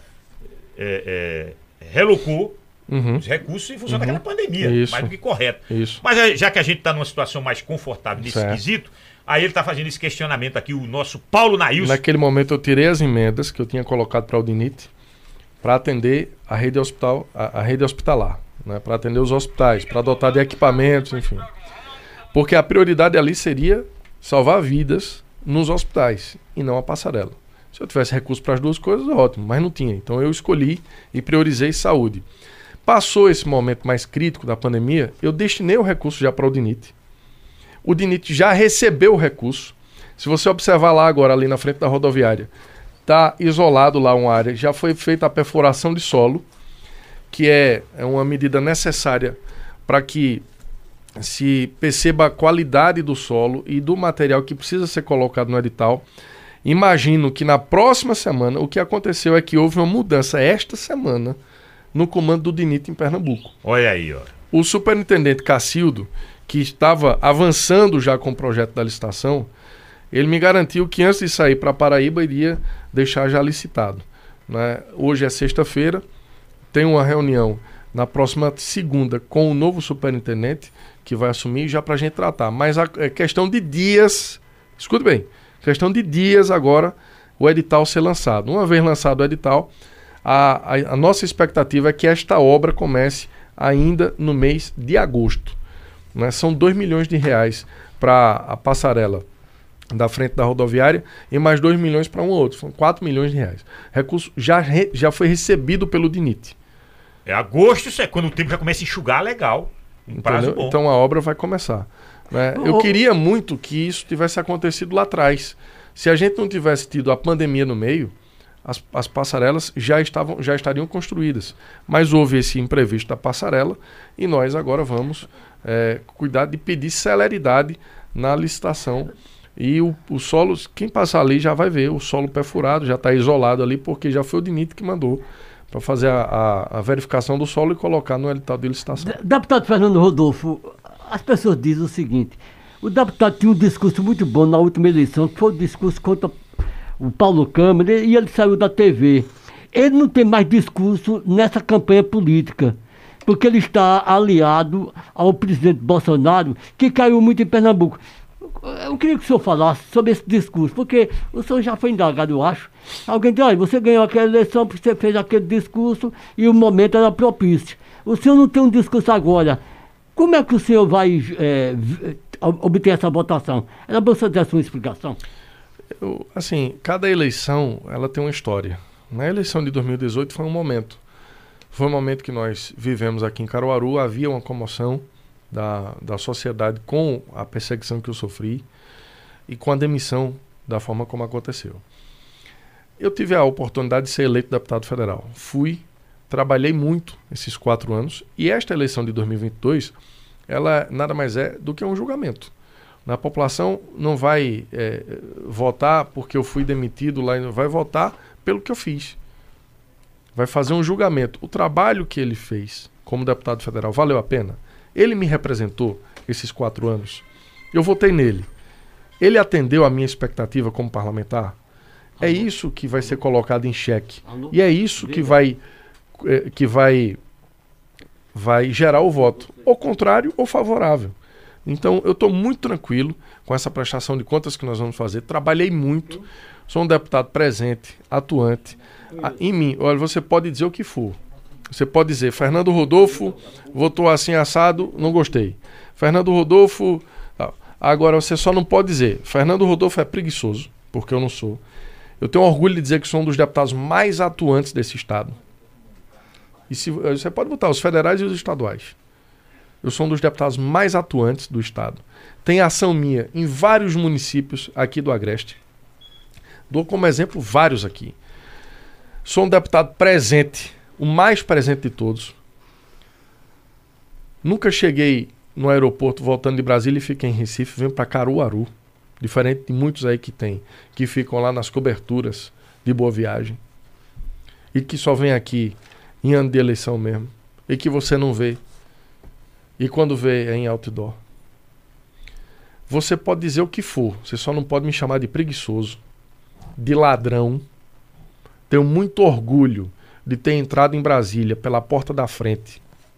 é, é, relocou uhum. os recursos em função uhum. daquela pandemia. Isso. Mais do que correto. Isso. Mas já que a gente está numa situação mais confortável nesse certo. quesito, aí ele está fazendo esse questionamento aqui, o nosso Paulo Nailson. Naquele momento eu tirei as emendas que eu tinha colocado para o Aldinite para atender a rede, hospital, a, a rede hospitalar, né? Para atender os hospitais, para dotar de equipamentos, enfim. Porque a prioridade ali seria salvar vidas nos hospitais e não a passarela. Se eu tivesse recurso para as duas coisas, ótimo, mas não tinha. Então eu escolhi e priorizei saúde. Passou esse momento mais crítico da pandemia, eu destinei o recurso já para o DINIT. O DINIT já recebeu o recurso. Se você observar lá agora, ali na frente da rodoviária, está isolado lá uma área, já foi feita a perfuração de solo, que é, é uma medida necessária para que se perceba a qualidade do solo e do material que precisa ser colocado no edital. Imagino que na próxima semana, o que aconteceu é que houve uma mudança esta semana no comando do DINIT em Pernambuco. Olha aí, ó. O superintendente Cacildo, que estava avançando já com o projeto da licitação, ele me garantiu que antes de sair para Paraíba iria deixar já licitado, né? Hoje é sexta-feira, tem uma reunião na próxima segunda com o novo superintendente que vai assumir já para a gente tratar. Mas a é questão de dias, escute bem, questão de dias agora o edital ser lançado. Uma vez lançado o edital, a, a, a nossa expectativa é que esta obra comece ainda no mês de agosto. Né? São dois milhões de reais para a passarela da frente da rodoviária e mais dois milhões para um outro. São quatro milhões de reais. Recurso já, re, já foi recebido pelo DINIT. É agosto, isso é quando o tempo já começa a enxugar legal. Um prazo bom. Então a obra vai começar. Né? Eu queria muito que isso tivesse acontecido lá atrás. Se a gente não tivesse tido a pandemia no meio, as, as passarelas já, estavam, já estariam construídas. Mas houve esse imprevisto da passarela e nós agora vamos é, cuidar de pedir celeridade na licitação. E o, o solo, quem passar ali já vai ver, o solo perfurado já está isolado ali, porque já foi o DINIT que mandou para fazer a, a, a verificação do solo e colocar no edital de licitação. Deputado Fernando Rodolfo, as pessoas dizem o seguinte: o deputado tinha um discurso muito bom na última eleição, que foi o discurso contra o Paulo Câmara, e ele saiu da T V. Ele não tem mais discurso nessa campanha política, porque ele está aliado ao presidente Bolsonaro, que caiu muito em Pernambuco. Eu queria que o senhor falasse sobre esse discurso, porque o senhor já foi indagado, eu acho. Alguém diz, olha, você ganhou aquela eleição porque você fez aquele discurso e o momento era propício. O senhor não tem um discurso agora Como é que o senhor vai é, obter essa votação? Era bom você dar sua explicação. Eu, assim, cada eleição ela tem uma história. Na eleição de dois mil e dezoito foi um momento. Foi um momento que nós vivemos aqui em Caruaru, havia uma comoção da, da sociedade com a perseguição que eu sofri e com a demissão da forma como aconteceu. Eu tive a oportunidade de ser eleito deputado federal. Fui, trabalhei muito esses quatro anos e esta eleição de dois mil e vinte e dois, ela nada mais é do que um julgamento. A população não vai é, votar porque eu fui demitido lá, vai votar pelo que eu fiz. Vai fazer um julgamento. O trabalho que ele fez como deputado federal valeu a pena? Ele me representou esses quatro anos. Eu votei nele. Ele atendeu a minha expectativa como parlamentar? É isso que vai ser colocado em xeque. E é isso que vai, é, que vai, vai gerar o voto. Ou contrário ou favorável. Então, eu estou muito tranquilo com essa prestação de contas que nós vamos fazer. Trabalhei muito. Sou um deputado presente, atuante. Ah, em mim, olha, você pode dizer o que for. Você pode dizer, Fernando Rodolfo votou assim assado, não gostei. Fernando Rodolfo... Ah, agora, você só não pode dizer, Fernando Rodolfo é preguiçoso, porque eu não sou. Eu tenho orgulho de dizer que sou um dos deputados mais atuantes desse estado. E se, você pode botar os federais e os estaduais. Eu sou um dos deputados mais atuantes do estado. Tem ação minha em vários municípios aqui do Agreste. Dou como exemplo vários aqui. Sou um deputado presente, o mais presente de todos. Nunca cheguei no aeroporto voltando de Brasília e fiquei em Recife, venho para Caruaru. Diferente de muitos aí que tem, que ficam lá nas coberturas de Boa Viagem. E que só vem aqui em ano de eleição mesmo. E que você não vê. E quando vê é em outdoor. Você pode dizer o que for, você só não pode me chamar de preguiçoso, de ladrão. Tenho muito orgulho de ter entrado em Brasília pela porta da frente,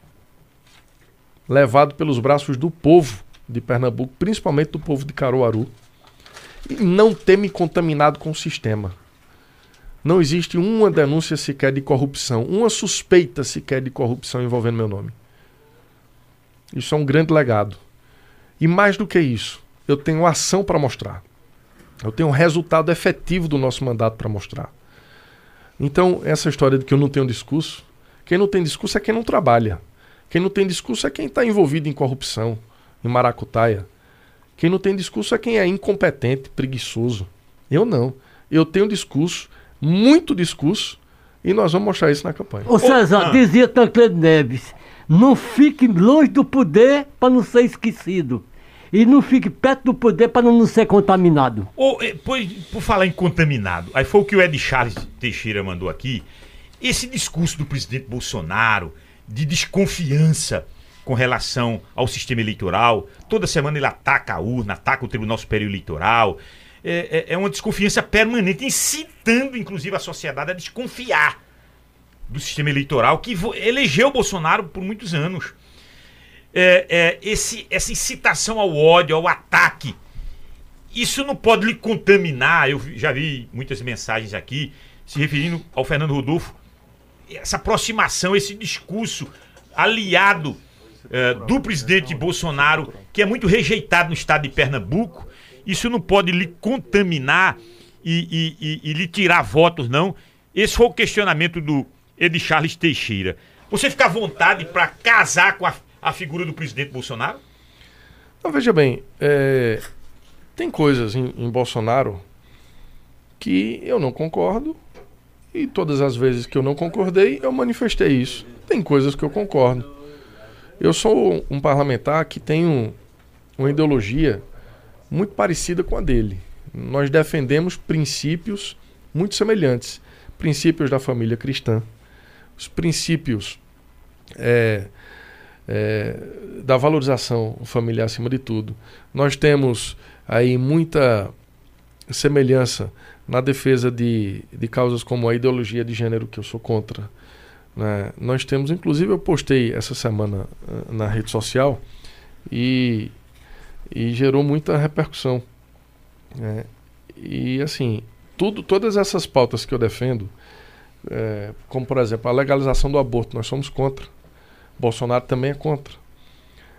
levado pelos braços do povo de Pernambuco, principalmente do povo de Caruaru, e não ter me contaminado com o sistema. Não existe uma denúncia sequer de corrupção, uma suspeita sequer de corrupção envolvendo meu nome. Isso é um grande legado. E mais do que isso, eu tenho ação para mostrar. Eu tenho um resultado efetivo do nosso mandato para mostrar. Então, essa história de que eu não tenho discurso, quem não tem discurso é quem não trabalha. Quem não tem discurso é quem está envolvido em corrupção, em maracutaia. Quem não tem discurso é quem é incompetente, preguiçoso. Eu não. Eu tenho discurso, muito discurso, e nós vamos mostrar isso na campanha. Ô César, ah. dizia Tancredo Neves, não fique longe do poder para não ser esquecido. E não fique perto do poder para não ser contaminado. Ou, pois, por falar em contaminado, aí foi o que o Ed Charles Teixeira mandou aqui. Esse discurso do presidente Bolsonaro de desconfiança com relação ao sistema eleitoral, toda semana ele ataca a urna, ataca o Tribunal Superior Eleitoral, é, é, é uma desconfiança permanente, incitando inclusive a sociedade a desconfiar do sistema eleitoral que elegeu o Bolsonaro por muitos anos. É, é, esse, essa incitação ao ódio, ao ataque, isso não pode lhe contaminar. Eu já vi muitas mensagens aqui se referindo ao Fernando Rodolfo, essa aproximação, esse discurso aliado é, do presidente Bolsonaro, que é muito rejeitado no estado de Pernambuco. Isso não pode lhe contaminar e, e, e, e lhe tirar votos, não. Esse foi o questionamento do Ed Charles Teixeira. Você fica à vontade para casar com a a figura do presidente Bolsonaro? Não, veja bem, é, tem coisas em, em Bolsonaro que eu não concordo e todas as vezes que eu não concordei, eu manifestei isso. Tem coisas que eu concordo. Eu sou um parlamentar que tem um, uma ideologia muito parecida com a dele. Nós defendemos princípios muito semelhantes. Princípios da família cristã. Os princípios... É, É, da valorização familiar acima de tudo. Nós temos aí muita semelhança na defesa de, de causas como a ideologia de gênero, que eu sou contra, né? Nós temos, inclusive eu postei essa semana uh, na rede social e, e gerou muita repercussão, né? E assim, tudo, todas essas pautas que eu defendo, é, como por exemplo a legalização do aborto, nós somos contra. Bolsonaro também é contra.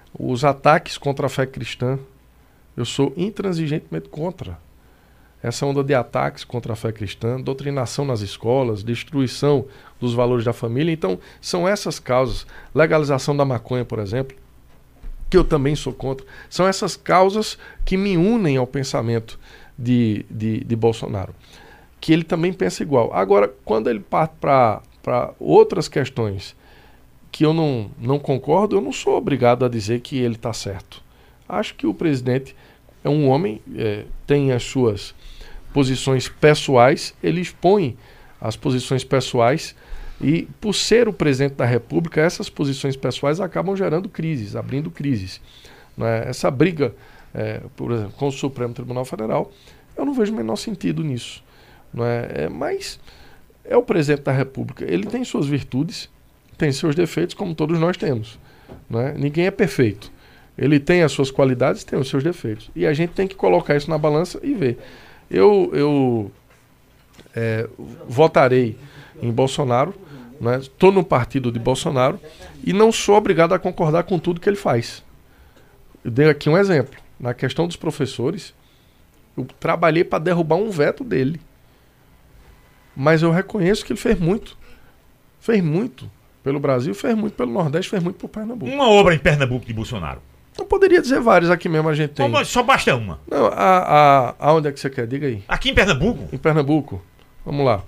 Os ataques contra a fé cristã, eu sou intransigentemente contra. Essa onda de ataques contra a fé cristã, doutrinação nas escolas, destruição dos valores da família. Então, são essas causas. Legalização da maconha, por exemplo, que eu também sou contra. São essas causas que me unem ao pensamento de, de, de Bolsonaro. Que ele também pensa igual. Agora, quando ele parte para outras questões que eu não, não concordo, eu não sou obrigado a dizer que ele está certo. Acho que o presidente é um homem, é, tem as suas posições pessoais, ele expõe as posições pessoais e, por ser o presidente da República, essas posições pessoais acabam gerando crises, abrindo crises. Né? Essa briga, é, por exemplo, com o Supremo Tribunal Federal, eu não vejo o menor sentido nisso. Não é? É, mas é o presidente da República, ele tem suas virtudes, tem seus defeitos, como todos nós temos. Não é? Ninguém é perfeito. Ele tem as suas qualidades, tem os seus defeitos. E a gente tem que colocar isso na balança e ver. Eu, eu é, votarei em Bolsonaro, estou no partido de Bolsonaro e não sou obrigado a concordar com tudo que ele faz. Eu dei aqui um exemplo. Na questão dos professores, eu trabalhei para derrubar um veto dele. Mas eu reconheço que ele fez muito. Fez muito pelo Brasil, fez muito pelo Nordeste, fez muito por Pernambuco. Uma obra em Pernambuco de Bolsonaro. Eu poderia dizer várias, aqui mesmo a gente tem. Não, só basta uma. Não, a, a, aonde é que você quer? Diga aí. Aqui em Pernambuco? Em Pernambuco. Vamos lá.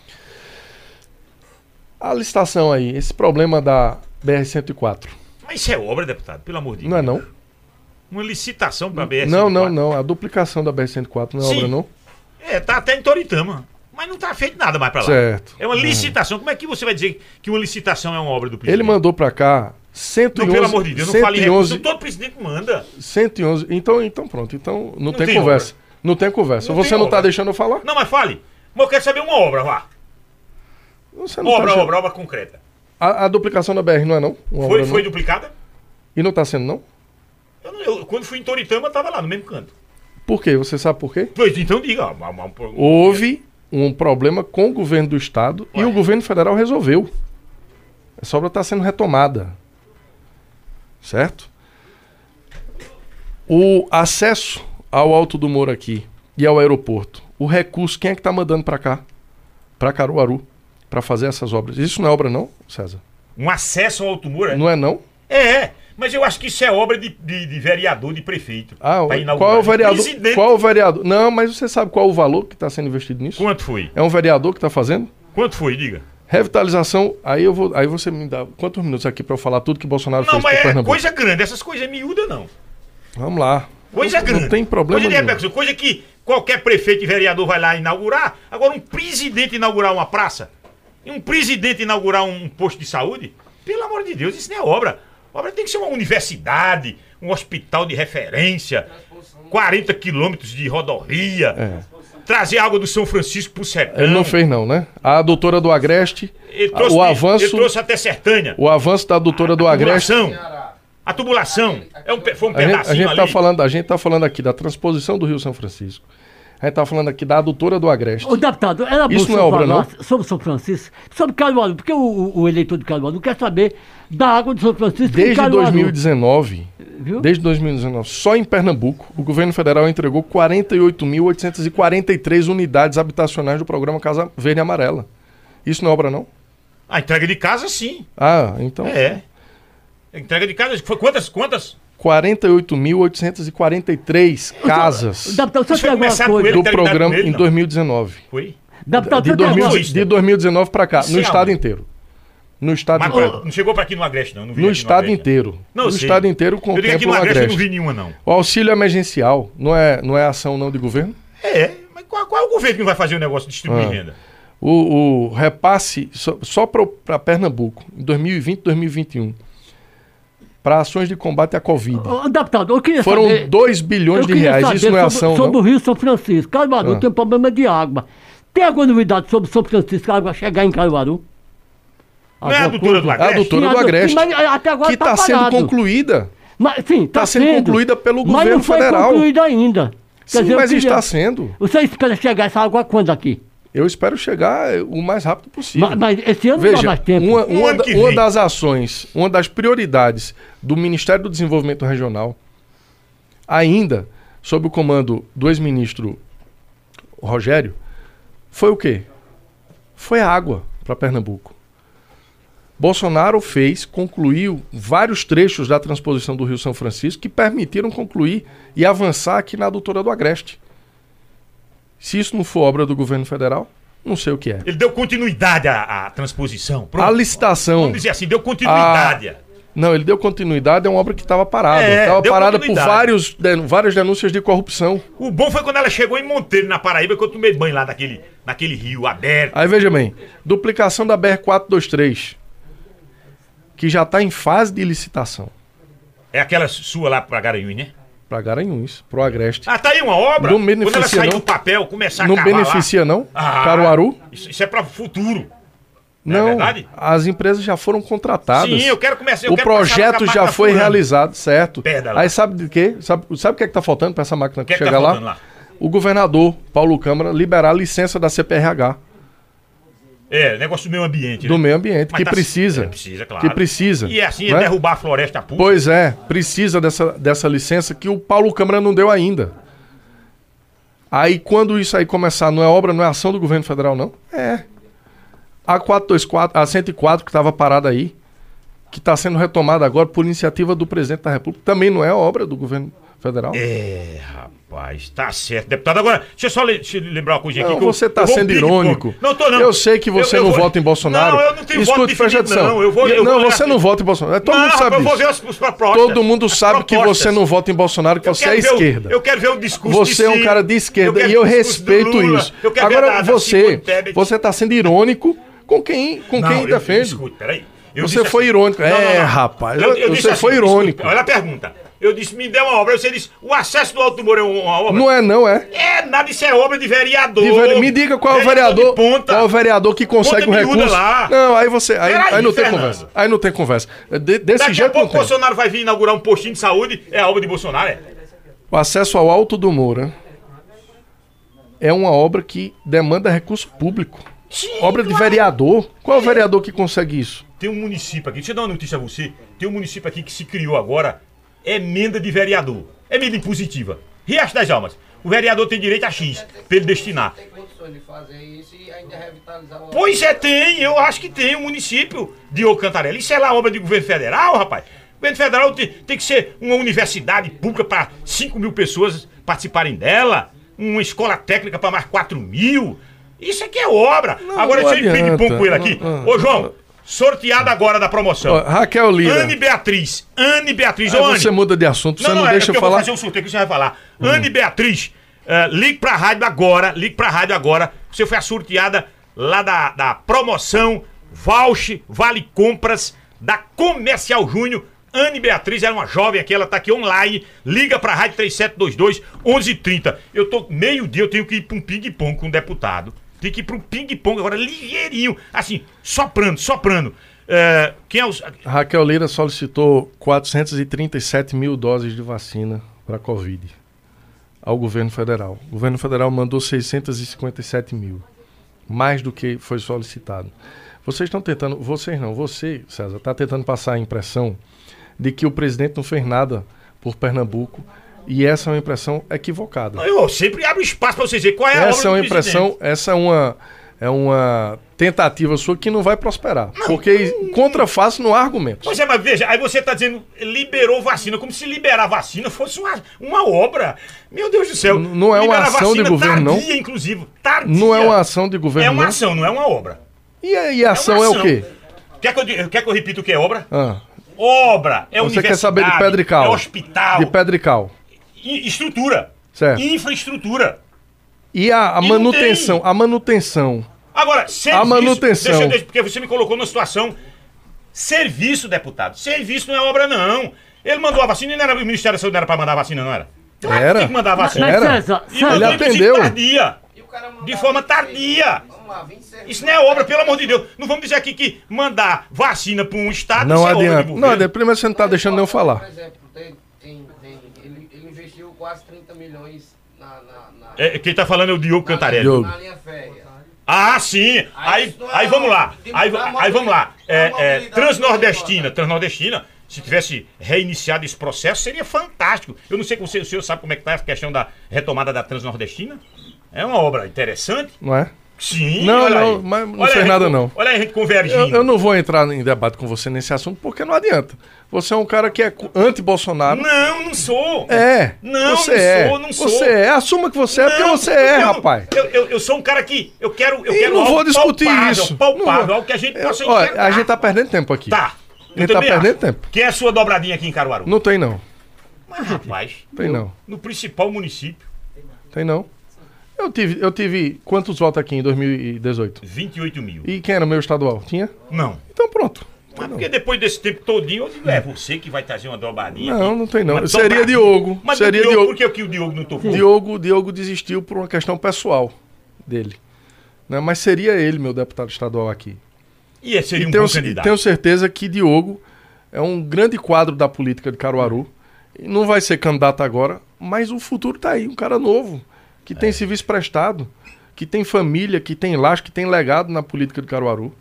A licitação aí, esse problema da B R cento e quatro. Mas isso é obra, deputado, pelo amor de Deus. Não é não? Uma licitação para a B R cento e quatro. Não, não, não. A duplicação da B R cento e quatro não é Sim. obra, não? É, tá até em Toritama. Mas não tá feito nada mais para lá. Certo. É uma licitação. Uhum. Como é que você vai dizer que uma licitação é uma obra do presidente? Ele mandou para cá cento e onze... Não, pelo amor de Deus, não fale em recurso. Todo presidente manda. cento e onze... Então, então pronto. Então não, não tem, tem conversa. Obra. Não tem conversa. Não você tem não obra. Tá deixando eu falar? Não, mas fale. Mas eu quero saber uma obra, vá. Você não obra, tá obra, obra concreta. A, a duplicação da B R não é não? Uma foi obra, foi não? duplicada? E não tá sendo não? Eu, eu, quando fui em Toritama, eu tava lá, no mesmo canto. Por quê? Você sabe por quê? Pois, então diga. Ó, uma, uma, Houve um problema com o governo do estado Ué. e o governo federal resolveu. Essa obra está sendo retomada. Certo? O acesso ao Alto do Moro aqui e ao aeroporto, o recurso, quem é que está mandando para cá? Para Caruaru, para fazer essas obras. Isso não é obra não, César? Um acesso ao Alto Moro? É? Não é não? É, mas eu acho que isso é obra de, de, de vereador, de prefeito. Ah, qual é o vereador? Presidente. Qual é o vereador? Não, mas você sabe qual é o valor que está sendo investido nisso? Quanto foi? É um vereador que está fazendo? Quanto foi, diga? Revitalização, aí eu vou, aí você me dá quantos minutos aqui para eu falar tudo que Bolsonaro não, fez para Pernambuco? Não, mas é coisa grande, essas coisas miúdas não. Vamos lá. Coisa não, grande. Não tem problema coisa, nenhum. De coisa que qualquer prefeito e vereador vai lá inaugurar. Agora um presidente inaugurar uma praça, e um presidente inaugurar um posto de saúde, pelo amor de Deus, isso não é obra. Obra tem que ser uma universidade, um hospital de referência, quarenta quilômetros de rodovia, é. trazer água do São Francisco pro sertão. Ele não fez não, né? A doutora do Agreste, trouxe, o avanço... Ele trouxe até Sertânia. O avanço da doutora a, do a Agreste... A tubulação, é um, foi um a gente, pedacinho a gente ali. Tá falando, a gente tá falando aqui da transposição do Rio São Francisco. A gente tá falando aqui da adutora do Agreste. O deputado, era bom Isso não é obra, não? Sobre São Francisco, sobre Caruaru, porque o, o, o eleitor de Caruaru quer saber da água de São Francisco. Desde dois mil e dezenove, Viu? desde dois mil e dezenove, só em Pernambuco, o governo federal entregou quarenta e oito mil oitocentas e quarenta e três unidades habitacionais do programa Casa Verde e Amarela. Isso não é obra, não? A entrega de casa, sim. Ah, então... É. A entrega de casa, foi quantas? Quantas? quarenta e oito mil oitocentas e quarenta e três casas deputado, você pegou uma coisa do programa em dois mil e dezenove. Foi? Deputado, de, dois mil, de dois mil e dezenove para cá, no estado inteiro. No estado Mas inteiro. Não chegou para aqui no Agreste, não. não no estado no inteiro. Não, no sei. estado inteiro com o tempo no Agreste. Eu não vi nenhuma, não. O auxílio emergencial não é, não é ação não de governo? É, mas qual, qual é o governo que não vai fazer o negócio de distribuir ah. renda? O, o repasse só, só para Pernambuco, em dois mil e vinte, dois mil e vinte e um. Para ações de combate à Covid. Oh, deputado, eu queria Foram saber, dois bilhões de reais, isso não é sobre, ação, sobre não? o Rio São Francisco. Caruaru ah. tem um problema de água. Tem alguma novidade sobre São Francisco, a água chegar em Caruaru? Não é a adutora do Agreste? É a adutora do Agreste, mas até agora que está tá sendo concluída. Mas, sim, está sendo, sendo concluída pelo mas governo não foi federal. concluída ainda. Sim, dizer, mas queria... está sendo. Você espera chegar essa água quando aqui? Eu espero chegar o mais rápido possível. Mas, mas esse ano Veja, não dá mais tempo. Uma, Um uma, ano que uma vem. das ações, uma das prioridades do Ministério do Desenvolvimento Regional, ainda sob o comando do ex-ministro Rogério, foi o quê? Foi a água para Pernambuco. Bolsonaro fez, concluiu vários trechos da transposição do Rio São Francisco que permitiram concluir e avançar aqui na adutora do Agreste. Se isso não for obra do governo federal, não sei o que é. Ele deu continuidade à, à transposição. Pronto. A licitação... Vamos dizer assim, deu continuidade. A... Não, ele deu continuidade a uma obra que estava parada. É, Estava deu parada por continuidade. vários, de, várias denúncias de corrupção. O bom foi quando ela chegou em Monteiro, na Paraíba, que eu tomei banho lá naquele, naquele rio aberto. Aí veja bem, duplicação da B R quatrocentos e vinte e três, que já está em fase de licitação. É aquela sua lá pra Garanhuns, né? Para Garanhuns, pro Agreste. Ah, tá aí uma obra. Não beneficia, quando ela sair não. do papel, começar Não a cavar beneficia, lá. não? Ah, Caruaru? Isso, isso é pra futuro. Não, Não, é verdade? as empresas já foram contratadas. Sim, eu quero começar. Eu O quero passar projeto na já máquina foi furando. realizado, certo? Pedra lá. Aí sabe de quê? Sabe, sabe o que é que tá faltando para essa máquina O que é que chegar tá lá? faltando lá? O governador Paulo Câmara liberar a licença da C P R H. É, negócio do meio ambiente. Do né? meio ambiente, Mas que tá- precisa. é, precisa, claro. Que precisa. E é assim, é né? derrubar a floresta pública. Pois é, precisa dessa, dessa licença que o Paulo Câmara não deu ainda. Aí quando isso aí começar, não é obra, não é ação do governo federal, não? É. A quatrocentos e vinte e quatro, a cento e quatro que estava parada aí, que está sendo retomada agora por iniciativa do presidente da República, também não é obra do governo federal. É, rapaz, tá certo, deputado. Agora, deixa eu só le- deixa eu lembrar uma coisinha Não, aqui. que eu- você tá eu vou sendo pedir irônico. por- Não, tô não. Eu sei que você Eu- eu não vou- vota em Bolsonaro. Não, eu não tenho Escute, voto preste definido, atenção. não. Eu vou- eu não, vou- você não vota em Bolsonaro. Todo Não, mundo sabe eu vou ver disso. as, as propostas. Todo mundo sabe As que propostas. você não vota em Bolsonaro, que Eu você é quero ver o- esquerda. Eu quero ver o discurso Você de é um Ciro. cara de esquerda quero e ver eu o discurso do respeito Lula. isso. Eu quero ver Agora da- da você, Simone Tebet. você está sendo irônico com quem, com Não, quem eu- defende. Escute, peraí. Eu Você disse foi assim- irônico. Não, não, É, não. rapaz, Eu- eu disse você assim, foi irônico. escute, olha a pergunta. Eu disse, me dê uma obra. Você disse, o acesso do Alto do Moura é uma obra? Não é, não é. É, nada, isso é obra de vereador. De vere- Me diga qual é o de vereador, ponta. qual é o vereador que consegue Ponta um miúda recurso. lá. Não, aí você, aí, Peraí, aí não tem Fernando. conversa. Aí não tem conversa. De- desse Daqui a jeito não pouco o tem. Bolsonaro vai vir inaugurar um postinho de saúde, é a obra de Bolsonaro, é? O acesso ao Alto do Moura é uma obra que demanda recurso público. Sim, Obra de claro. vereador. Qual é o vereador que consegue isso? Tem um município aqui, deixa eu dar uma notícia a você. Tem um município aqui que se criou agora, emenda de vereador. Emenda impositiva. Riacho das Almas. O vereador tem direito a X, pra ele destinar. Tem condições de fazer isso e ainda revitalizar o... Pois é, tem. Eu acho que tem um município de Cantarela. Isso é lá obra de governo federal, rapaz. O governo federal tem, tem que ser uma universidade pública para cinco mil pessoas participarem dela. Uma escola técnica para mais quatro mil. Isso aqui é obra. Não, agora não deixa eu ir adianta. ping-pong com ele aqui. Não, não. Ô, João, sorteada agora da promoção. Ó, Raquel Lira. Anne Beatriz. Anne Beatriz. Aí Ô, Anne. você muda de assunto, você não, é deixa porque eu falar. vou fazer um sorteio que você vai falar. Anne Beatriz, eh, ligue pra rádio agora, ligue pra rádio agora. Você foi a sorteada lá da, da promoção Voucher Vale Compras da Comercial Júnior. Anne Beatriz era uma jovem aqui, ela tá aqui online. Liga pra rádio três sete dois dois, onze trinta. Eu tô meio-dia, eu tenho que ir pra um ping-pong com um deputado. Tem que ir pra um ping-pong agora, ligeirinho. Assim, soprando, soprando. Eh, quem é os. Raquel Lira solicitou quatrocentos e trinta e sete mil doses de vacina para Covid ao governo federal. O governo federal mandou seiscentos e cinquenta e sete mil, mais do que foi solicitado. Vocês estão tentando, vocês não, você, César, está tentando passar a impressão de que o presidente não fez nada por Pernambuco, e essa é uma impressão equivocada. Eu sempre abro espaço pra vocês verem qual é a Essa é obra uma do impressão, presidente. essa é uma, é uma tentativa sua que não vai prosperar. Porque contra face não há argumentos. Pois é, mas veja, aí você tá dizendo, liberou vacina, como se liberar vacina fosse uma, uma obra. Meu Deus do céu. N- não é uma Liberar ação vacina de governo, não? tardia, inclusive. Tardia. Não é uma ação de governo, É uma não? ação, não é uma obra. E a, e a ação uma é o ação. quê? Quer que eu, di- quer que eu repita o que é obra? Ah, Obra é você universidade, quer saber de Pedrical? é hospital, De Pedrical. i- estrutura, Certo. infraestrutura. E a, a E não manutenção, tem. a manutenção. Agora, serviço... manutenção. Deixa, eu- deixa, porque você me colocou numa situação... Serviço, deputado. Serviço não é obra, não. Ele mandou a vacina e não era, o Ministério da Saúde não era pra mandar a vacina, não era? Claro que Era. Tem que mandar a vacina. Mas, Era. César, E César, mandou, Ele inclusive, atendeu. tardia. De forma tardia. Vamos lá, vinte serviços. Isso não é obra, pelo amor de Deus. Não vamos dizer aqui que mandar vacina pra um estado Não isso é obra de adianta. governo. Não adianta. Primeiro você não está deixando nem eu Por falar. exemplo, tem, tem, tem, ele, ele investiu quase trinta milhões na, na, na, É, quem tá falando é o Diogo Cantarelli. Diogo. na linha férrea. Ah, sim. Aí, aí vamos lá. Aí, aí vamos lá. É, é, Transnordestina. Transnordestina, se tivesse reiniciado esse processo, seria fantástico. Eu não sei se o senhor sabe como é que tá a questão da retomada da Transnordestina. É uma obra interessante. Não é? Sim, não, olha não, aí. mas não Olha fez aí, nada gente, não. Olha aí a gente convergindo. Eu, eu não vou entrar em debate com você nesse assunto, porque não adianta. Você é um cara que é anti-Bolsonaro. Não, não sou. É. Não, você não é. sou, não sou. Você é. Assuma que você é, porque Não, você é, eu- rapaz. Eu, eu, eu sou um cara que eu quero, eu E quero não vou algo discutir palpável, isso. palpável, Não vou. algo que a gente possa Eu- olha, enxergar. a gente tá perdendo tempo aqui. Tá. A gente tá também perdendo acho. tempo. Quem é a sua dobradinha aqui em Caruaru? Não tem não. Mas, rapaz, Tem eu- não. no principal município, Tem não. Eu tive, eu tive quantos votos aqui em dois mil e dezoito? vinte e oito mil. E quem era meu estadual? Tinha? Não. Então pronto. Mas porque depois desse tempo todinho, eu digo, é você que vai trazer uma dobradinha Não, aqui. não tem não. Uma Seria dobradinha. Diogo. Mas Seria o Diogo, Diogo. por que, que o Diogo não tocou? Diogo, Diogo desistiu por uma questão pessoal dele. Né? Mas seria ele, meu deputado estadual aqui. E esse seria E um tenho, bom candidato. tenho certeza que Diogo é um grande quadro da política de Caruaru. E não vai ser candidato agora, mas o futuro tá aí. Um cara novo, que tem serviço prestado, que tem família, que tem laço, que tem legado na política de Caruaru.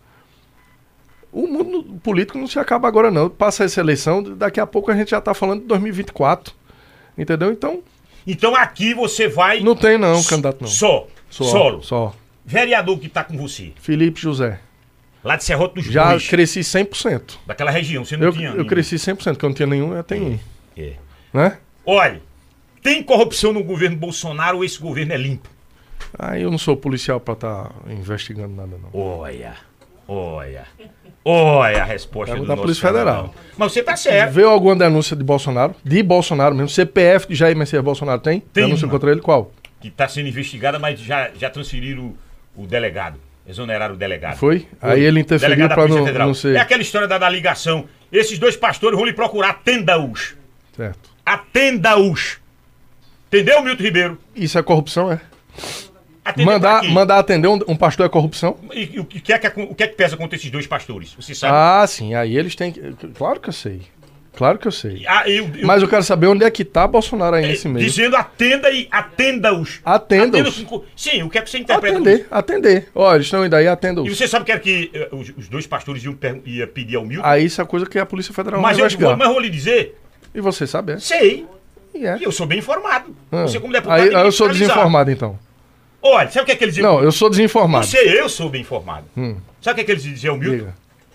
O mundo político não se acaba agora não. Passa essa eleição, daqui a pouco a gente já tá falando de dois mil e vinte e quatro. Entendeu? Então, Então aqui você vai... não tem não candidato não. Só. Só, Solo. Só. Vereador que tá com você. Felipe José. Lá de Serrote dos Já Bois. cresci cem por cento. Daquela região, você não Eu, tinha... eu nenhum. cresci cem por cento, porque eu não tinha nenhum, eu tenho um. É. Né? Olha, tem corrupção no governo Bolsonaro ou esse governo é limpo? Ah, eu não sou policial pra estar investigando nada, não. Olha, olha, olha a resposta Pergunta do da nosso Polícia Federal. cidadão. Mas você tá certo. Veio alguma denúncia de Bolsonaro? De Bolsonaro mesmo? C P F de Jair Messias Bolsonaro tem? Tem Denúncia uma. contra ele? Qual? Que está sendo investigada, mas já, já transferiram o, o delegado. Exoneraram o delegado. Foi? Aí ele interferiu Delegado da pra Polícia não, Federal. não ser... É aquela história da, da ligação. Esses dois pastores vão lhe procurar, atenda-os. Certo. Atenda-os. Entendeu, Milton Ribeiro? Isso é corrupção, é? Atender pra Mandar, quê? mandar atender um, um pastor é corrupção? E, e o, que é que, o que é que pesa contra esses dois pastores? Você sabe? Ah, sim. Aí eles têm que... Claro que eu sei. Claro que eu sei. Ah, eu- eu- Mas eu quero saber onde é que tá Bolsonaro aí nesse meio. Dizendo atenda e atenda-os. Atenda-os. Atenda com- Sim, o que é que você interpreta? com Atender, atender. Ó, eles estão indo aí, isso? atenda-os. E você sabe que era que eh, os, os dois pastores iam, per- ia pedir ao Milton? Aí isso é coisa que a Polícia Federal mas, vai eu investigar. vou, mas eu vou lhe dizer, E você sabe, é? sei. E é. E eu sou bem informado. Ah. Você como deputado Aí, tem aí que eu sou fiscalizar. desinformado, então. Olha, sabe o que é que eles diziam? Não, eu sou desinformado. Não sei, eu sou bem informado. Hum. Sabe o que é que eles diziam ao Milton? Diga.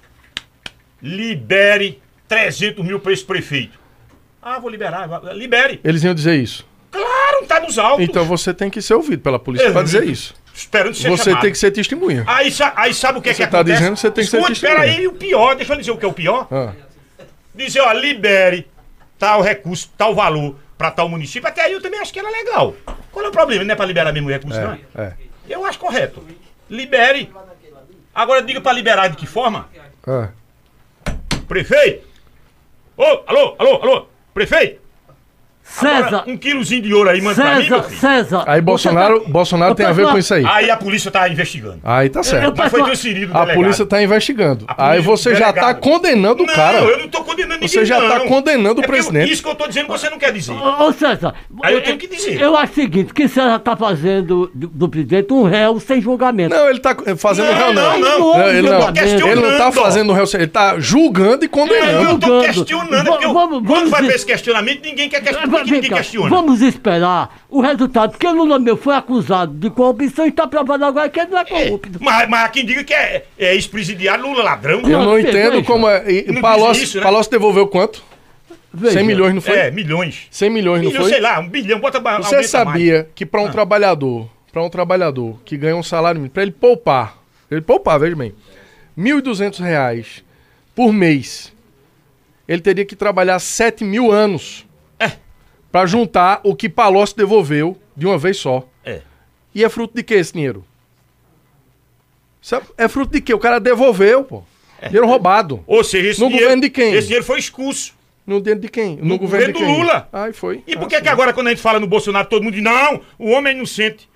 Libere trezentos mil para esse prefeito. Ah, vou liberar. vai- Libere. Eles iam dizer isso. Claro, tá nos autos. Então você tem que ser ouvido pela polícia Eu- pra dizer isso. Esperando ser Você chamado. tem que ser testemunha. Aí, sa- aí sabe o que é que Você tá acontece? dizendo que você tem que ser Escute, testemunha. Espera aí, o pior, deixa eu dizer o que é o pior. Ah, Dizer, ó, libere tal recurso, tal valor para tal município. Até aí eu também acho que era legal. Qual é o problema? Não é para liberar mesmo o recurso, não é? é, é. Eu acho correto. Libere. Agora diga para liberar de que forma? Ah. Prefeito! Ô, alô, alô, alô, prefeito! César, Agora, um quilozinho de ouro aí, manda pra mim, meu César, filho. César. Aí você Bolsonaro, tá- Bolsonaro eu tem a peço ver uma- com isso aí. Aí a polícia tá investigando. Aí tá Eu certo. Mas foi peço uma- transferido o A delegado. polícia tá investigando. A polícia- Aí você já tá delegado. condenando o Não, cara. eu não tô condenando ninguém, Você já tá não. condenando o É porque eu- presidente. Isso que eu tô dizendo você não quer dizer. Ô, ô, César, Aí eu tenho que dizer. Eu acho o seguinte, que César tá fazendo do, do presidente um réu sem julgamento. Não, ele tá fazendo Não, réu, não. não, não. Ele Eu não, tô ele não tá fazendo réu, ele tá julgando e Eu condenando. tô julgando. questionando, porque eu- Vamos- quando vamos vai ver- pra esse questionamento, ninguém quer questionar. Vem Ninguém cá, questiona. Vamos esperar o resultado, porque Lula meu foi acusado de corrupção e está provando agora que ele não é corrupto. Mas, mas há quem diga que é, é ex-presidiário Lula ladrão. Eu não Veja. entendo como é. E Não Palocci, diz isso, né? Palocci devolveu quanto? Veja. cem milhões, não foi? É, milhões. cem milhões, não Milhão, foi? sei lá, um bilhão, bota ba- Você aumenta sabia que para um Ah. trabalhador, para um trabalhador que ganha um salário mínimo, para ele poupar, pra ele poupar, veja bem, mil e duzentos reais por mês, ele teria que trabalhar sete mil anos É. para juntar o que Palocci devolveu de uma vez só. É. E é fruto de que esse dinheiro? Sabe? É fruto de quê? O cara devolveu, pô. Dinheiro roubado. Ou seja, esse No dinheiro, governo de quem? Esse dinheiro foi expulso. No dinheiro de quem? No, No governo de do quem? Lula. Ai, foi. E por Ah, que sim. que agora quando a gente fala no Bolsonaro, todo mundo diz, não, o homem é inocente.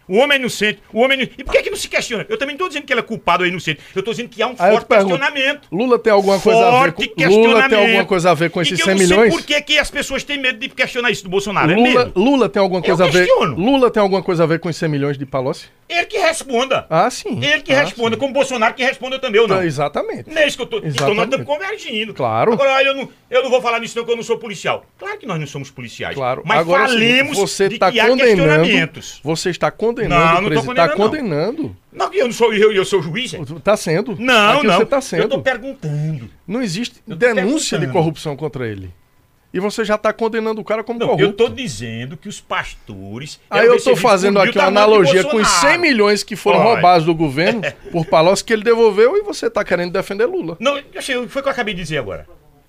O homem é inocente, o homem é inocente. E por que que não se questiona? Eu também não tô dizendo que ele é culpado ou inocente. Eu tô dizendo que há um Aí eu forte te pergunto, questionamento. Lula tem alguma coisa a ver Forte com questionamento. Lula tem alguma coisa a ver com E esses que eu cem não sei milhões? por que que as pessoas têm medo de questionar isso do Bolsonaro. É Lula, mesmo? Lula tem alguma coisa Eu a ver? questiono. Lula tem alguma coisa a ver com os cem milhões de Palocci? Ele que responda. Ah, sim. Ele que ah, responda, sim. como Bolsonaro que responda também ou não. Então, exatamente. Não é isso que eu tô. Então nós Exatamente. estamos convergindo. Claro. Agora, olha, eu não, eu não vou falar nisso não, que eu não sou policial. Claro que nós não somos policiais. Claro. Mas Agora, falemos você de tá que há condenando, questionamentos. Você está condenando, Não, não tô presidente. Está condenando, não. condenando. Não, eu não sou eu, eu sou juiz. É? Está sendo. Não, Aqui não. Você está sendo. Eu tô perguntando. Não existe Eu tô denúncia de perguntando. corrupção contra ele. E você já está condenando o cara como Não, corrupto. eu tô dizendo que os pastores... Aí eram eu tô recebidos fazendo por aqui uma mil tamanhos de analogia com os Bolsonaro. cem milhões que foram Olha. roubados do governo por Palocci que ele devolveu e você está querendo defender Lula. Não, eu sei, foi o que eu acabei de dizer agora.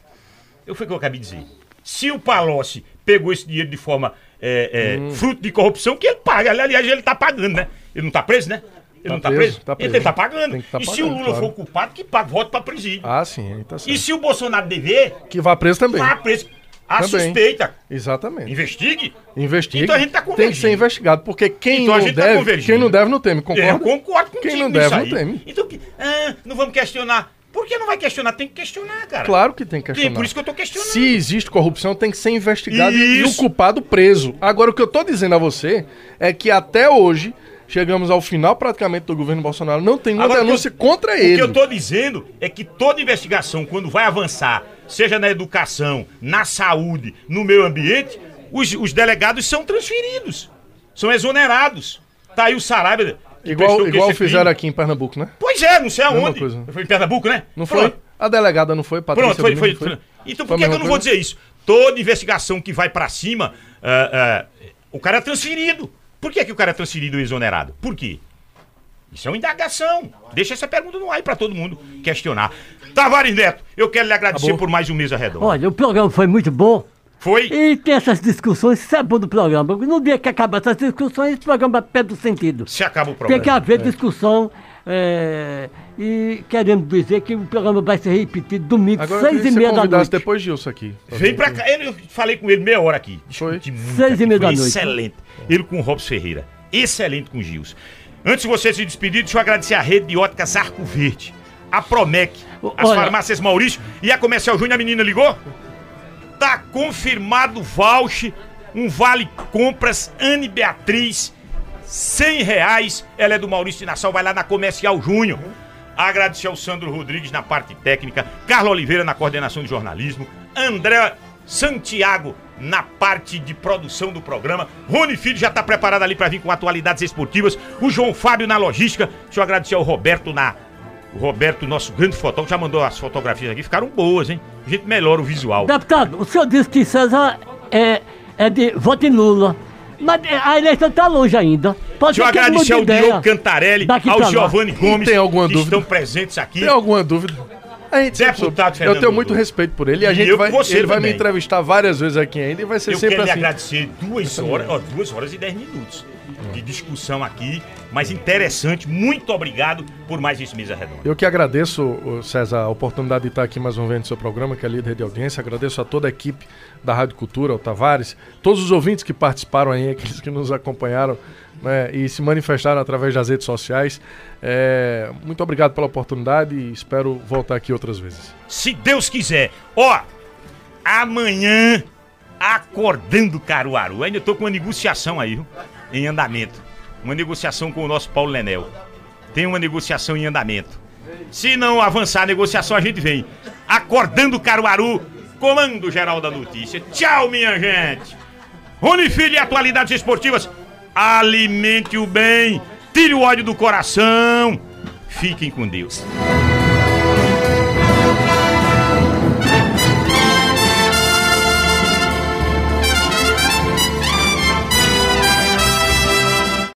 Eu foi o que eu acabei de dizer. Se o Palocci pegou esse dinheiro de forma é, é, Hum. fruto de corrupção, que ele paga. Aliás, ele tá pagando, né? Ele não tá preso, né? Ele Tá não tá preso, preso? tá preso. Ele tá pagando. Tem que tá e se o pagando, Lula claro. for culpado, que pague, volte pra presídio. Ah, sim, aí tá certo. E se o Bolsonaro dever, Que vá preso também. vá preso. A Também. suspeita. Exatamente. Investigue. Investiga. Então a gente tá Tem que convergindo. ser investigado, porque quem Então a não gente tá deve, convergindo. quem não deve não teme, É, concorda? eu concordo contigo Quem não nisso deve não aí. teme. Então, que- ah, não vamos questionar. Por que não vai questionar? Tem que questionar, cara. Claro que tem que Tem, questionar. por isso que eu tô questionando. Se existe corrupção, tem que ser investigado e, e o Isso. culpado preso. Agora, o que eu tô dizendo a você é que até hoje, chegamos ao final praticamente do governo Bolsonaro, não tem nenhuma Agora, o que denúncia eu- contra O ele. que eu tô dizendo é que toda investigação, quando vai avançar, seja na educação, na saúde, no meio ambiente, os, os delegados são transferidos, são exonerados. Tá aí o Saraiva. que Igual, prestou igual esse fizeram crime. aqui em Pernambuco, né? Pois é, não sei Mesma aonde. coisa. Foi em Pernambuco, né? Não foi? Pronto. A delegada não foi? Patrícia Pronto, foi, Domingues, foi, não foi. Então Foi por a que, que mesma eu não vou coisa? dizer isso? Toda investigação que vai pra cima, ah, ah, o cara é transferido. Por que, que o cara é transferido e exonerado? Por quê? Isso é uma indagação. Deixa essa pergunta no ar aí pra todo mundo questionar. Tavares Neto, eu quero lhe agradecer Acabou. por mais um Mesa Redonda. Olha, o programa foi muito bom. Foi? E tem essas discussões, isso é bom do programa. No dia que acabar essas discussões, o programa perde o sentido. Se acaba o Tem programa. que haver discussão. é, e queremos dizer que o programa vai ser repetido domingo, Agora, seis eu e queria que meia você da convidasse noite. depois Gilson aqui. Vem pra cá. Ele- Eu falei com ele meia hora aqui. Foi? Discuti muito Seis e aqui, meia foi da noite. Excelente. Ele com o Robson Ferreira. Excelente com o Gils. Antes de você se despedir, deixa eu agradecer a rede de óticas Arco Verde, a Promec, as Olha. farmácias Maurício e a Comercial Júnior. A menina ligou? Tá confirmado o voucher, um vale compras Anne Beatriz, cem reais. Ela é do Maurício de Nassau, vai lá na Comercial Júnior. Agradecer ao Sandro Rodrigues na parte técnica, Carla Oliveira na coordenação de jornalismo, André Santiago na parte de produção do programa, Rony Filho já tá preparado ali para vir com atualidades esportivas, o João Fábio na logística. Deixa eu agradecer ao Roberto na... O Roberto, nosso grande fotógrafo, já mandou as fotografias aqui, ficaram boas, hein? A gente melhora o visual. Deputado, o senhor disse que César é, é de voto em Lula. Mas a eleição está longe ainda. Pode Deixa eu ser que ele agradecer ao mude ideia Diogo Cantarelli, daqui ao pra lá. Giovanni Gomes, Tem alguma que dúvida? estão presentes aqui. Tem alguma dúvida? A gente sempre Deputado soube. Fernando Eu tenho muito Dodô. respeito por ele e a E gente eu vai, com você ele vai me também. entrevistar várias vezes aqui ainda e vai ser Eu sempre quero lhe assim. agradecer duas horas, ó, duas horas e dez minutos de discussão aqui, mas interessante. Muito obrigado por mais esse Mesa Redonda. Eu que agradeço, ô, César, a oportunidade de estar aqui mais uma vez no seu programa, que é líder de audiência. Agradeço a toda a equipe da Rádio Cultura, ao Tavares, todos os ouvintes que participaram aí, aqueles que nos acompanharam, né, e se manifestaram através das redes sociais. É, muito obrigado pela oportunidade e espero voltar aqui outras vezes. Se Deus quiser. Ó, amanhã, acordando Caruaru. Ainda tô com uma negociação aí, viu? Em andamento. Uma negociação com o nosso Paulo Lenel. Tem uma negociação em andamento. Se não avançar a negociação, a gente vem. Acordando Caruaru, comando geral da notícia. Tchau, minha gente. Rony Filho e atualidades esportivas. Alimente o bem. Tire o ódio do coração. Fiquem com Deus.